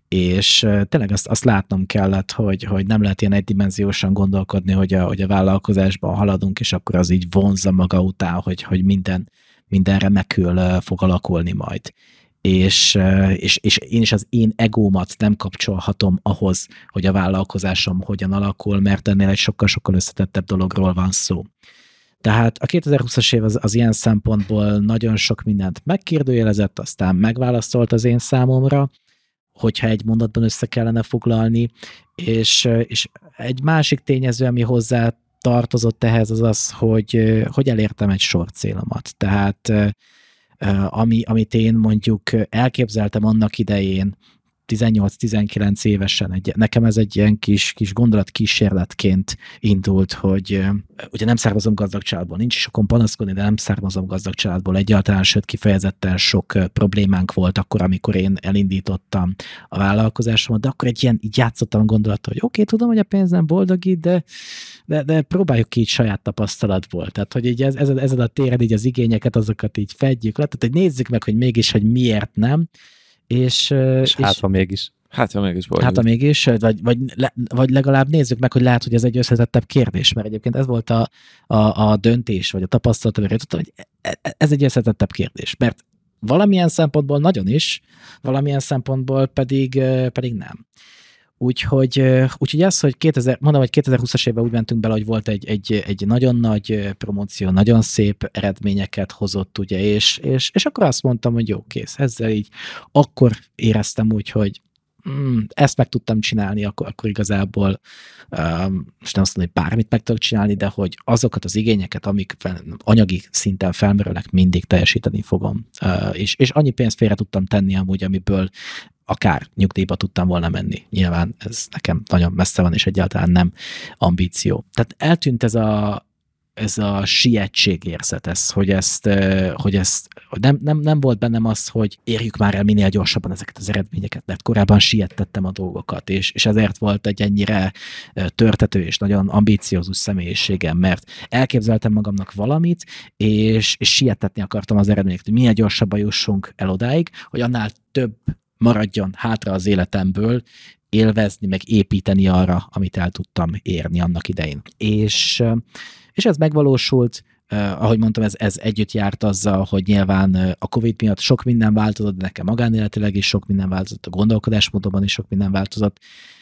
[SPEAKER 1] és tényleg azt látnom kellett, hogy nem lehet ilyen egydimenziósan gondolkodni, hogy a vállalkozásban haladunk, és akkor az így vonzza maga után, hogy minden remekül fog alakulni majd. És én is az én egómat nem kapcsolhatom ahhoz, hogy a vállalkozásom hogyan alakul, mert ennél egy sokkal-sokkal összetettebb dologról van szó. Tehát a 2020-as év az ilyen szempontból nagyon sok mindent megkérdőjelezett, aztán megválaszolt az én számomra, hogyha egy mondatban össze kellene foglalni, és egy másik tényező, ami hozzá tartozott ehhez, az, hogy elértem egy sor célomat. Tehát amit én mondjuk elképzeltem annak idején, 18-19 évesen, nekem ez egy ilyen kis gondolatkísérletként indult, hogy ugye nem származom gazdag családból, nincs is okon panaszkodni, de nem származom gazdag családból egyáltalán, sőt kifejezetten sok problémánk volt akkor, amikor én elindítottam a vállalkozásomat, de akkor így játszottam gondolattal, hogy oké, tudom, hogy a pénz nem boldogít, de próbáljuk ki így saját tapasztalatból. Tehát, hogy így ezen a téren így az igényeket, azokat így fedjük le, tehát, hogy nézzük meg, hogy mégis, hogy miért nem. És
[SPEAKER 2] hát, ha mégis.
[SPEAKER 3] Hát, ha
[SPEAKER 1] mégis, vagy legalább nézzük meg, hogy lehet, hogy ez egy összetettebb kérdés, mert egyébként ez volt a döntés, vagy a tapasztalat, amire jutottam, hogy ez egy összetettebb kérdés, mert valamilyen szempontból nagyon is, valamilyen szempontból pedig nem. Úgyhogy az, hogy 2020-as évben úgy mentünk bele, hogy volt egy nagyon nagy promóció, nagyon szép eredményeket hozott, ugye, és akkor azt mondtam, hogy jó, kész, ezzel így akkor éreztem úgy, hogy ezt meg tudtam csinálni, akkor igazából most nem azt mondom, hogy bármit meg tudok csinálni, de hogy azokat az igényeket, amik anyagi szinten felmerülnek, mindig teljesíteni fogom. És annyi pénzt félre tudtam tenni amúgy, amiből akár nyugdíjba tudtam volna menni. Nyilván ez nekem nagyon messze van, és egyáltalán nem ambíció. Tehát eltűnt ez a sietségérzet, hogy nem volt bennem az, hogy érjük már el minél gyorsabban ezeket az eredményeket, mert korábban siettettem a dolgokat, és ezért volt egy ennyire törtető és nagyon ambíciózus személyiségem, mert elképzeltem magamnak valamit, és siettetni akartam az eredményeket, hogy minél gyorsabban jussunk el odáig, hogy annál több maradjon hátra az életemből, élvezni, meg építeni arra, amit el tudtam érni annak idején. És ez megvalósult, ahogy mondtam, ez együtt járt azzal, hogy nyilván a Covid miatt sok minden változott, de nekem magánéletileg is sok minden változott, a gondolkodásmódban is sok minden változott.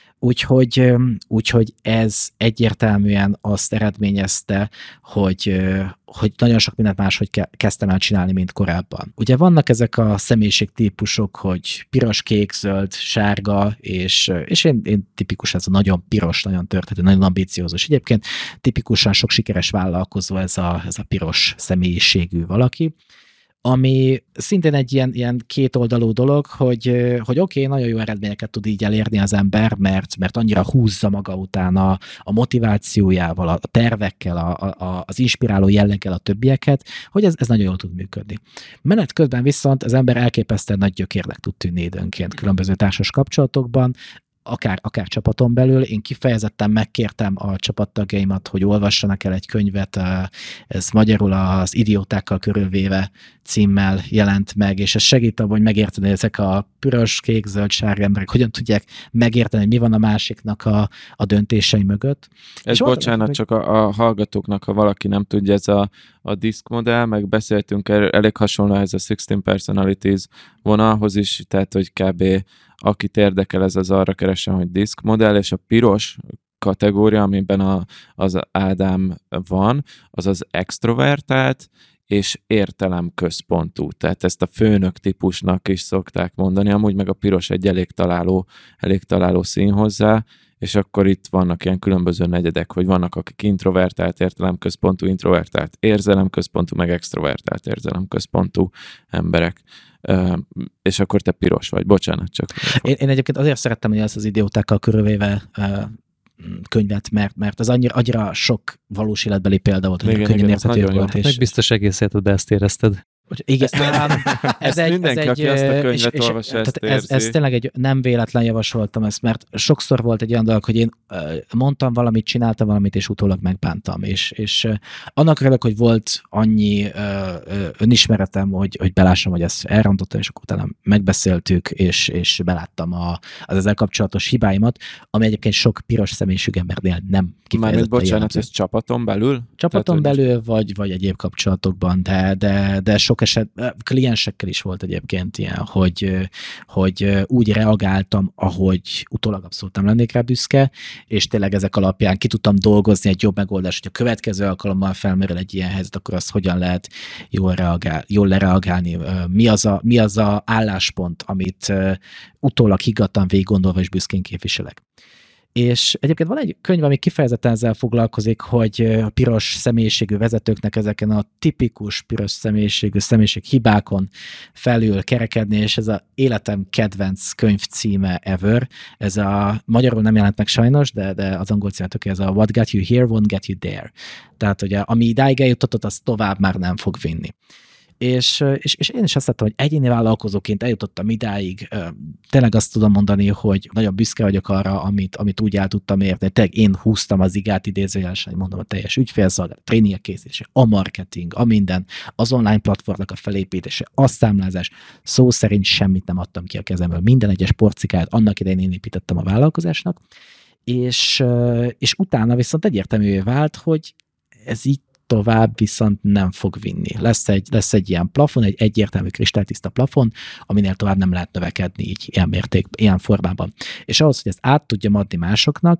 [SPEAKER 1] Úgyhogy ez egyértelműen azt eredményezte, hogy nagyon sok mindent máshogy kezdtem el csinálni, mint korábban. Ugye vannak ezek a személyiségtípusok, hogy piros, kék, zöld, sárga, és én tipikusan ez a nagyon piros, nagyon törtető, nagyon ambiciózus. Egyébként tipikusan sok sikeres vállalkozó ez a piros személyiségű valaki. ami szintén egy ilyen kétoldalú dolog, hogy oké, nagyon jó eredményeket tud így elérni az ember, mert annyira húzza maga után a motivációjával, a tervekkel, az inspiráló jelleggel a többieket, hogy ez nagyon jól tud működni. Menet közben viszont az ember elképesztően nagy gyökérnek tud tűnni időnként különböző társas kapcsolatokban, akár csapaton belül. Én kifejezetten megkértem a csapattagjaimat, hogy olvassanak el egy könyvet, ez magyarul az Idiótákkal körülvéve címmel jelent meg, és ez segít abban, hogy megérteni, ezek a piros, kék, zöld, sárga emberek hogyan tudják megérteni, hogy mi van a másiknak a döntései mögött.
[SPEAKER 3] Ez bocsánat, csak a hallgatóknak, ha valaki nem tudja, ez a DISC modell, meg beszéltünk, elég hasonló ez a 16 Personalities vonalhoz is, tehát hogy kb. Akit érdekel, ez az arra keresen, hogy DISC modell, és a piros kategória, amiben az Ádám van, az az extrovertált és értelemközpontú. Tehát ezt a főnök típusnak is szokták mondani, amúgy meg a piros egy elég találó szín hozzá, és akkor itt vannak ilyen különböző negyedek, hogy vannak akik introvertált értelemközpontú, introvertált érzelemközpontú, meg extrovertált érzelemközpontú emberek. És akkor te piros vagy, bocsánat csak.
[SPEAKER 1] Én egyébként azért szerettem, hogy ezt az Idiótákkal körülvéve könyvet, mert az annyira sok valós életbeli példa volt, hogy könnyen érthető volt.
[SPEAKER 2] Meg biztos egész életedben ezt érezted.
[SPEAKER 1] Igen,
[SPEAKER 3] mindenki, aki azt a könyvet olvassa, ezt érzi.
[SPEAKER 1] Ez tényleg egy nem véletlen javasoltam ezt, mert sokszor volt egy olyan dolog, hogy én mondtam valamit, csináltam valamit, és utólag megbántam. És annak örülök, hogy volt annyi önismeretem, hogy belássam, hogy ezt elrontottam, és akkor utána megbeszéltük, és beláttam az ezzel kapcsolatos hibáimat, ami egyébként sok piros személyiségű embernél nem kifejezetten
[SPEAKER 3] bocsánat, ez csapaton belül?
[SPEAKER 1] Csapaton belül, vagy egyéb kapcsolatokban, de sok kliensekkel is volt egyébként ilyen, hogy úgy reagáltam, ahogy utólag abszolút nem lennék rá büszke, és tényleg ezek alapján ki tudtam dolgozni egy jobb megoldást, hogy a következő alkalommal felmerül egy ilyen helyzet, akkor azt hogyan lehet jól lereagálni, mi az a álláspont, amit utólag higgadtan végig gondolva és büszkén képviselek. És egyébként van egy könyv, ami kifejezetten ezzel foglalkozik, hogy a piros személyiségű vezetőknek ezeken a tipikus piros személyiség hibákon felül kerekedni, és ez az életem kedvenc könyv címe ever. Ez magyarul nem jelent meg sajnos, de az angol címe ez a What got you here won't get you there. Tehát, hogy ami idáig eljutott, az tovább már nem fog vinni. És én is azt láttam, hogy egyéni vállalkozóként eljutottam idáig. Tényleg azt tudom mondani, hogy nagyon büszke vagyok arra, amit úgy el tudtam érni. Tényleg én húztam az igát idézőjelesen, mondom, a teljes ügyfélszolgálat, tréningek készítése, a marketing, a minden, az online platformnak a felépítése, a számlázás. Szó szerint semmit nem adtam ki a kezemből. Minden egyes porcikáját annak idején én építettem a vállalkozásnak, és utána viszont egyértelművé vált, hogy ez így tovább viszont nem fog vinni. Lesz egy ilyen plafon, egy egyértelmű kristálytiszta plafon, aminél tovább nem lehet növekedni így ilyen formában. És ahhoz, hogy ezt át tudjam adni másoknak,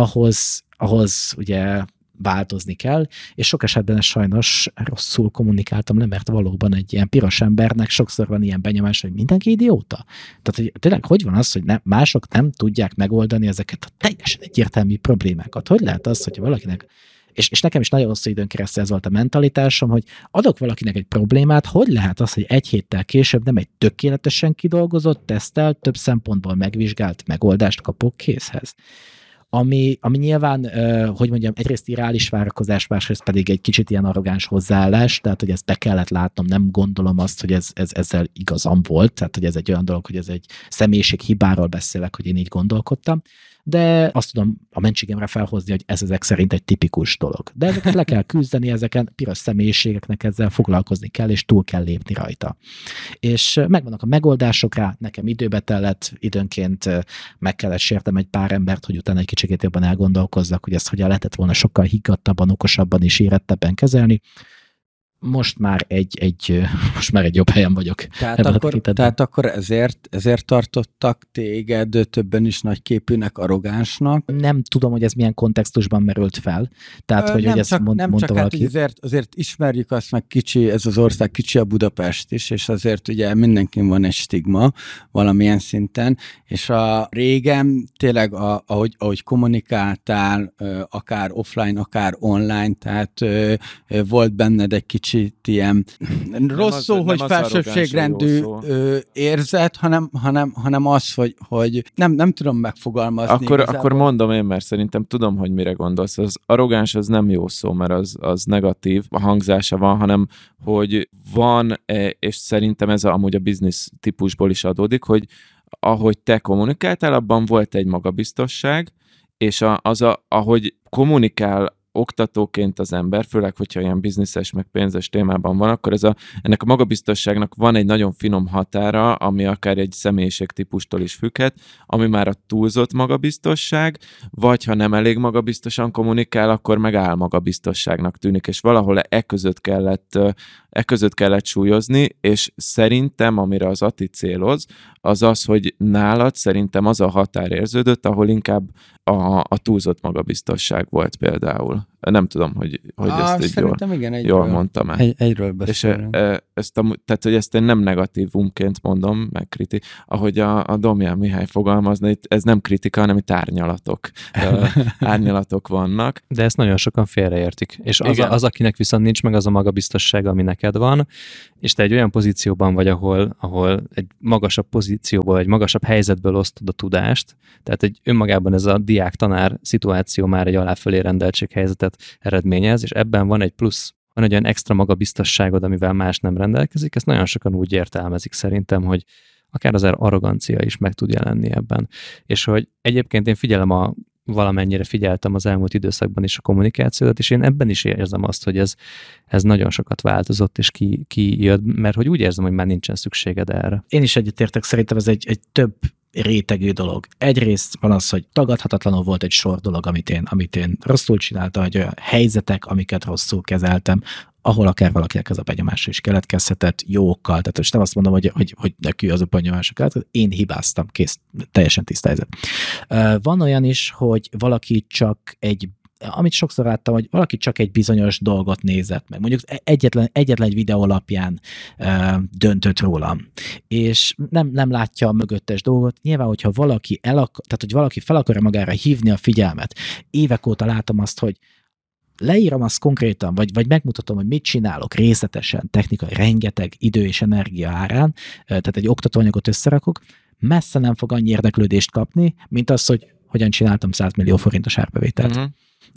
[SPEAKER 1] ahhoz ugye változni kell, és sok esetben ezt sajnos rosszul kommunikáltam le, mert valóban egy ilyen piros embernek sokszor van ilyen benyomás, hogy mindenki idióta. Tehát, hogy tényleg hogy van az, hogy mások nem tudják megoldani ezeket a teljesen egyértelmű problémákat. Hogy lehet az, hogy valakinek és nekem is nagyon hosszú időn keresztül ez volt a mentalitásom, hogy adok valakinek egy problémát, hogy lehet az, hogy egy héttel később nem egy tökéletesen kidolgozott, tesztelt, több szempontból megvizsgált megoldást kapok készhez. Ami nyilván, hogy mondjam, egyrészt irreális várakozás, másrészt pedig egy kicsit ilyen arrogáns hozzáállás, tehát hogy ezt be kellett látnom, nem gondolom azt, hogy ez ezzel igazam volt, tehát hogy ez egy olyan dolog, hogy ez egy személyiség hibáról beszélek, hogy én így gondolkodtam, de azt tudom a mentségemre felhozni, hogy ez ezek szerint egy tipikus dolog. De ezeket le kell küzdeni, ezeken piros személyiségeknek ezzel foglalkozni kell, és túl kell lépni rajta. És megvannak a megoldások rá, nekem időbe tellett, időnként meg kellett sértem egy pár embert, hogy utána egy kicsit jobban elgondolkozzak, hogy ezt hogyan lehetett volna sokkal higgadtabban, okosabban és érettebben kezelni. Most már egy jobb helyen vagyok.
[SPEAKER 4] Tehát akkor ezért tartottak téged többen is nagyképűnek, arrogánsnak?
[SPEAKER 1] Nem tudom, hogy ez milyen kontextusban merült fel. Tehát, hogy ezt mondta valaki.
[SPEAKER 4] Hát, azért ismerjük azt, meg kicsi, ez az ország kicsi, a Budapest is, és azért ugye mindenkin van egy stigma valamilyen szinten, és a régen tényleg, ahogy kommunikáltál, akár offline, akár online, tehát volt benned egy kicsi kicsit ilyen rossz szó, hogy felsőbbségrendű érzet, hanem az, hogy nem tudom megfogalmazni.
[SPEAKER 3] Akkor mondom én, mert szerintem tudom, hogy mire gondolsz. Az arrogáns az nem jó szó, mert az negatív a hangzása van, hanem hogy van, és szerintem ez amúgy a biznisz típusból is adódik, hogy ahogy te kommunikáltál, abban volt egy magabiztosság, és ahogy kommunikál oktatóként az ember, főleg, hogyha ilyen bizniszes, meg pénzes témában van, akkor ennek a magabiztosságnak van egy nagyon finom határa, ami akár egy személyiségtípustól is függhet, ami már a túlzott magabiztosság, vagy ha nem elég magabiztosan kommunikál, akkor meg álmagabiztosságnak tűnik, és valahol e között kellett súlyozni, és szerintem, amire az Ati céloz, az, hogy nálad szerintem az a határ érződött, ahol inkább a túlzott magabiztosság volt például. Nem tudom, hogy ezt így jól mondtam-e.
[SPEAKER 4] Egyről beszélünk.
[SPEAKER 3] És tehát, hogy ezt én nem negatívumként mondom, meg ahogy a Domján Mihály fogalmazna, itt ez nem kritika, hanem itt árnyalatok vannak.
[SPEAKER 2] De ezt nagyon sokan félreértik. És az, akinek viszont nincs meg az a magabiztossága, ami neked van, és te egy olyan pozícióban vagy, ahol egy magasabb pozícióból, egy magasabb helyzetből osztod a tudást, tehát egy önmagában ez a diák-tanár szituáció már egy aláfölé rendeltség helyzetet eredményez, és ebben van egy plusz, van egy olyan extra magabiztosságod, amivel más nem rendelkezik, ezt nagyon sokan úgy értelmezik szerintem, hogy akár az arrogancia is meg tud jelenni ebben. És hogy egyébként én valamennyire figyeltem az elmúlt időszakban is a kommunikációt, és én ebben is érzem azt, hogy ez nagyon sokat változott, és kijött, mert hogy úgy érzem, hogy már nincsen szükséged erre.
[SPEAKER 1] Én is egyetértek, szerintem ez egy több rétegű dolog. Egyrészt van az, hogy tagadhatatlanul volt egy sor dolog, amit én rosszul csináltam, hogy olyan helyzetek, amiket rosszul kezeltem, ahol akár valakinek ez a benyomása is keletkezhetett, jókkal. Tehát most nem azt mondom, hogy neki az a benyomása keletkezett, én hibáztam, kész, teljesen tiszta helyzet. Van olyan is, hogy valaki csak amit sokszor láttam, hogy valaki csak egy bizonyos dolgot nézett meg. Mondjuk egyetlen egy videó alapján döntött rólam. És nem látja a mögöttes dolgot. Nyilván, hogyha valaki hogy valaki fel akarja magára hívni a figyelmet. Évek óta látom azt, hogy leírom azt konkrétan, vagy megmutatom, hogy mit csinálok részletesen, technikai, rengeteg idő és energia árán, tehát egy oktatóanyagot összerakok, messze nem fog annyi érdeklődést kapni, mint az, hogy hogyan csináltam 100 millió forintos árbevételt. Uh-huh.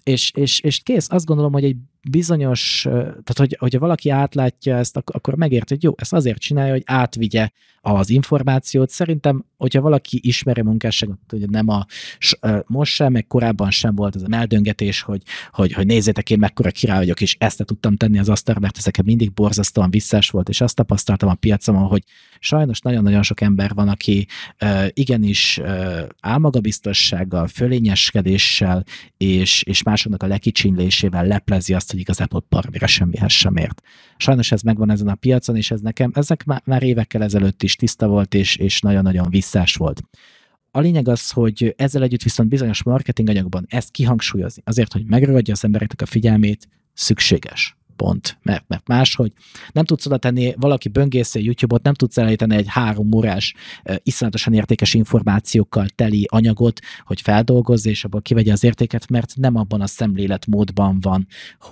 [SPEAKER 1] És kész, azt gondolom, hogy egy bizonyos, tehát hogyha valaki átlátja ezt, akkor megérti, hogy jó, ezt azért csinálja, hogy átvigye az információt. Szerintem, hogyha valaki ismeri a munkásságot, hogy nem most sem, meg korábban sem volt ez a meldöngetés, hogy nézzétek, én mekkora király vagyok, és ezt tudtam tenni az asztalra, mert ezeket mindig borzasztóan visszás volt, és azt tapasztaltam a piacon, hogy sajnos nagyon-nagyon sok ember van, aki igenis álmagabiztossággal, fölényeskedéssel és másoknak a lekicsinlésével leplezi azt, hogy igazából barmira semmihez sem ért. Sajnos ez megvan ezen a piacon, és ezek már évekkel ezelőtt is tiszta volt, és nagyon-nagyon visszás volt. A lényeg az, hogy ezzel együtt viszont bizonyos marketinganyagban ezt kihangsúlyozni, azért, hogy megragadja az embereknek a figyelmét, szükséges. Pont. Mert máshogy nem tudsz oda tenni, valaki böngésző YouTube-ot, nem tudsz elejteni egy 3 órás, iszonyatosan értékes információkkal teli anyagot, hogy feldolgozz, és abból kivegye az értéket, mert nem abban a szemléletmódban van,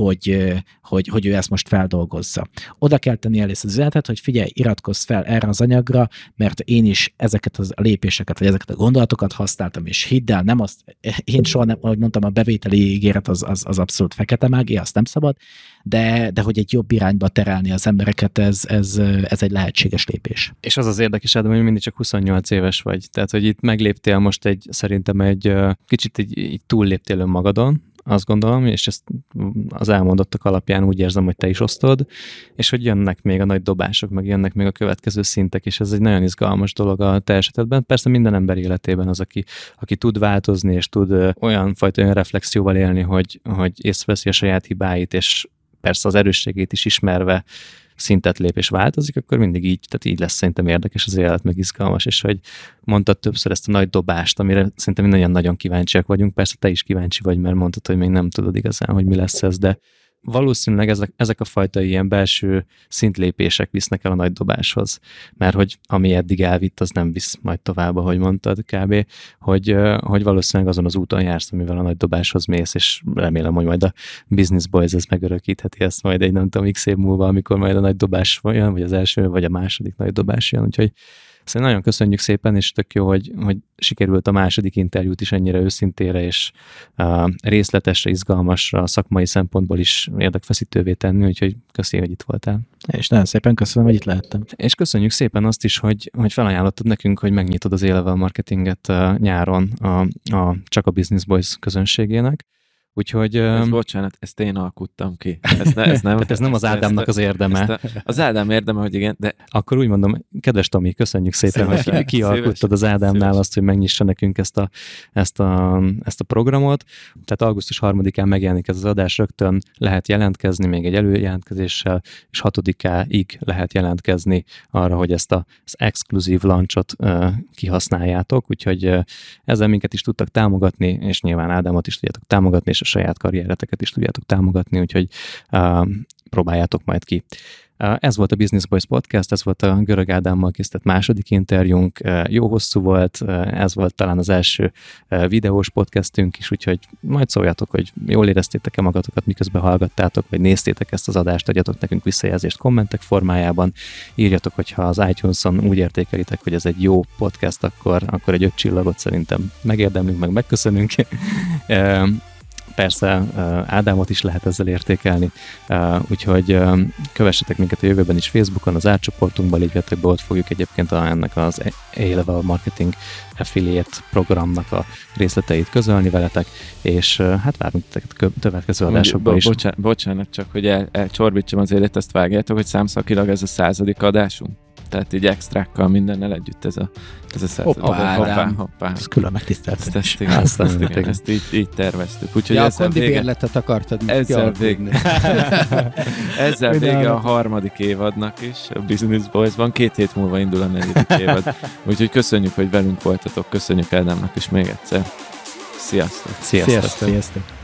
[SPEAKER 1] hogy ő ezt most feldolgozza. Oda kell tenni először az üzenetet, hogy figyelj, iratkozz fel erre az anyagra, mert én is ezeket a lépéseket, vagy ezeket a gondolatokat használtam, és hidd el, én soha nem, ahogy mondtam, a bevételi ígéret az abszolút fekete mágia, azt nem szabad, de hogy egy jobb irányba terelni az embereket, ez egy lehetséges lépés.
[SPEAKER 2] És az érdekes, Ádám, hogy mindig csak 28 éves vagy. Tehát, hogy itt megléptél most szerintem egy kicsit túlléptél önmagadon, azt gondolom, és ezt az elmondottak alapján úgy érzem, hogy te is osztod, és hogy jönnek még a nagy dobások, meg jönnek még a következő szintek, és ez egy nagyon izgalmas dolog a te esetedben. Persze minden ember életében az, aki tud változni, és tud olyan fajta önreflexióval élni, hogy észreveszi a saját hibáit, és persze az erősségét is ismerve szintet lép és változik, akkor mindig így lesz szerintem érdekes az élet, meg izgalmas, és hogy mondtad többször ezt a nagy dobást, amire szerintem nagyon-nagyon kíváncsiak vagyunk, persze te is kíváncsi vagy, mert mondtad, hogy még nem tudod igazán, hogy mi lesz ez, de valószínűleg ezek a fajta ilyen belső szintlépések visznek el a nagy dobáshoz, mert hogy ami eddig elvitt, az nem visz majd tovább, ahogy mondtad kb., hogy valószínűleg azon az úton jársz, amivel a nagy dobáshoz mész, és remélem, hogy majd a Business Boys ez megörökítheti ezt majd egy nem tudom x év múlva, amikor majd a nagy dobás jön, vagy az első, vagy a második nagy dobás jön, úgyhogy szerintem nagyon köszönjük szépen, és tök jó, hogy sikerült a második interjút is ennyire őszintére, és részletesre, izgalmasra, szakmai szempontból is érdekfeszítővé tenni, úgyhogy köszi, hogy itt voltál.
[SPEAKER 1] És nagyon szépen köszönöm, hogy itt lehettem.
[SPEAKER 2] És köszönjük szépen azt is, hogy felajánlottad nekünk, hogy megnyitod az A-Level Marketinget nyáron csak a Business Boys közönségének. Úgyhogy...
[SPEAKER 3] Bocsánat, ezt én alkuttam ki. Ez nem,
[SPEAKER 2] tehát ez nem az Ádámnak az érdeme.
[SPEAKER 3] Az Ádám érdeme, hogy igen, de...
[SPEAKER 2] Akkor úgy mondom, kedves Tomi, köszönjük szépen, hogy kialkuttad az Ádámnál azt, hogy megnyissa nekünk ezt a programot. Tehát augusztus 3-án megjelenik ez az adás, rögtön lehet jelentkezni, még egy előjelentkezéssel, és 6-áig lehet jelentkezni arra, hogy ezt az exkluzív launchot kihasználjátok, úgyhogy ezzel minket is tudtak támogatni, és nyilván Ádámot is tudjátok támogatni, és a saját karriereteket is tudjátok támogatni, úgyhogy próbáljátok majd ki. Ez volt a Business Boys Podcast, ez volt a Görög Ádámmal készített második interjúnk, jó hosszú volt, ez volt talán az első videós podcastünk is, úgyhogy majd szóljatok, hogy jól éreztétek-e magatokat, miközben hallgattátok, vagy néztétek ezt az adást, adjatok nekünk visszajelzést kommentek formájában, írjatok, hogyha az iTunes-on úgy értékelitek, hogy ez egy jó podcast, akkor egy 5 csillagot szerintem megérdemlünk, meg megköszönünk. Persze Ádámot is lehet ezzel értékelni, úgyhogy kövessetek minket a jövőben is Facebookon, az átcsoportunkban lépjetek be, ott fogjuk egyébként ennek az A-Level Marketing Affiliate programnak a részleteit közölni veletek, és hát várunk titeket következő adásokban is.
[SPEAKER 3] Bocsánat, csak hogy elcsorbítsam az élet, azt vágjátok, hogy számszakilag ez a 100. adásunk? Tehát így extrákkal mindennel együtt ez a 100.
[SPEAKER 4] Hoppá.
[SPEAKER 1] Ez külön megtiszteltetés.
[SPEAKER 3] Ezt így terveztük. Úgyhogy
[SPEAKER 4] ja, a kondibérletet akartad még
[SPEAKER 3] ezzel vége a 3. évadnak is, a Business Boys-ban. 2 hét múlva indul a 4. évad. Úgyhogy köszönjük, hogy velünk voltatok. Köszönjük Ádámnak is még egyszer. Sziasztok!
[SPEAKER 2] Sziasztok!